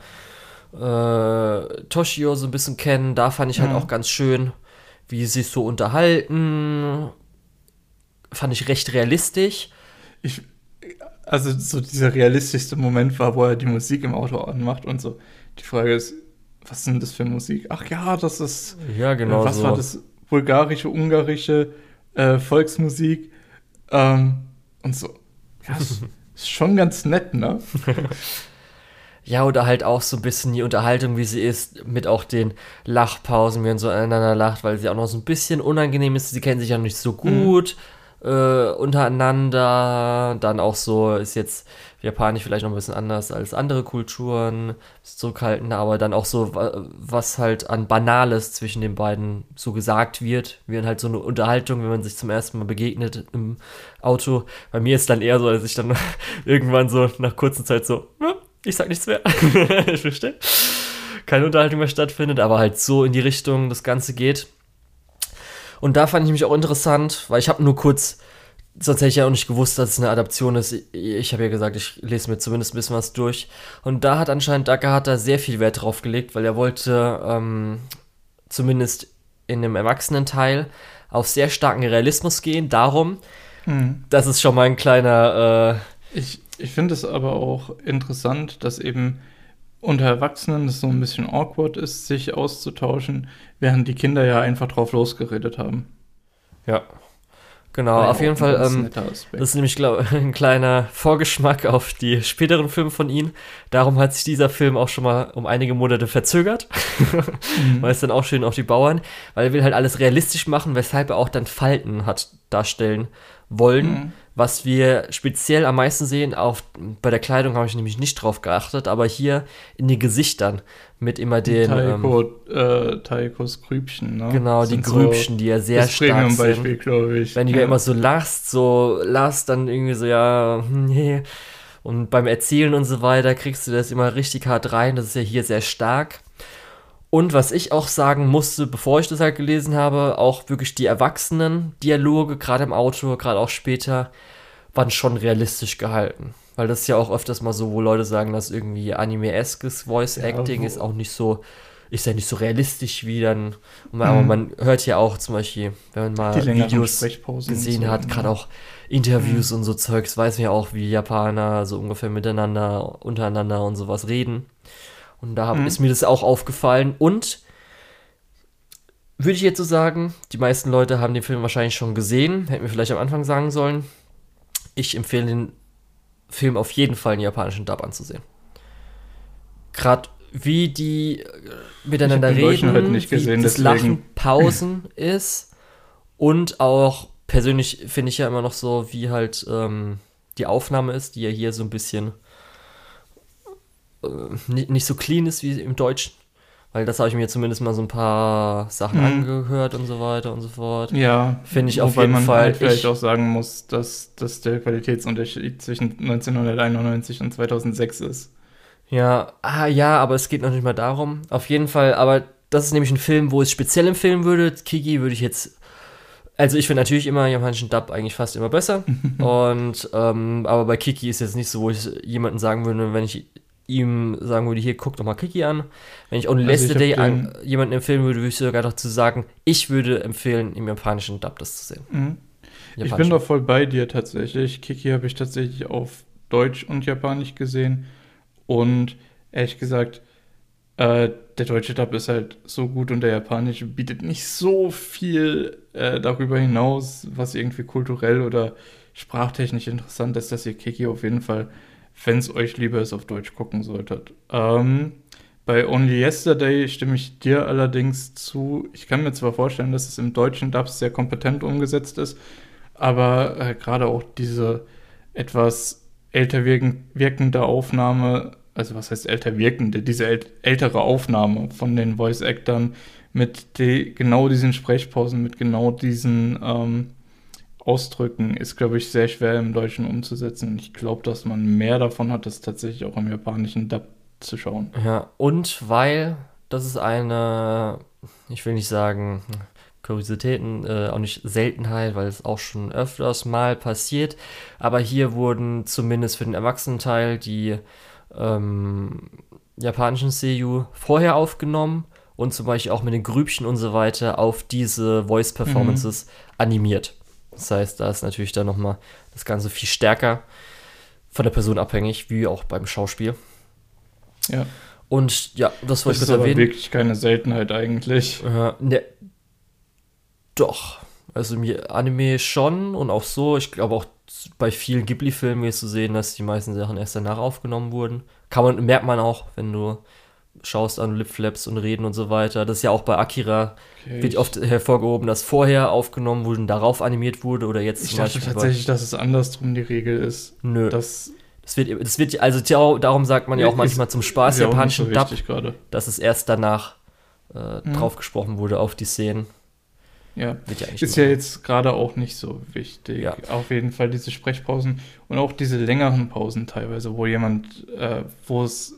Toshio so ein bisschen kennen. Da fand ich halt auch ganz schön, wie sie sich so unterhalten. Fand ich recht realistisch. Also so dieser realistischste Moment war, wo er die Musik im Auto anmacht und so. Die Frage ist, was sind das für Musik? Ach ja, das ist, ja, genau was war das? Bulgarische, ungarische Volksmusik und so. Ja, ist schon ganz nett, ne? Ja, oder halt auch so ein bisschen die Unterhaltung, wie sie ist, mit auch den Lachpausen, wie man so aneinander lacht, weil sie auch noch so ein bisschen unangenehm ist. Sie kennen sich ja nicht so gut untereinander. Dann auch so ist jetzt Japanisch vielleicht noch ein bisschen anders als andere Kulturen, zurückhaltender, aber dann auch so, was halt an Banales zwischen den beiden so gesagt wird, wie halt so eine Unterhaltung, wenn man sich zum ersten Mal begegnet im Auto. Bei mir ist dann eher so, dass ich dann irgendwann so nach kurzer Zeit so, ich sag nichts mehr. Ich verstehe. Keine Unterhaltung mehr stattfindet, aber halt so in die Richtung das Ganze geht. Und da fand ich mich auch interessant, weil ich habe nur kurz, sonst hätte ich ja auch nicht gewusst, dass es eine Adaption ist. Ich habe ja gesagt, ich lese mir zumindest ein bisschen was durch. Und da hat anscheinend Takahata sehr viel Wert drauf gelegt, weil er wollte zumindest in dem Erwachsenenteil auf sehr starken Realismus gehen. Darum, das ist schon mal ein kleiner... Ich finde es aber auch interessant, dass eben unter Erwachsenen es so ein bisschen awkward ist, sich auszutauschen, während die Kinder ja einfach drauf losgeredet haben. Ja. Genau, auf jeden Fall, das ist nämlich, glaube ich, ein kleiner Vorgeschmack auf die späteren Filme von ihm. Darum hat sich dieser Film auch schon mal um einige Monate verzögert, weil es dann auch schön auf die Bauern, weil er will halt alles realistisch machen, weshalb er auch dann Falten hat darstellen wollen, was wir speziell am meisten sehen, bei der Kleidung habe ich nämlich nicht drauf geachtet, aber hier in den Gesichtern mit immer den Taikos Grübchen, ne? Genau, die Grübchen, die ja sehr stark sind. Beispiel, glaube ich. Wenn du ja immer so lachst, dann irgendwie so, ja, nee. Und beim Erzählen und so weiter kriegst du das immer richtig hart rein. Das ist ja hier sehr stark. Und was ich auch sagen musste, bevor ich das halt gelesen habe, auch wirklich die Erwachsenen-Dialoge, gerade im Auto, gerade auch später, waren schon realistisch gehalten. Weil das ist ja auch öfters mal so, wo Leute sagen, dass irgendwie anime-eskes Voice-Acting ist auch nicht so, ist ja nicht so realistisch wie dann. Aber man hört ja auch zum Beispiel, wenn man mal Videos gesehen hat, gerade auch Interviews und so Zeugs, weiß man ja auch, wie Japaner so ungefähr untereinander und sowas reden. Und da ist mir das auch aufgefallen. Und würde ich jetzt so sagen, die meisten Leute haben den Film wahrscheinlich schon gesehen, hätten wir vielleicht am Anfang sagen sollen. Ich empfehle den Film auf jeden Fall in japanischen Dub anzusehen. Gerade wie die miteinander reden, halt nicht gesehen, wie das Lachen Pausen ist und auch persönlich finde ich ja immer noch so, wie halt die Aufnahme ist, die ja hier so ein bisschen nicht so clean ist wie im Deutschen. Weil das habe ich mir zumindest mal so ein paar Sachen angehört und so weiter und so fort. Ja, finde ich auf jeden Fall. Man halt vielleicht auch sagen muss, dass der Qualitätsunterschied zwischen 1991 und 2006 ist. Ja, aber es geht noch nicht mal darum. Auf jeden Fall, aber das ist nämlich ein Film, wo ich speziell empfehlen würde. Kiki würde ich jetzt, also ich finde natürlich immer japanischen Dub eigentlich fast immer besser. Und, aber bei Kiki ist jetzt nicht so, wo ich jemandem sagen würde, wenn ich ihm sagen würde, hier, guck doch mal Kiki an. Wenn ich Only Yesterday jemanden empfehlen würde, würde ich sogar dazu sagen, ich würde empfehlen, im japanischen Dub das zu sehen. Ich bin doch voll bei dir tatsächlich. Kiki habe ich tatsächlich auf Deutsch und Japanisch gesehen. Und ehrlich gesagt, der deutsche Dub ist halt so gut und der japanische bietet nicht so viel darüber hinaus, was irgendwie kulturell oder sprachtechnisch interessant ist, dass ihr Kiki auf jeden Fall, wenn es euch lieber ist, auf Deutsch gucken solltet. Bei Only Yesterday stimme ich dir allerdings zu. Ich kann mir zwar vorstellen, dass es im deutschen Dub sehr kompetent umgesetzt ist, aber gerade auch diese etwas älter wirkende Aufnahme, also was heißt älter wirkende, diese ältere Aufnahme von den Voice-Actern mit genau diesen Sprechpausen, mit genau diesen Ausdrücken ist, glaube ich, sehr schwer im Deutschen umzusetzen. Und ich glaube, dass man mehr davon hat, das tatsächlich auch im japanischen Dub zu schauen. Ja, und weil das ist eine, ich will nicht sagen Kuriositäten, auch nicht Seltenheit, weil es auch schon öfters mal passiert, aber hier wurden zumindest für den Erwachsenenteil die japanischen Seiyuu vorher aufgenommen und zum Beispiel auch mit den Grübchen und so weiter auf diese Voice-Performances animiert. Das heißt, da ist natürlich dann nochmal das Ganze viel stärker von der Person abhängig, wie auch beim Schauspiel. Ja. Und ja, das wollte ich kurz erwähnen. Das ist aber erwähnen. wirklich keine Seltenheit eigentlich. Ne, doch. Also mir Anime schon und auch so. Ich glaube auch bei vielen Ghibli-Filmen ist zu sehen, dass die meisten Sachen erst danach aufgenommen wurden. Merkt man auch, wenn du schaust an Lip-Flaps und Reden und so weiter. Das ist ja auch bei Akira, wird oft hervorgehoben, dass vorher aufgenommen wurde und darauf animiert wurde oder jetzt zum Beispiel. Ich dachte tatsächlich, dass es andersrum die Regel ist. Nö. Das wird, also darum sagt man ja auch manchmal zum Spaß japanischen Dub, dass es erst danach drauf gesprochen wurde auf die Szenen. Ja, ist ja jetzt gerade auch nicht so wichtig. Ja. Auf jeden Fall diese Sprechpausen und auch diese längeren Pausen teilweise, wo jemand, wo es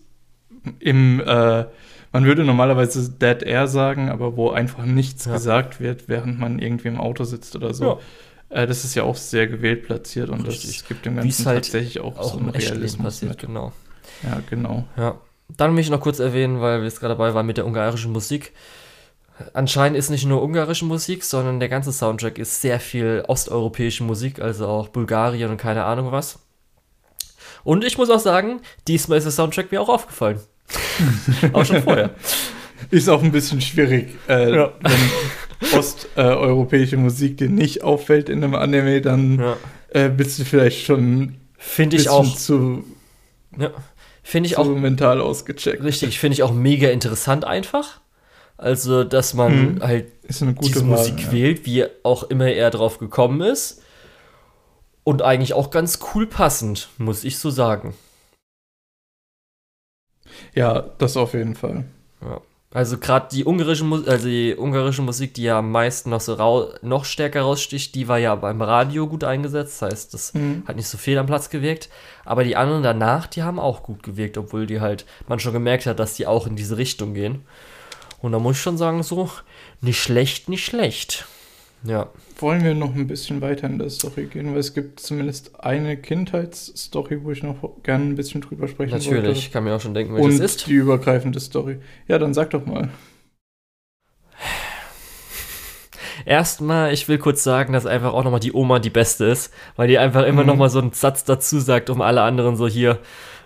man würde normalerweise Dead Air sagen, aber wo einfach nichts gesagt wird, während man irgendwie im Auto sitzt oder so. Ja. Das ist ja auch sehr gewählt platziert und das gibt dem Ganzen halt tatsächlich auch so einen Realismus passiert, mit. Genau. Ja, genau. Ja. Dann möchte ich noch kurz erwähnen, weil wir jetzt gerade dabei waren mit der ungarischen Musik. Anscheinend ist nicht nur ungarische Musik, sondern der ganze Soundtrack ist sehr viel osteuropäische Musik, also auch Bulgarien und keine Ahnung was. Und ich muss auch sagen, diesmal ist der Soundtrack mir auch aufgefallen. Auch schon vorher. Ist auch ein bisschen schwierig, osteuropäische Musik dir nicht auffällt in einem Anime, dann bist du vielleicht schon finde ich auch zu finde ich auch mental ausgecheckt. Richtig, finde ich auch mega interessant einfach. Also, dass man halt diese Musik wählt, wie auch immer er drauf gekommen ist. Und eigentlich auch ganz cool passend, muss ich so sagen. Ja, das auf jeden Fall. Ja. Also gerade die ungarische Musik, die ja am meisten noch stärker raussticht, die war ja beim Radio gut eingesetzt. Das heißt, das hat nicht so viel am Platz gewirkt. Aber die anderen danach, die haben auch gut gewirkt, obwohl man schon gemerkt hat, dass die auch in diese Richtung gehen. Und da muss ich schon sagen, so, nicht schlecht, nicht schlecht. Ja. Wollen wir noch ein bisschen weiter in der Story gehen? Weil es gibt zumindest eine Kindheitsstory, wo ich noch gerne ein bisschen drüber sprechen wollte. Natürlich, ich kann mir auch schon denken, welches ist. Und die übergreifende Story. Ja, dann sag doch mal. Erstmal, ich will kurz sagen, dass einfach auch nochmal die Oma die Beste ist, weil die einfach immer nochmal so einen Satz dazu sagt, um alle anderen so hier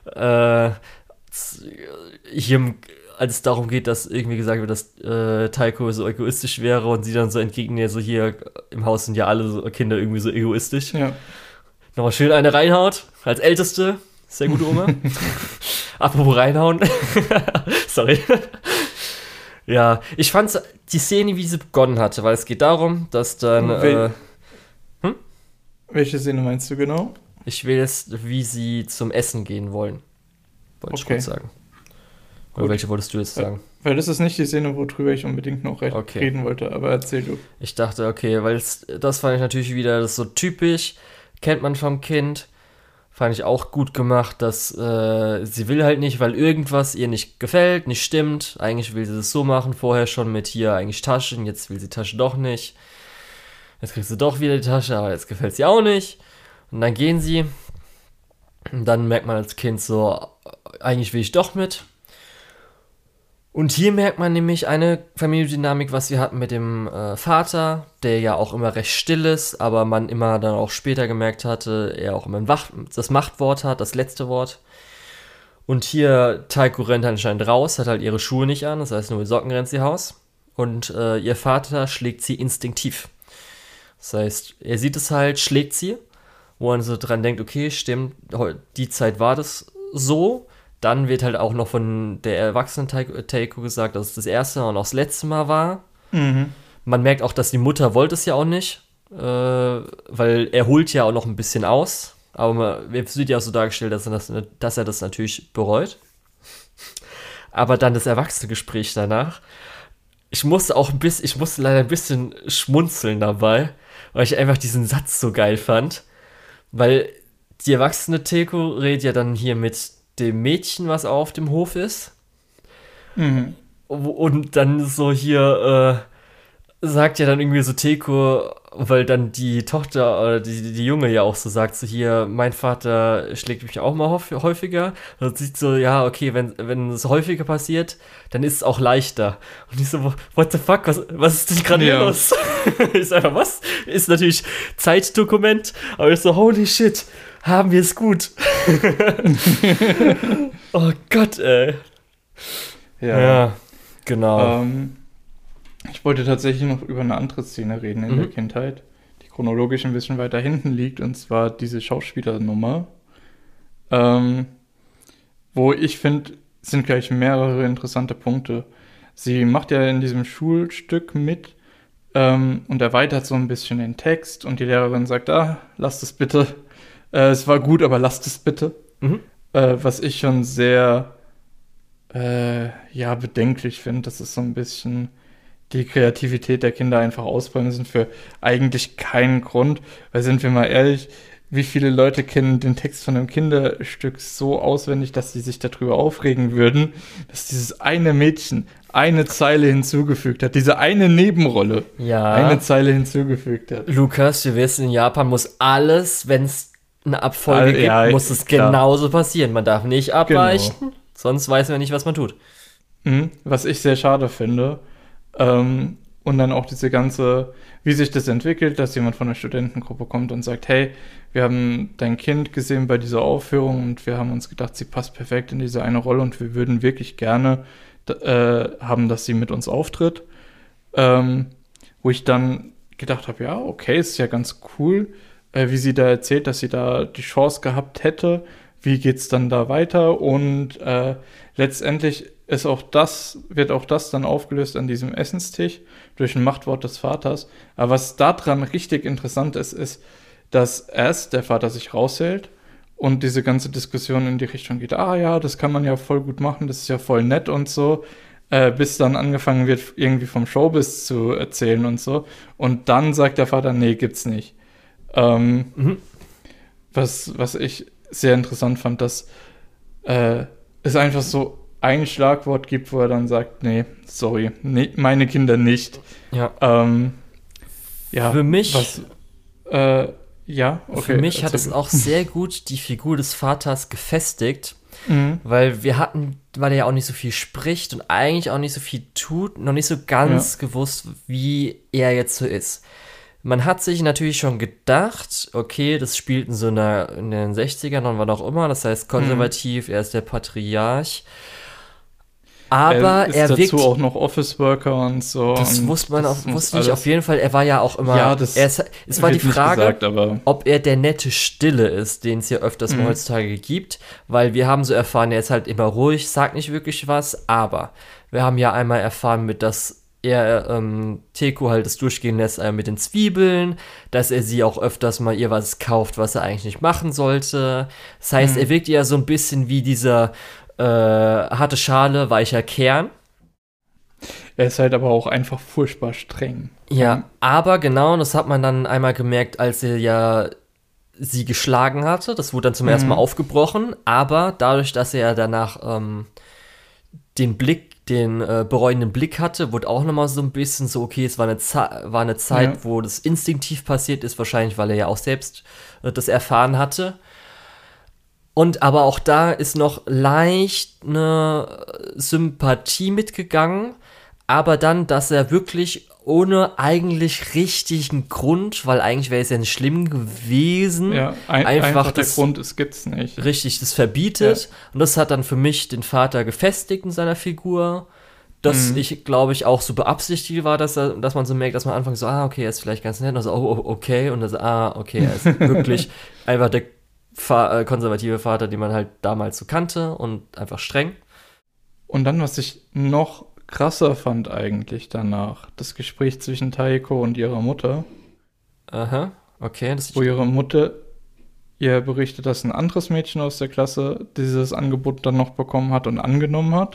als es darum geht, dass irgendwie gesagt wird, dass Taiko so egoistisch wäre und sie dann so entgegnet, so hier im Haus sind ja alle so Kinder irgendwie so egoistisch. Ja. Nochmal schön eine reinhaut, als Älteste. Sehr gute Oma. Apropos reinhauen. Sorry. Ja, ich fand die Szene, wie sie begonnen hatte, weil es geht darum, dass dann... Welche Szene meinst du genau? Ich will jetzt, wie sie zum Essen gehen wollen. Wollte ich kurz sagen. Oder welche wolltest du jetzt sagen? Weil das ist nicht die Szene, worüber ich unbedingt noch reden wollte, aber erzähl du. Ich dachte, okay, weil das fand ich natürlich wieder, das ist so typisch, kennt man vom Kind, fand ich auch gut gemacht, dass sie will halt nicht, weil irgendwas ihr nicht gefällt, nicht stimmt, eigentlich will sie das so machen, vorher schon mit hier eigentlich Taschen, jetzt will sie Tasche doch nicht, jetzt kriegt sie doch wieder die Tasche, aber jetzt gefällt sie auch nicht und dann gehen sie und dann merkt man als Kind so, eigentlich will ich doch mit. Und hier merkt man nämlich eine Familiendynamik, was wir hatten mit dem Vater, der ja auch immer recht still ist, aber man immer dann auch später gemerkt hatte, er auch immer das Machtwort hat, das letzte Wort. Und hier, Taiko rennt anscheinend raus, hat halt ihre Schuhe nicht an, das heißt nur mit Socken rennt sie raus. Und ihr Vater schlägt sie instinktiv. Das heißt, er sieht es halt, schlägt sie, wo man so dran denkt, okay, stimmt, die Zeit war das so. Dann wird halt auch noch von der erwachsenen Taiko gesagt, dass es das erste und auch das letzte Mal war. Mhm. Man merkt auch, dass die Mutter wollte es ja auch nicht, weil er holt ja auch noch ein bisschen aus. Aber es wird ja auch so dargestellt, dass er das natürlich bereut. Aber dann das Erwachsenengespräch danach. Ich musste leider ein bisschen schmunzeln dabei, weil ich einfach diesen Satz so geil fand. Weil die erwachsene Taiko redet ja dann hier mit dem Mädchen, was auf dem Hof ist. Mhm. Und dann so hier sagt ja dann irgendwie so Taiko, weil dann die Tochter oder die Junge ja auch so sagt, so hier, mein Vater schlägt mich auch mal häufiger. Und sieht so, ja, okay, wenn es häufiger passiert, dann ist es auch leichter. Und ich so, what the fuck, was ist denn gerade los? Ist einfach was? Ist natürlich Zeitdokument, aber ich so, holy shit, haben wir es gut. Oh Gott, ey. Ja, genau. Ich wollte tatsächlich noch über eine andere Szene reden in der Kindheit, die chronologisch ein bisschen weiter hinten liegt, und zwar diese Schauspielernummer, wo ich finde, sind gleich mehrere interessante Punkte. Sie macht ja in diesem Schulstück mit und erweitert so ein bisschen den Text, und die Lehrerin sagt, lasst es bitte. Es war gut, aber lasst es bitte. Was ich schon sehr bedenklich finde. Das ist so ein bisschen die Kreativität der Kinder einfach ausbremsen für eigentlich keinen Grund. Weil, sind wir mal ehrlich, wie viele Leute kennen den Text von einem Kinderstück so auswendig, dass sie sich darüber aufregen würden, dass dieses eine Mädchen eine Zeile hinzugefügt hat, diese eine Nebenrolle eine Zeile hinzugefügt hat. Lukas, wir wissen, in Japan muss alles, wenn es eine Abfolge gibt, muss es genauso passieren. Man darf nicht abweichen, sonst weiß man nicht, was man tut. Was ich sehr schade finde. Und dann auch diese ganze, wie sich das entwickelt, dass jemand von der Studentengruppe kommt und sagt, hey, wir haben dein Kind gesehen bei dieser Aufführung und wir haben uns gedacht, sie passt perfekt in diese eine Rolle und wir würden wirklich gerne haben, dass sie mit uns auftritt. wo ich dann gedacht habe, ja, okay, ist ja ganz cool, wie sie da erzählt, dass sie da die Chance gehabt hätte. Wie geht's dann da weiter? Und letztendlich wird auch das dann aufgelöst an diesem Essenstisch durch ein Machtwort des Vaters. Aber was daran richtig interessant ist, ist, dass erst der Vater sich raushält und diese ganze Diskussion in die Richtung geht, ah ja, das kann man ja voll gut machen, das ist ja voll nett und so, bis dann angefangen wird, irgendwie vom Showbiz zu erzählen und so. Und dann sagt der Vater, nee, gibt's nicht. Was ich sehr interessant fand, dass es einfach so ein Schlagwort gibt, wo er dann sagt, nee, sorry, nee, meine Kinder nicht. Ja. Ja, Für mich, ja, okay. für mich hat es erzähl. auch sehr gut die Figur des Vaters gefestigt, Mhm. weil weil er ja auch nicht so viel spricht und eigentlich auch nicht so viel tut, noch nicht so ganz gewusst, wie er jetzt so ist. Man hat sich natürlich schon gedacht, okay, das spielt in den 60ern und wann auch immer, das heißt konservativ, er ist der Patriarch. Aber ist er dazu wirkt, auch noch Office Worker und so. das und wusste man auch, das muss wusste ich alles- auf jeden Fall, er war ja auch immer, Ja, das es war die wird nicht Frage, gesagt, aber ob er der nette Stille ist, den es ja öfters mal heutzutage gibt, weil wir haben so erfahren, er ist halt immer ruhig, sagt nicht wirklich was, aber wir haben ja einmal erfahren, dass er Teko halt das durchgehen lässt mit den Zwiebeln, dass er sie auch öfters mal ihr was kauft, was er eigentlich nicht machen sollte. Das heißt, er wirkt ja so ein bisschen wie dieser harte Schale, weicher Kern. er ist halt aber auch einfach furchtbar streng. Ja, aber genau, das hat man dann einmal gemerkt, als er ja sie geschlagen hatte. Das wurde dann zum ersten Mal aufgebrochen, aber dadurch, dass er danach den bereuenden Blick hatte, wurde auch nochmal so ein bisschen so, okay, es war eine Zeit, Ja. wo das instinktiv passiert ist, wahrscheinlich, weil er ja auch selbst das erfahren hatte. Und aber auch da ist noch leicht eine Sympathie mitgegangen, aber dann, dass er wirklich ohne eigentlich richtigen Grund, weil eigentlich wäre es ja nicht schlimm gewesen, Ja, einfach der das Grund, es gibt's nicht. richtig das verbietet. Und das hat dann für mich den Vater gefestigt in seiner Figur. Das ich, glaube ich, auch so beabsichtigt war, dass man so merkt, dass man anfangs so, okay, er ist vielleicht ganz nett, und so, okay, und dann so, okay, er ist wirklich einfach der konservative Vater, den man halt damals so kannte und einfach streng. Und dann, was ich noch krasser fand eigentlich danach, das Gespräch zwischen Taeko und ihrer Mutter, Aha, okay. wo ihre Mutter ihr berichtet, dass ein anderes Mädchen aus der Klasse dieses Angebot dann noch bekommen hat und angenommen hat.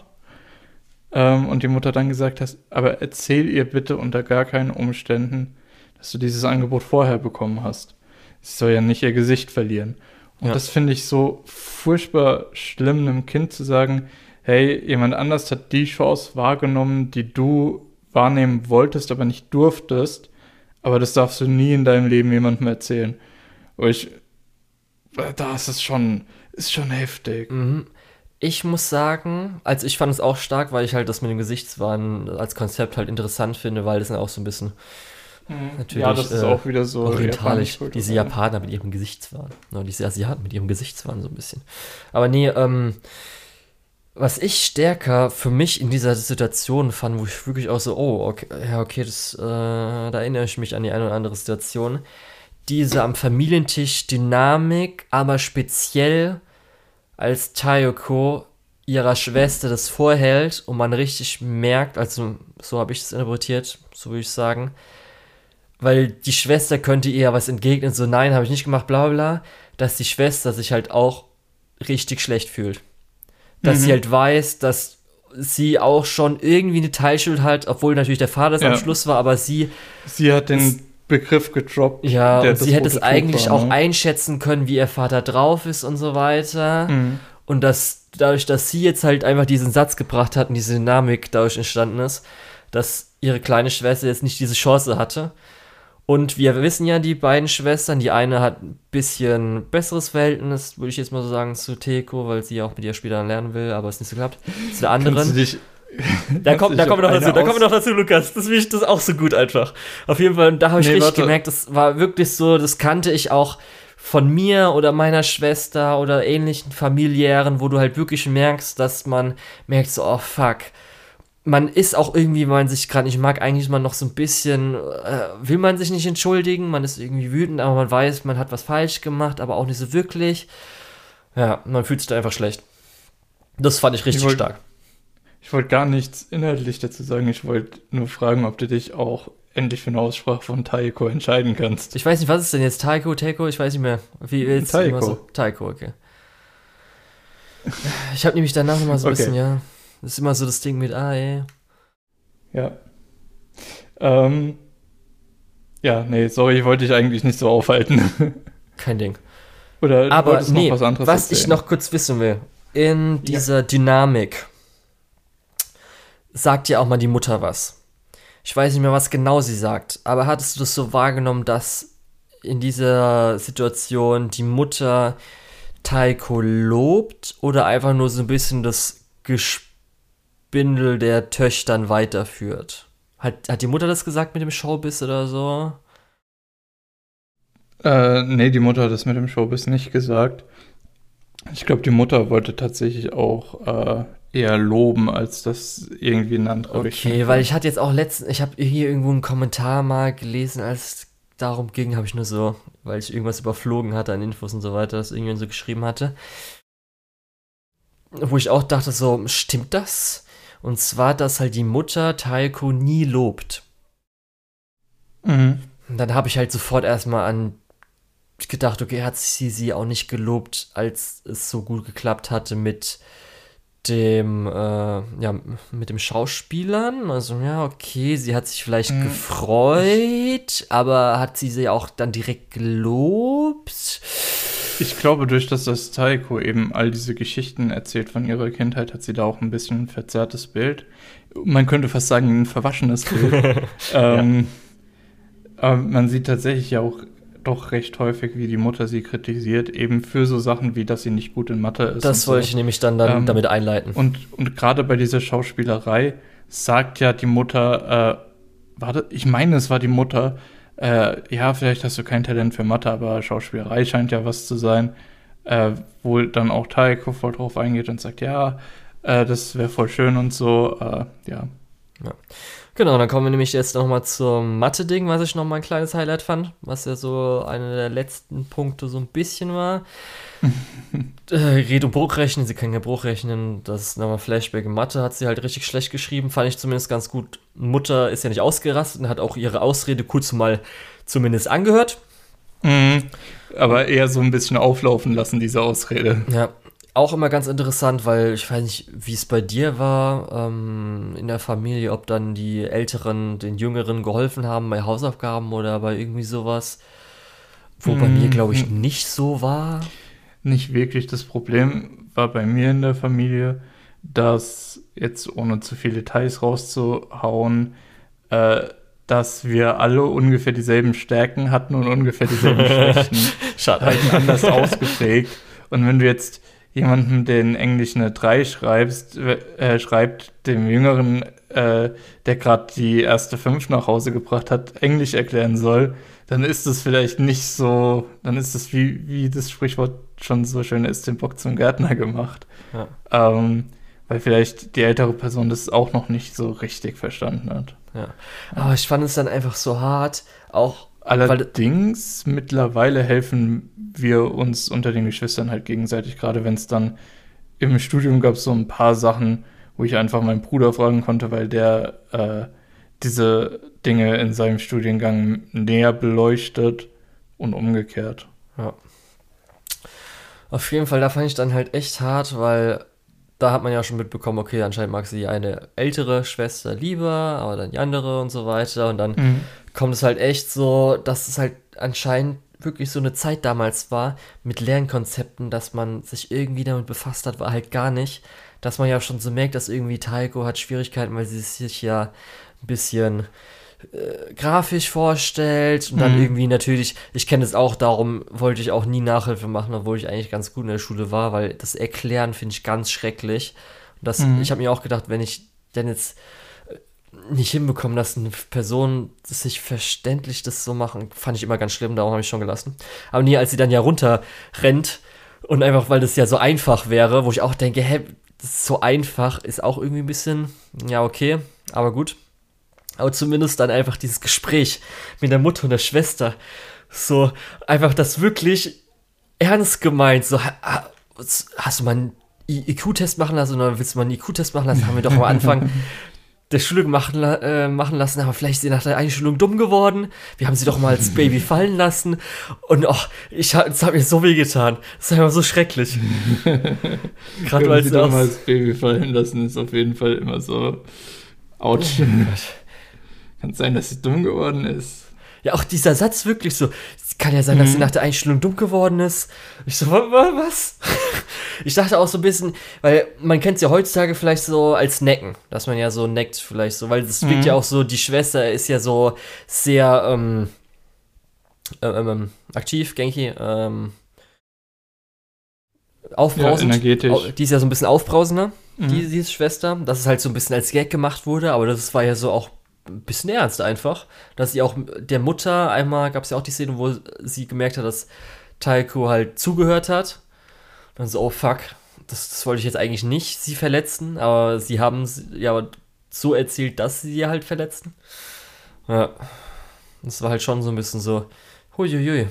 Und die Mutter dann gesagt hat, aber erzähl ihr bitte unter gar keinen Umständen, dass du dieses Angebot vorher bekommen hast. Sie soll ja nicht ihr Gesicht verlieren. Und Ja. das finde ich so furchtbar schlimm, einem Kind zu sagen, hey, jemand anders hat die Chance wahrgenommen, die du wahrnehmen wolltest, aber nicht durftest. Aber das darfst du nie in deinem Leben jemandem erzählen. Das ist schon heftig. Ich muss sagen, also ich fand es auch stark, weil ich halt das mit dem Gesichtswahn als Konzept halt interessant finde, weil das dann auch so ein bisschen natürlich Ja, das ist auch wieder so orientalisch, japanisch diese kulturell. Japaner mit ihrem Gesichtswahn. No, diese Asiaten mit ihrem Gesichtswahn so ein bisschen. Aber nee, was ich stärker für mich in dieser Situation fand, wo ich wirklich auch so, okay, ja, okay, da erinnere ich mich an die eine oder andere Situation. Diese am Familientisch Dynamik, aber speziell als Tayoko ihrer Schwester das vorhält und man richtig merkt, also so habe ich es interpretiert, so würde ich sagen, weil die Schwester könnte ihr was entgegnen, so nein, habe ich nicht gemacht, bla bla, dass die Schwester sich halt auch richtig schlecht fühlt. Dass sie halt weiß, dass sie auch schon irgendwie eine Teilschuld hat, obwohl natürlich der Vater es am Schluss war, aber sie hat den Begriff gedroppt. ja, der und das sie hätte rote es Tuch eigentlich war, auch ne? einschätzen können, wie ihr Vater drauf ist und so weiter. Und dadurch, dass sie jetzt halt einfach diesen Satz gebracht hat und diese Dynamik dadurch entstanden ist, dass ihre kleine Schwester jetzt nicht diese Chance hatte. Und wir wissen ja, die beiden Schwestern, die eine hat ein bisschen besseres Verhältnis, würde ich jetzt mal so sagen, zu Teko, weil sie ja auch mit ihr später lernen will, aber es nicht so klappt. Zu der Kannst du anderen. dich, Da kommen wir noch dazu, Lukas. Das ist auch so gut einfach. Auf jeden Fall, da habe ich richtig gemerkt, das war wirklich so, das kannte ich auch von mir oder meiner Schwester oder ähnlichen familiären, wo du halt wirklich merkst, dass man merkt so, oh fuck, man ist auch irgendwie, wenn man sich gerade nicht mag, eigentlich ist man noch so ein bisschen, will man sich nicht entschuldigen, man ist irgendwie wütend, aber man weiß, man hat was falsch gemacht, aber auch nicht so wirklich. Ja, man fühlt sich da einfach schlecht. Das fand ich richtig stark. Ich wollte gar nichts inhaltlich dazu sagen, ich wollte nur fragen, ob du dich auch endlich für eine Aussprache von Taiko entscheiden kannst. Ich weiß nicht, was ist denn jetzt Taiko? Ich weiß nicht mehr. Wie jetzt Taiko. So? Taiko, okay. Ich habe nämlich danach immer so ein bisschen, ja. Das ist immer so das Ding mit ey. Ja. Ja, nee, sorry, ich wollte dich eigentlich nicht so aufhalten. Kein Ding. Oder aber wolltest noch was anderes was erzählen? Ich noch kurz wissen will, in dieser Dynamik sagt ja auch mal die Mutter was. Ich weiß nicht mehr, was genau sie sagt, aber hattest du das so wahrgenommen, dass in dieser Situation die Mutter Taiko lobt oder einfach nur so ein bisschen das Gespindel der Töchtern weiterführt? Hat die Mutter das gesagt mit dem Showbiz oder so? Nee, die Mutter hat das mit dem Showbiz nicht gesagt. Ich glaube, die Mutter wollte tatsächlich auch eher loben, als das irgendwie in eine andere Richtung. Okay, weil ich hatte jetzt auch ich habe hier irgendwo einen Kommentar mal gelesen, als es darum ging, habe ich nur so, weil ich irgendwas überflogen hatte an Infos und so weiter, das irgendjemand so geschrieben hatte. Wo ich auch dachte so, stimmt das? Und zwar, dass halt die Mutter Taiko nie lobt. Mhm. Und dann habe ich halt sofort erstmal gedacht, okay, hat sie auch nicht gelobt, als es so gut geklappt hatte mit dem Schauspielern. Also ja, okay, sie hat sich vielleicht gefreut, aber hat sie auch dann direkt gelobt? Ich glaube, durch das Taiko eben all diese Geschichten erzählt von ihrer Kindheit, hat sie da auch ein bisschen ein verzerrtes Bild. Man könnte fast sagen, ein verwaschenes Bild. Aber man sieht tatsächlich ja auch doch recht häufig, wie die Mutter sie kritisiert, eben für so Sachen wie, dass sie nicht gut in Mathe ist. Das wollte ich nämlich dann damit einleiten. Und gerade bei dieser Schauspielerei sagt ja die Mutter, ich meine, es war die Mutter, ja, vielleicht hast du kein Talent für Mathe, aber Schauspielerei scheint ja was zu sein, wo dann auch Taiko voll drauf eingeht und sagt, ja, das wäre voll schön und so, ja. Genau, dann kommen wir nämlich jetzt nochmal zum Mathe-Ding, was ich nochmal ein kleines Highlight fand, was ja so einer der letzten Punkte so ein bisschen war. Red- und Bruchrechnen, sie kann ja Bruchrechnen, das ist nochmal Flashback in Mathe, hat sie halt richtig schlecht geschrieben, fand ich zumindest ganz gut. Mutter ist ja nicht ausgerastet und hat auch ihre Ausrede kurz mal zumindest angehört. Aber eher so ein bisschen auflaufen lassen, diese Ausrede. Ja, auch immer ganz interessant, weil ich weiß nicht, wie es bei dir war in der Familie, ob dann die Älteren den Jüngeren geholfen haben bei Hausaufgaben oder bei irgendwie sowas, wo bei mir, glaube ich, nicht so war. Nicht wirklich. Das Problem war bei mir in der Familie, dass, jetzt ohne zu viele Details rauszuhauen, dass wir alle ungefähr dieselben Stärken hatten und ungefähr dieselben Schwächen. Schade. Halt anders ausgeprägt. Und wenn du jetzt jemandem, der in Englisch eine 3 schreibt, dem Jüngeren, der gerade die erste 5 nach Hause gebracht hat, Englisch erklären soll, dann ist es vielleicht nicht so, dann ist es wie das Sprichwort schon so schön ist, den Bock zum Gärtner gemacht. Ja. Weil vielleicht die ältere Person das auch noch nicht so richtig verstanden hat. Ja. Aber ich fand es dann einfach so hart, auch allerdings mittlerweile helfen wir uns unter den Geschwistern halt gegenseitig, gerade wenn es dann im Studium gab, so ein paar Sachen, wo ich einfach meinen Bruder fragen konnte, weil der diese Dinge in seinem Studiengang näher beleuchtet und umgekehrt. Ja. Auf jeden Fall, da fand ich dann halt echt hart, weil da hat man ja schon mitbekommen, okay, anscheinend mag sie eine ältere Schwester lieber, aber dann die andere und so weiter. Und dann kommt es halt echt so, dass es halt anscheinend wirklich so eine Zeit damals war mit Lernkonzepten, dass man sich irgendwie damit befasst hat, war halt gar nicht. Dass man ja schon so merkt, dass irgendwie Taiko hat Schwierigkeiten, weil sie sich ja ein bisschen grafisch vorstellt und dann irgendwie natürlich, ich kenne es auch, darum wollte ich auch nie Nachhilfe machen, obwohl ich eigentlich ganz gut in der Schule war, weil das Erklären finde ich ganz schrecklich. Und ich habe mir auch gedacht, wenn ich denn jetzt nicht hinbekomme, dass eine Person sich verständlich das so machen, fand ich immer ganz schlimm, darum habe ich schon gelassen. Aber nie, als sie dann ja runterrennt und einfach, weil das ja so einfach wäre, wo ich auch denke, das ist so einfach, ist auch irgendwie ein bisschen, ja, okay, aber gut. Aber zumindest dann einfach dieses Gespräch mit der Mutter und der Schwester. So, einfach das wirklich ernst gemeint. So, hast du mal einen IQ-Test machen lassen oder willst du mal einen IQ-Test machen lassen? Haben wir doch am Anfang der Schule machen lassen, aber vielleicht ist sie nach der Einschulung dumm geworden. Wir haben sie doch mal als Baby fallen lassen. Und es hat mir so weh getan. Das ist einfach so schrecklich. Gerade weil sie doch mal als Baby fallen lassen, ist auf jeden Fall immer so ouch. Kann sein, dass sie dumm geworden ist. Ja, auch dieser Satz wirklich so, es kann ja sein, dass sie nach der Einstellung dumm geworden ist. Ich so, was? Ich dachte auch so ein bisschen, weil man kennt es ja heutzutage vielleicht so als Necken, dass man ja so neckt vielleicht so, weil es wirkt ja auch so, die Schwester ist ja so sehr aktiv, Genki, aufbrausend. Ja, energetisch. Die ist ja so ein bisschen aufbrausender, diese Schwester, dass es halt so ein bisschen als Gag gemacht wurde, aber das war ja so auch ein bisschen ernst einfach, dass sie auch der Mutter, einmal gab es ja auch die Szene, wo sie gemerkt hat, dass Taiko halt zugehört hat. Und dann so, oh fuck, das wollte ich jetzt eigentlich nicht sie verletzen, aber sie haben ja so erzählt, dass sie sie halt verletzten. Ja, das war halt schon so ein bisschen so, huiuiui.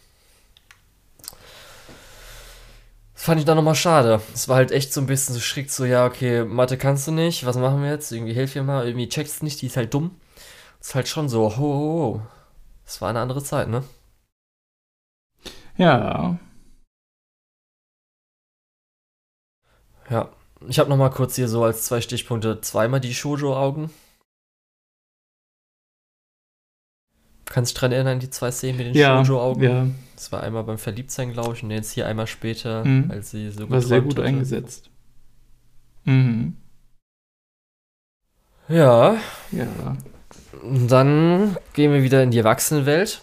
Das fand ich dann nochmal schade. Es war halt echt so ein bisschen so schräg, so, ja, okay, Mathe kannst du nicht, was machen wir jetzt? Irgendwie hilf ihr mal, irgendwie checkst du nicht, die ist halt dumm. Das ist halt schon so, ho. Das war eine andere Zeit, ne? Ja. Ja, ich habe nochmal kurz hier so als 2 Stichpunkte zweimal die Shoujo-Augen. Kannst du dich dran erinnern, die 2 Szenen mit den Shoujo-Augen? Ja. Das war einmal beim Verliebtsein, glaube ich, und jetzt hier einmal später, als sie so war sehr gut eingesetzt. Mhm. Ja. Ja. Und dann gehen wir wieder in die Erwachsenenwelt.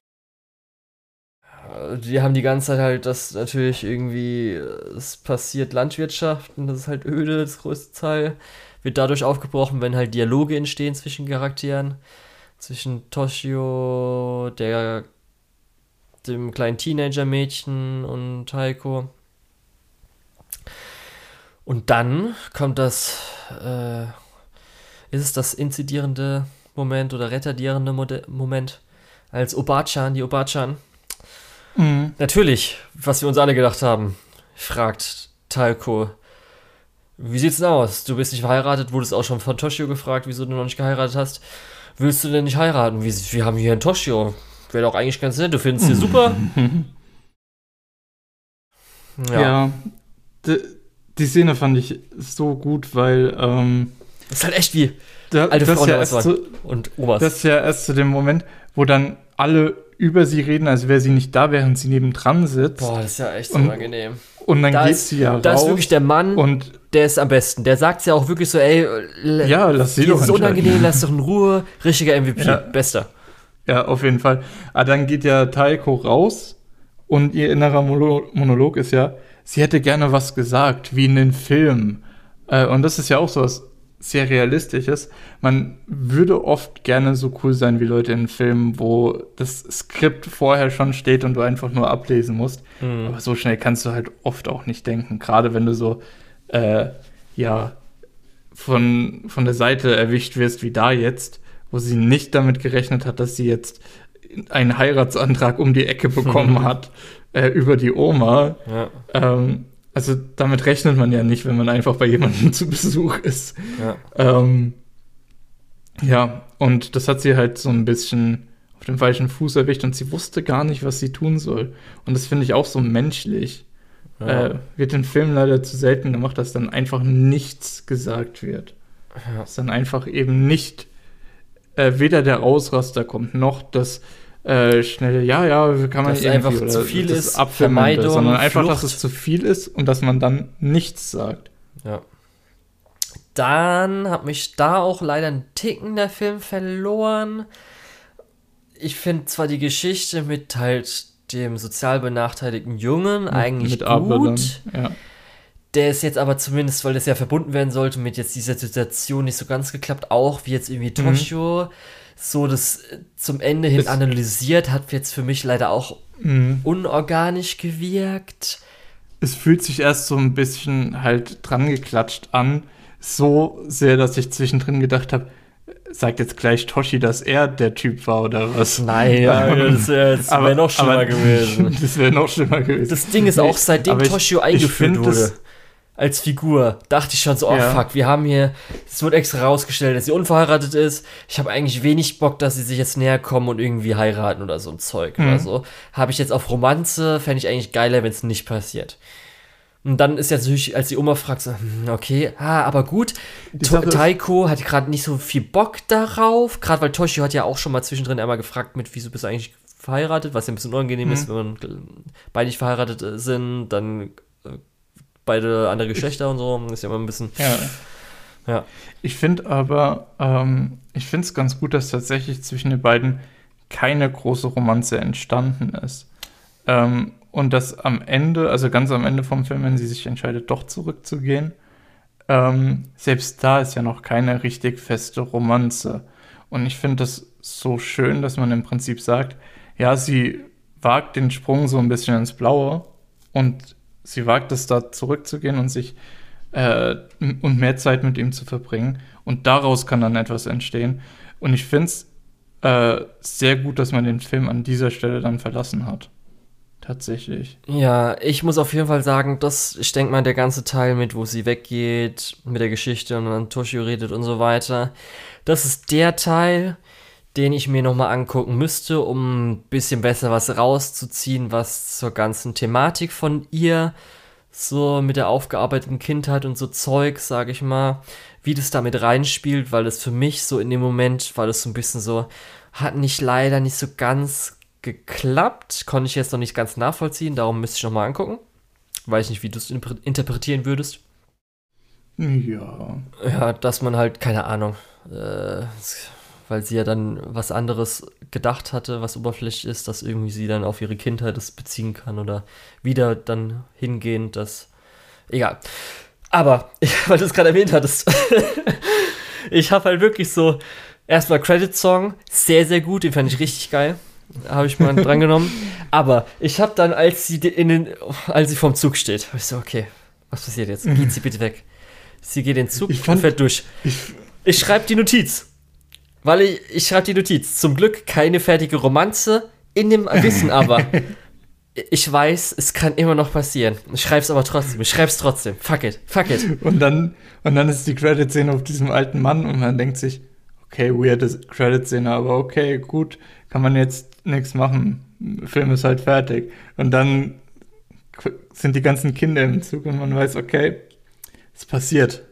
Die haben die ganze Zeit halt, dass natürlich irgendwie es passiert Landwirtschaft und das ist halt öde, das größte Teil. Wird dadurch aufgebrochen, wenn halt Dialoge entstehen zwischen Charakteren. Zwischen Toshio, dem kleinen Teenager-Mädchen und Taiko. Und dann kommt ist es das inzidierende Moment oder retardierende Moment, als die Oba-chan, natürlich, was wir uns alle gedacht haben, fragt Taiko, wie sieht's denn aus? Du bist nicht verheiratet, wurdest auch schon von Toshio gefragt, wieso du noch nicht geheiratet hast. Willst du denn nicht heiraten? Wir haben hier einen Toshio. Wäre doch eigentlich ganz nett, du findest sie super. Ja, die Szene fand ich so gut, weil das ist halt echt wie alte Frauen ja und Omas. Das ist ja erst zu dem Moment, wo dann alle über sie reden, als wäre sie nicht da, während sie nebendran sitzt. Boah, das ist ja echt unangenehm. Und dann geht sie ja raus. Da ist wirklich der Mann, und der ist am besten. Der sagt ja auch wirklich so, ey, lass sie doch das ist unangenehm, lass doch in Ruhe. Richtiger MVP, ja. Bester. Ja, auf jeden Fall. Aber dann geht ja Taiko raus und ihr innerer Monolog ist ja, sie hätte gerne was gesagt, wie in den Filmen. Und das ist ja auch so was sehr Realistisches. Man würde oft gerne so cool sein wie Leute in Filmen, wo das Skript vorher schon steht und du einfach nur ablesen musst. Aber so schnell kannst du halt oft auch nicht denken. Gerade wenn du so, von der Seite erwischt wirst wie da jetzt, wo sie nicht damit gerechnet hat, dass sie jetzt einen Heiratsantrag um die Ecke bekommen hat über die Oma. Ja. Also damit rechnet man ja nicht, wenn man einfach bei jemandem zu Besuch ist. Ja, und das hat sie halt so ein bisschen auf dem falschen Fuß erwischt und sie wusste gar nicht, was sie tun soll. Und das finde ich auch so menschlich. Wird in Filmen leider zu selten gemacht, dass dann einfach nichts gesagt wird. Ja. Dass dann einfach eben nicht weder der Ausraster kommt, noch das schnelle, kann man dass einfach oder zu viel ist, Vermeidung, sondern einfach, Flucht. Dass es zu viel ist und dass man dann nichts sagt. Ja. Dann hat mich da auch leider ein Ticken der Film verloren. Ich finde zwar die Geschichte mit halt dem sozial benachteiligten Jungen eigentlich mit gut. Ja. Der ist jetzt aber zumindest, weil das ja verbunden werden sollte mit jetzt dieser Situation nicht so ganz geklappt, auch wie jetzt irgendwie Toshio so das zum Ende hin analysiert, hat jetzt für mich leider auch unorganisch gewirkt. es fühlt sich erst so ein bisschen halt dran geklatscht an. So sehr, dass ich zwischendrin gedacht habe, sagt jetzt gleich Toshi, dass er der Typ war oder was? Nein, das wäre noch schlimmer gewesen. Das wäre noch schlimmer gewesen. Das Ding ist auch, seitdem Toshio eingeführt wurde als Figur, dachte ich schon so, fuck, wir haben hier, es wird extra rausgestellt, dass sie unverheiratet ist. Ich habe eigentlich wenig Bock, dass sie sich jetzt näher kommen und irgendwie heiraten oder so ein Zeug oder so. Habe ich jetzt auf Romanze, fände ich eigentlich geiler, wenn es nicht passiert. Und dann ist jetzt natürlich, als die Oma fragt, so, okay, aber gut, Taiko hat gerade nicht so viel Bock darauf, gerade weil Toshio hat ja auch schon mal zwischendrin einmal gefragt wieso bist du eigentlich verheiratet, was ja ein bisschen unangenehm ist, wenn man beide nicht verheiratet sind, dann beide andere Geschlechter und so, ist ja immer ein bisschen... Ja. Ich finde aber, ich finde es ganz gut, dass tatsächlich zwischen den beiden keine große Romanze entstanden ist. Und dass am Ende, also ganz am Ende vom Film, wenn sie sich entscheidet, doch zurückzugehen, selbst da ist ja noch keine richtig feste Romanze. Und ich finde das so schön, dass man im Prinzip sagt, ja, sie wagt den Sprung so ein bisschen ins Blaue und sie wagt es, da zurückzugehen und sich und mehr Zeit mit ihm zu verbringen. Und daraus kann dann etwas entstehen. Und ich finde es sehr gut, dass man den Film an dieser Stelle dann verlassen hat. Tatsächlich. Ja, ich muss auf jeden Fall sagen, ich denke mal, der ganze Teil wo sie weggeht, mit der Geschichte und dann Toshio redet und so weiter, das ist der Teil, den ich mir nochmal angucken müsste, um ein bisschen besser was rauszuziehen, was zur ganzen Thematik von ihr, so mit der aufgearbeiteten Kindheit und so Zeug, sag ich mal, wie das damit reinspielt, weil es für mich so in dem Moment, weil es so ein bisschen so, hat leider nicht so ganz geklappt, konnte ich jetzt noch nicht ganz nachvollziehen, darum müsste ich nochmal angucken. Weiß nicht, wie du es interpretieren würdest. Ja. Ja, dass man halt, keine Ahnung, weil sie ja dann was anderes gedacht hatte, was oberflächlich ist, dass irgendwie sie dann auf ihre Kindheit das beziehen kann oder wieder dann hingehend, egal. Aber, weil du es gerade erwähnt hattest, ich habe halt wirklich so, erstmal Credit-Song, sehr, sehr gut, den fand ich richtig geil. Habe ich mal dran genommen. Aber ich habe dann, als sie vorm Zug steht, habe ich so, okay, was passiert jetzt? Geht sie bitte weg. Sie geht in den Zug und fährt durch. Ich schreibe die Notiz. Weil ich schreibe die Notiz. Zum Glück keine fertige Romanze in dem Wissen, aber ich weiß, es kann immer noch passieren. Ich schreibe es aber trotzdem. Ich schreibe es trotzdem. Fuck it. Und dann ist die Credit-Szene auf diesem alten Mann und man denkt sich, okay, weirde Credit-Szene, aber okay, gut, kann man jetzt nichts machen. Der Film ist halt fertig. Und dann sind die ganzen Kinder im Zug und man weiß, okay, es passiert.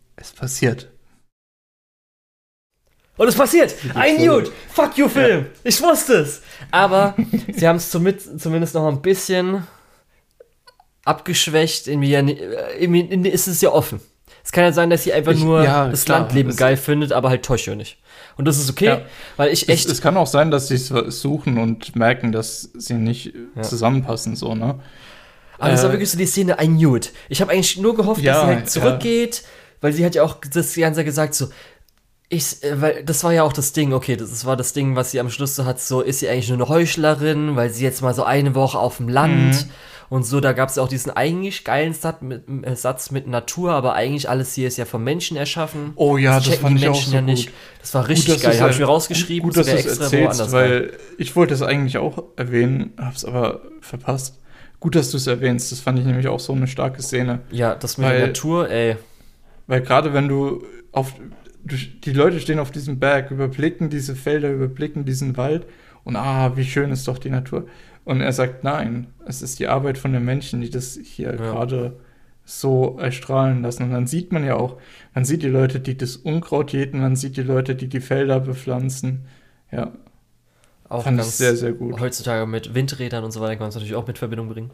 Und es passiert! I knew it! Fuck you, Film! Ja. Ich wusste es! Aber sie haben es zumindest noch ein bisschen abgeschwächt. Irgendwie ist es ja offen. Es kann ja sein, dass sie einfach nur das Landleben geil findet, aber halt Toshio nicht. Und das ist okay, weil ich echt... Es kann auch sein, dass sie es suchen und merken, dass sie nicht zusammenpassen, so, ne? Aber das war wirklich so die Szene, I knew it. Ich habe eigentlich nur gehofft, dass sie halt zurückgeht, weil sie hat ja auch das ganze Zeit gesagt, so, weil das war ja auch das Ding, okay, das war das Ding, was sie am Schluss so hat, so, ist sie eigentlich nur eine Heuchlerin, weil sie jetzt mal so eine Woche auf dem Land und so, da gab es auch diesen eigentlich geilen Satz mit Natur, aber eigentlich alles hier ist ja vom Menschen erschaffen. Oh ja, das fand ich auch so gut. Das war richtig geil, habe ich mir rausgeschrieben, gut, dass du es erzählst, weil ich wollte es eigentlich auch erwähnen, hab's aber verpasst. Gut, dass du es erwähnst, das fand ich nämlich auch so eine starke Szene. Ja, das mit der Natur, ey. Weil gerade wenn die Leute stehen auf diesem Berg, überblicken diese Felder, überblicken diesen Wald und wie schön ist doch die Natur. Und er sagt, nein, es ist die Arbeit von den Menschen, die das hier gerade so erstrahlen lassen. Und dann sieht man ja auch, man sieht die Leute, die das Unkraut jäten, man sieht die Leute, die Felder bepflanzen. Ja, auch fand ich sehr, sehr gut. Heutzutage mit Windrädern und so weiter kann man es natürlich auch mit Verbindung bringen.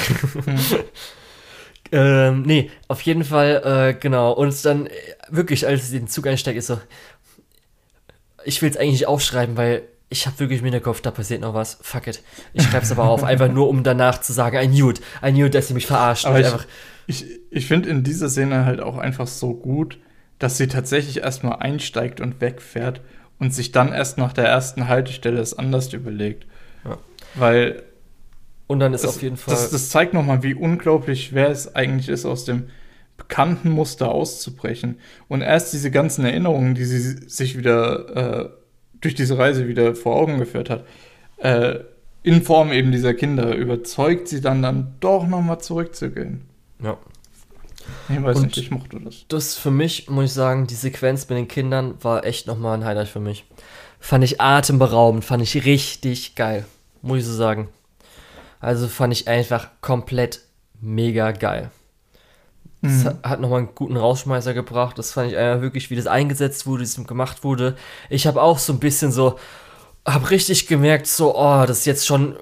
Nee, auf jeden Fall, genau. Und dann wirklich, als sie in den Zug einsteigt, ist so, ich will es eigentlich nicht aufschreiben, weil ich habe wirklich im Hinterkopf, da passiert noch was. Fuck it. Ich schreibe es aber auf, einfach nur, um danach zu sagen, I knew it, dass sie mich verarscht. Aber ich finde in dieser Szene halt auch einfach so gut, dass sie tatsächlich erstmal einsteigt und wegfährt und sich dann erst nach der ersten Haltestelle es anders überlegt. Ja. Weil Und dann ist auf jeden Fall... Das zeigt nochmal, wie unglaublich schwer es eigentlich ist, aus dem bekannten Muster auszubrechen. Und erst diese ganzen Erinnerungen, die sie sich wieder durch diese Reise wieder vor Augen geführt hat, in Form eben dieser Kinder, überzeugt sie dann doch nochmal zurückzugehen. Ja. Ich weiß nicht, ich mochte das. Das für mich, muss ich sagen, die Sequenz mit den Kindern war echt nochmal ein Highlight für mich. Fand ich atemberaubend, fand ich richtig geil, muss ich so sagen. Also fand ich einfach komplett mega geil. Das hat nochmal einen guten Rausschmeißer gebracht. Das fand ich einfach wirklich, wie das eingesetzt wurde, wie es gemacht wurde. Ich habe auch so ein bisschen so, habe richtig gemerkt, so, oh, das ist jetzt schon,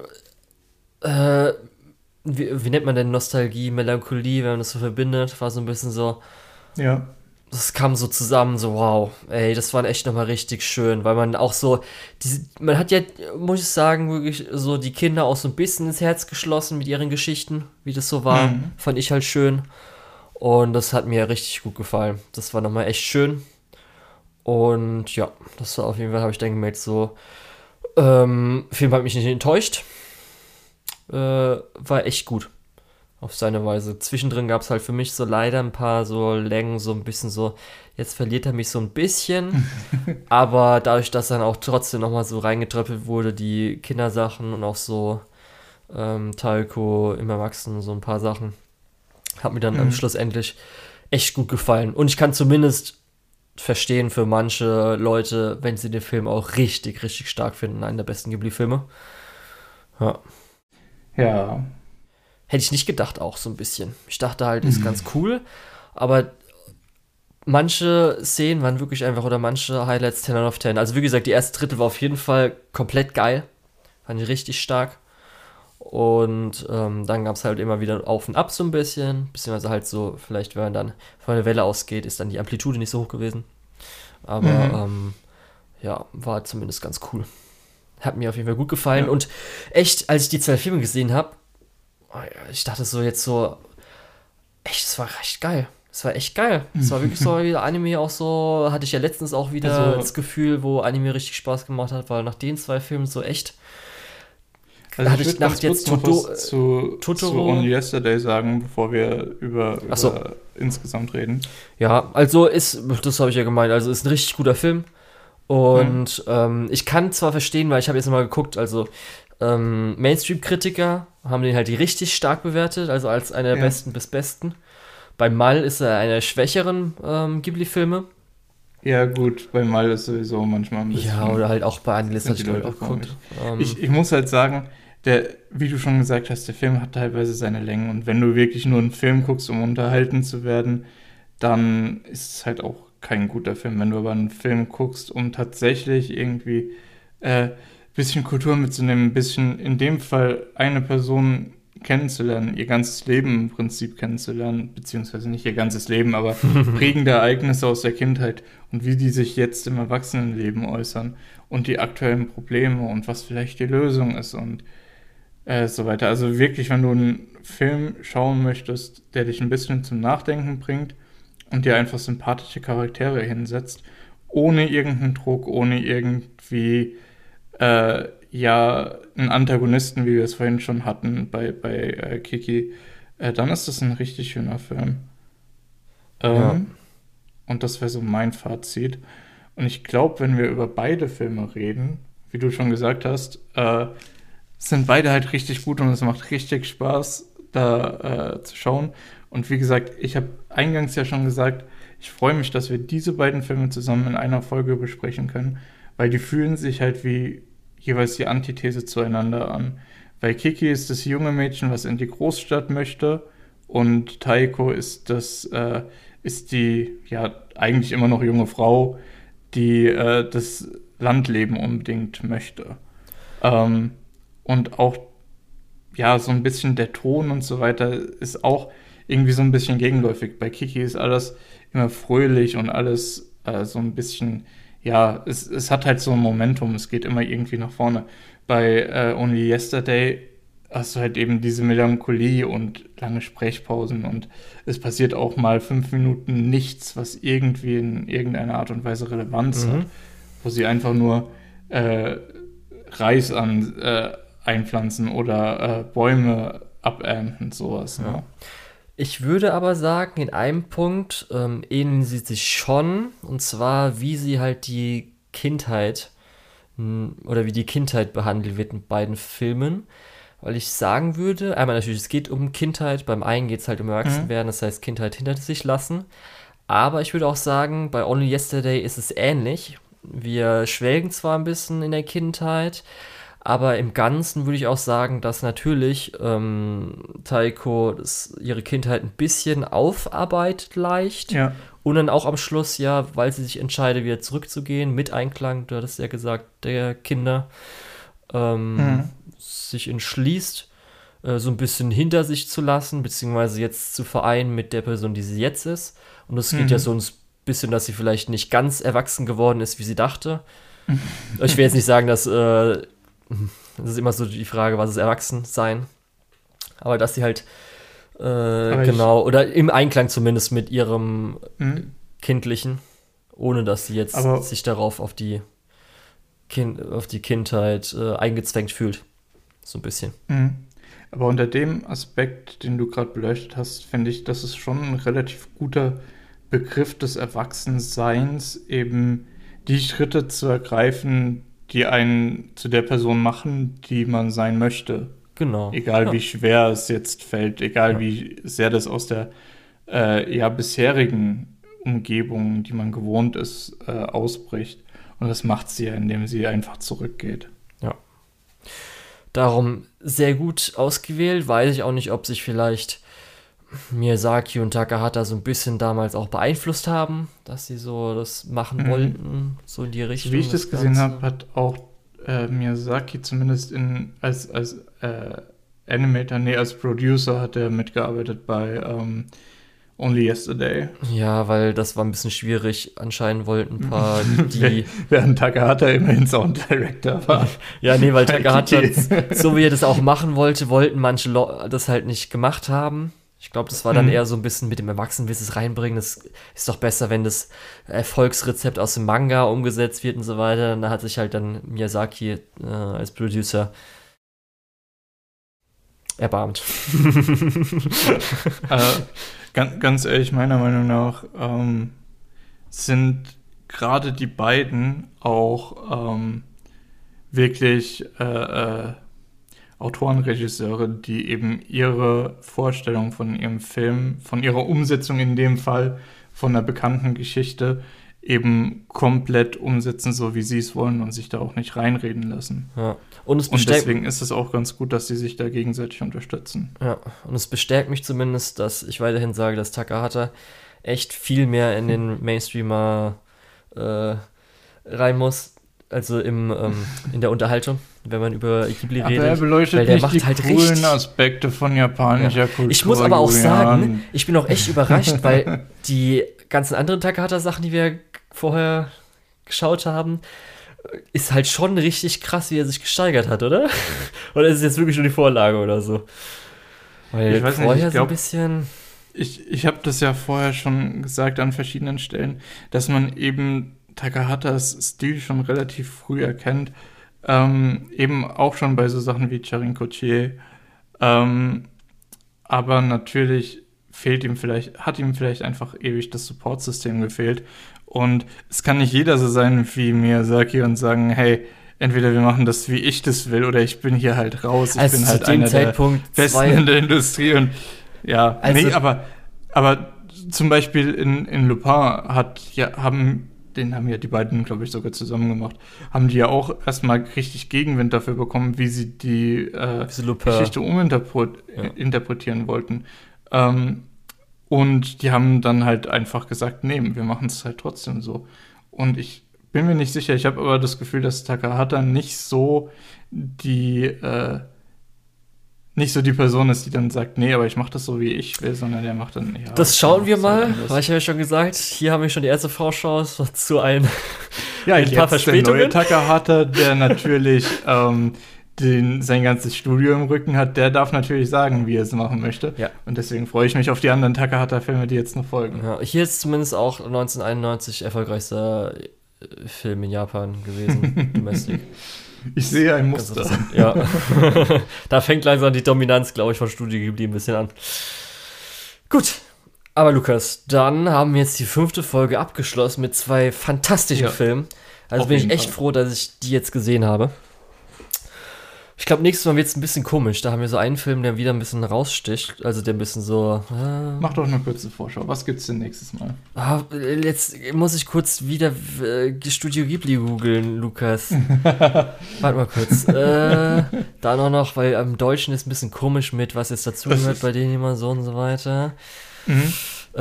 wie nennt man denn Nostalgie, Melancholie, wenn man das so verbindet, war so ein bisschen so, ja. Das kam so zusammen, so wow, ey, das war echt nochmal richtig schön, weil man auch so, man hat ja, muss ich sagen, wirklich so die Kinder auch so ein bisschen ins Herz geschlossen mit ihren Geschichten, wie das so war, fand ich halt schön und das hat mir richtig gut gefallen, das war nochmal echt schön und ja, das war auf jeden Fall, habe ich dann gemerkt, so, Film hat mich nicht enttäuscht, war echt gut. Auf seine Weise. Zwischendrin gab es halt für mich so leider ein paar so Längen, so ein bisschen so, jetzt verliert er mich so ein bisschen, aber dadurch, dass dann auch trotzdem nochmal so reingetröppelt wurde, die Kindersachen und auch so Taiko im Erwachsenen, so ein paar Sachen, hat mir dann am Schluss endlich echt gut gefallen. Und ich kann zumindest verstehen für manche Leute, wenn sie den Film auch richtig, richtig stark finden, einen der besten Ghibli-Filme. Ja. Ja. Hätte ich nicht gedacht, auch so ein bisschen. Ich dachte halt, ist ganz cool, aber manche Szenen waren wirklich einfach, oder manche Highlights 10 out of 10. Also wie gesagt, die erste Drittel war auf jeden Fall komplett geil. Fand ich richtig stark. Und dann gab es halt immer wieder auf und ab so ein bisschen. Beziehungsweise halt so, vielleicht wenn man dann von der Welle ausgeht, ist dann die Amplitude nicht so hoch gewesen. Aber ja, war zumindest ganz cool. Hat mir auf jeden Fall gut gefallen. Ja. Und echt, als ich die 2 Filme gesehen habe, ich dachte so jetzt so, echt, das war recht geil. Das war echt geil. Das war wirklich so wie Anime auch so, hatte ich ja letztens auch wieder das Gefühl, wo Anime richtig Spaß gemacht hat, weil nach den 2 Filmen so echt. Also hatte ich nach jetzt Totoro zu Only Yesterday sagen, bevor wir über insgesamt reden. Ja, also das habe ich ja gemeint, also ist ein richtig guter Film. Und ich kann zwar verstehen, weil ich habe jetzt mal geguckt, also Mainstream-Kritiker haben den halt richtig stark bewertet, also als einer der besten bis besten. Bei Mal ist er einer der schwächeren Ghibli-Filme. Ja gut, bei Mal ist sowieso manchmal ein bisschen... Ja, oder halt auch bei Anilist hatte ich auch geguckt. Ich muss halt sagen, wie du schon gesagt hast, der Film hat teilweise seine Längen und wenn du wirklich nur einen Film guckst, um unterhalten zu werden, dann ist es halt auch kein guter Film. Wenn du aber einen Film guckst, um tatsächlich irgendwie bisschen Kultur mitzunehmen, ein bisschen in dem Fall eine Person kennenzulernen, ihr ganzes Leben im Prinzip kennenzulernen, beziehungsweise nicht ihr ganzes Leben, aber prägende Ereignisse aus der Kindheit und wie die sich jetzt im Erwachsenenleben äußern und die aktuellen Probleme und was vielleicht die Lösung ist und so weiter. Also wirklich, wenn du einen Film schauen möchtest, der dich ein bisschen zum Nachdenken bringt und dir einfach sympathische Charaktere hinsetzt, ohne irgendeinen Druck, ohne irgendwie einen Antagonisten, wie wir es vorhin schon hatten bei Kiki, dann ist das ein richtig schöner Film. Und das wäre so mein Fazit. Und ich glaube, wenn wir über beide Filme reden, wie du schon gesagt hast, sind beide halt richtig gut und es macht richtig Spaß, da zu schauen. Und wie gesagt, ich habe eingangs ja schon gesagt, ich freue mich, dass wir diese beiden Filme zusammen in einer Folge besprechen können, weil die fühlen sich halt wie jeweils die Antithese zueinander an. Weil Kiki ist das junge Mädchen, was in die Großstadt möchte und Taiko ist die ja eigentlich immer noch junge Frau, die das Landleben unbedingt möchte. Und auch ja, so ein bisschen der Ton und so weiter ist auch irgendwie so ein bisschen gegenläufig. Bei Kiki ist alles immer fröhlich und alles so ein bisschen, ja, es hat halt so ein Momentum, es geht immer irgendwie nach vorne. Bei Only Yesterday hast du halt eben diese Melancholie und lange Sprechpausen und es passiert auch mal 5 Minuten nichts, was irgendwie in irgendeiner Art und Weise Relevanz hat, wo sie einfach nur Reis einpflanzen oder Bäume abernten, sowas. Ja. Ne? Ich würde aber sagen, in einem Punkt ähneln sie sich schon, und zwar, wie sie halt die Kindheit oder wie die Kindheit behandelt wird in beiden Filmen. Weil ich sagen würde, einmal natürlich, es geht um Kindheit, beim einen geht es halt um Erwachsenwerden, das heißt Kindheit hinter sich lassen. Aber ich würde auch sagen, bei Only Yesterday ist es ähnlich. Wir schwelgen zwar ein bisschen in der Kindheit, aber im Ganzen würde ich auch sagen, dass natürlich Taiko ihre Kindheit ein bisschen aufarbeitet leicht. Ja. Und dann auch am Schluss, ja, weil sie sich entscheidet, wieder zurückzugehen, mit Einklang, du hattest ja gesagt, der Kinder, sich entschließt, so ein bisschen hinter sich zu lassen, beziehungsweise jetzt zu vereinen mit der Person, die sie jetzt ist. Und es geht ja so ein bisschen, dass sie vielleicht nicht ganz erwachsen geworden ist, wie sie dachte. Ich will jetzt nicht sagen, dass das ist immer so die Frage, was ist Erwachsensein? Aber dass sie halt genau, oder im Einklang zumindest mit ihrem Kindlichen, ohne dass sie jetzt sich darauf auf die Kindheit eingezwängt fühlt. So ein bisschen. Aber unter dem Aspekt, den du gerade beleuchtet hast, finde ich, das ist schon ein relativ guter Begriff des Erwachsenseins, eben die Schritte zu ergreifen, die einen zu der Person machen, die man sein möchte. Genau. Egal wie schwer es jetzt fällt, egal wie sehr das aus der bisherigen Umgebung, die man gewohnt ist, ausbricht. Und das macht sie ja, indem sie einfach zurückgeht. Ja. Darum sehr gut ausgewählt. Weiß ich auch nicht, ob sich vielleicht Miyazaki und Takahata so ein bisschen damals auch beeinflusst haben, dass sie so das machen wollten, so in die Richtung. Wie ich das gesehen habe, hat auch Miyazaki zumindest als Animator, als Producer hat er mitgearbeitet bei Only Yesterday. Ja, weil das war ein bisschen schwierig. Anscheinend wollten ein paar, die... Während Takahata immerhin Sound Director war. Ja, nee, weil Takahata, so wie er das auch machen wollte, wollten manche das halt nicht gemacht haben. Ich glaube, das war dann eher so ein bisschen mit dem Erwachsenenwissen reinbringen. Das ist doch besser, wenn das Erfolgsrezept aus dem Manga umgesetzt wird und so weiter. Da hat sich halt dann Miyazaki als Producer erbarmt. Ganz ehrlich, meiner Meinung nach sind gerade die beiden auch wirklich Autoren, Regisseure, die eben ihre Vorstellung von ihrem Film, von ihrer Umsetzung in dem Fall, von einer bekannten Geschichte eben komplett umsetzen, so wie sie es wollen und sich da auch nicht reinreden lassen. Ja. Und deswegen ist es auch ganz gut, dass sie sich da gegenseitig unterstützen. Ja, und es bestärkt mich zumindest, dass ich weiterhin sage, dass Takahata echt viel mehr in den Mainstreamer rein muss, also in der Unterhaltung, wenn man über Ghibli redet. Aber er beleuchtet weil der nicht macht die halt coolen Aspekte von japanischer Kultur. Ich muss aber auch sagen, ich bin auch echt überrascht, weil die ganzen anderen Takahata-Sachen, die wir vorher geschaut haben, ist halt schon richtig krass, wie er sich gesteigert hat, oder? Oder ist es jetzt wirklich nur die Vorlage oder so? Weil ich weiß nicht, vorher ich glaub, so ein bisschen... Ich habe das ja vorher schon gesagt an verschiedenen Stellen, dass man eben Takahatas Stil schon relativ früh erkennt, eben auch schon bei so Sachen wie Charinkochie, aber natürlich hat ihm vielleicht einfach ewig das Supportsystem gefehlt und es kann nicht jeder so sein wie Miyazaki und sagen, hey, entweder wir machen das, wie ich das will, oder ich bin hier halt raus, ich bin halt einer der Besten in der Industrie und ja, also, aber zum Beispiel in Lupin haben die beiden, glaube ich, sogar zusammen gemacht, haben die ja auch erstmal richtig Gegenwind dafür bekommen, wie sie die Geschichte uminterpretieren wollten. Und die haben dann halt einfach gesagt, nee, wir machen es halt trotzdem so. Und ich bin mir nicht sicher, ich habe aber das Gefühl, dass Takahata nicht so die Person ist, die dann sagt, nee, aber ich mache das so, wie ich will, sondern der macht dann, ja. Das schauen wir mal, weil ich habe ja schon gesagt, hier haben wir schon die erste Vorschau zu ein paar Verspätungen. Der neue Takahata, der natürlich sein ganzes Studio im Rücken hat, der darf natürlich sagen, wie er es machen möchte. Ja. Und deswegen freue ich mich auf die anderen Takahata-Filme, die jetzt noch folgen. Ja, hier ist zumindest auch 1991 erfolgreichster Film in Japan gewesen, Domestic. Ich sehe ein Ganz Muster. interessant. Ja. Da fängt langsam die Dominanz, glaube ich, von Studio Ghibli ein bisschen an. Gut. Aber Lukas, dann haben wir jetzt die 5. Folge abgeschlossen mit 2 fantastischen Filmen. Also Auf bin ich jeden echt Fall. froh, dass ich die jetzt gesehen habe. Ich glaube, nächstes Mal wird es ein bisschen komisch. Da haben wir so einen Film, der wieder ein bisschen raussticht. Also der ein bisschen so... Mach doch eine kurze Vorschau. Was gibt's denn nächstes Mal? Jetzt muss ich kurz wieder Studio Ghibli googeln, Lukas. Warte mal kurz. Da noch, weil im Deutschen ist ein bisschen komisch mit, was jetzt dazugehört bei denen immer so und so weiter. Mhm.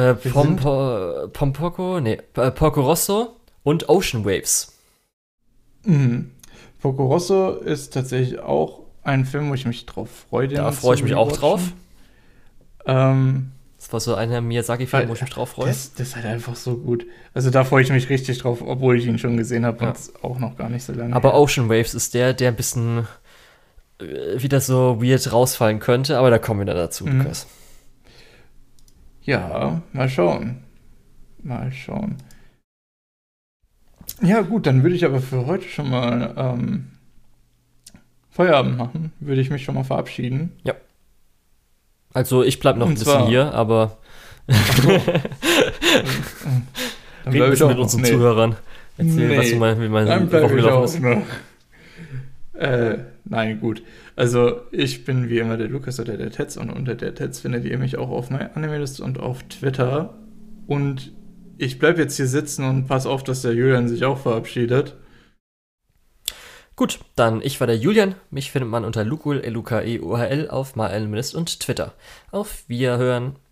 Porco Rosso und Ocean Waves. Mhm. Porco Rosso ist tatsächlich auch ein Film, wo ich mich drauf freue. Da freue ich mich auch drauf. Das war so einer Miyazaki-Film, wo ich mich drauf freue. Das ist halt einfach so gut. Also da freue ich mich richtig drauf, obwohl ich ihn schon gesehen habe und auch noch gar nicht so lange. Aber Ocean Waves ist der ein bisschen wieder so weird rausfallen könnte, aber da kommen wir dann dazu, Lukas. Ja, mal schauen. Ja, gut, dann würde ich aber für heute schon mal Feierabend machen. Würde ich mich schon mal verabschieden. Ja. Also ich bleib noch ein bisschen hier, aber dann red ein bisschen mit unseren Zuhörern. Erzähl, was du meinst, wie meine Woche gelaufen ist. Nein, gut. Also ich bin wie immer der Lukas oder der Tetz und unter der Tetz findet ihr mich auch auf MyAnimeList und auf Twitter. Und ich bleibe jetzt hier sitzen und pass auf, dass der Julian sich auch verabschiedet. Gut, dann ich war der Julian. Mich findet man unter Lukul, Lukaeul auf MyAnimeList und Twitter. Auf Wiederhören.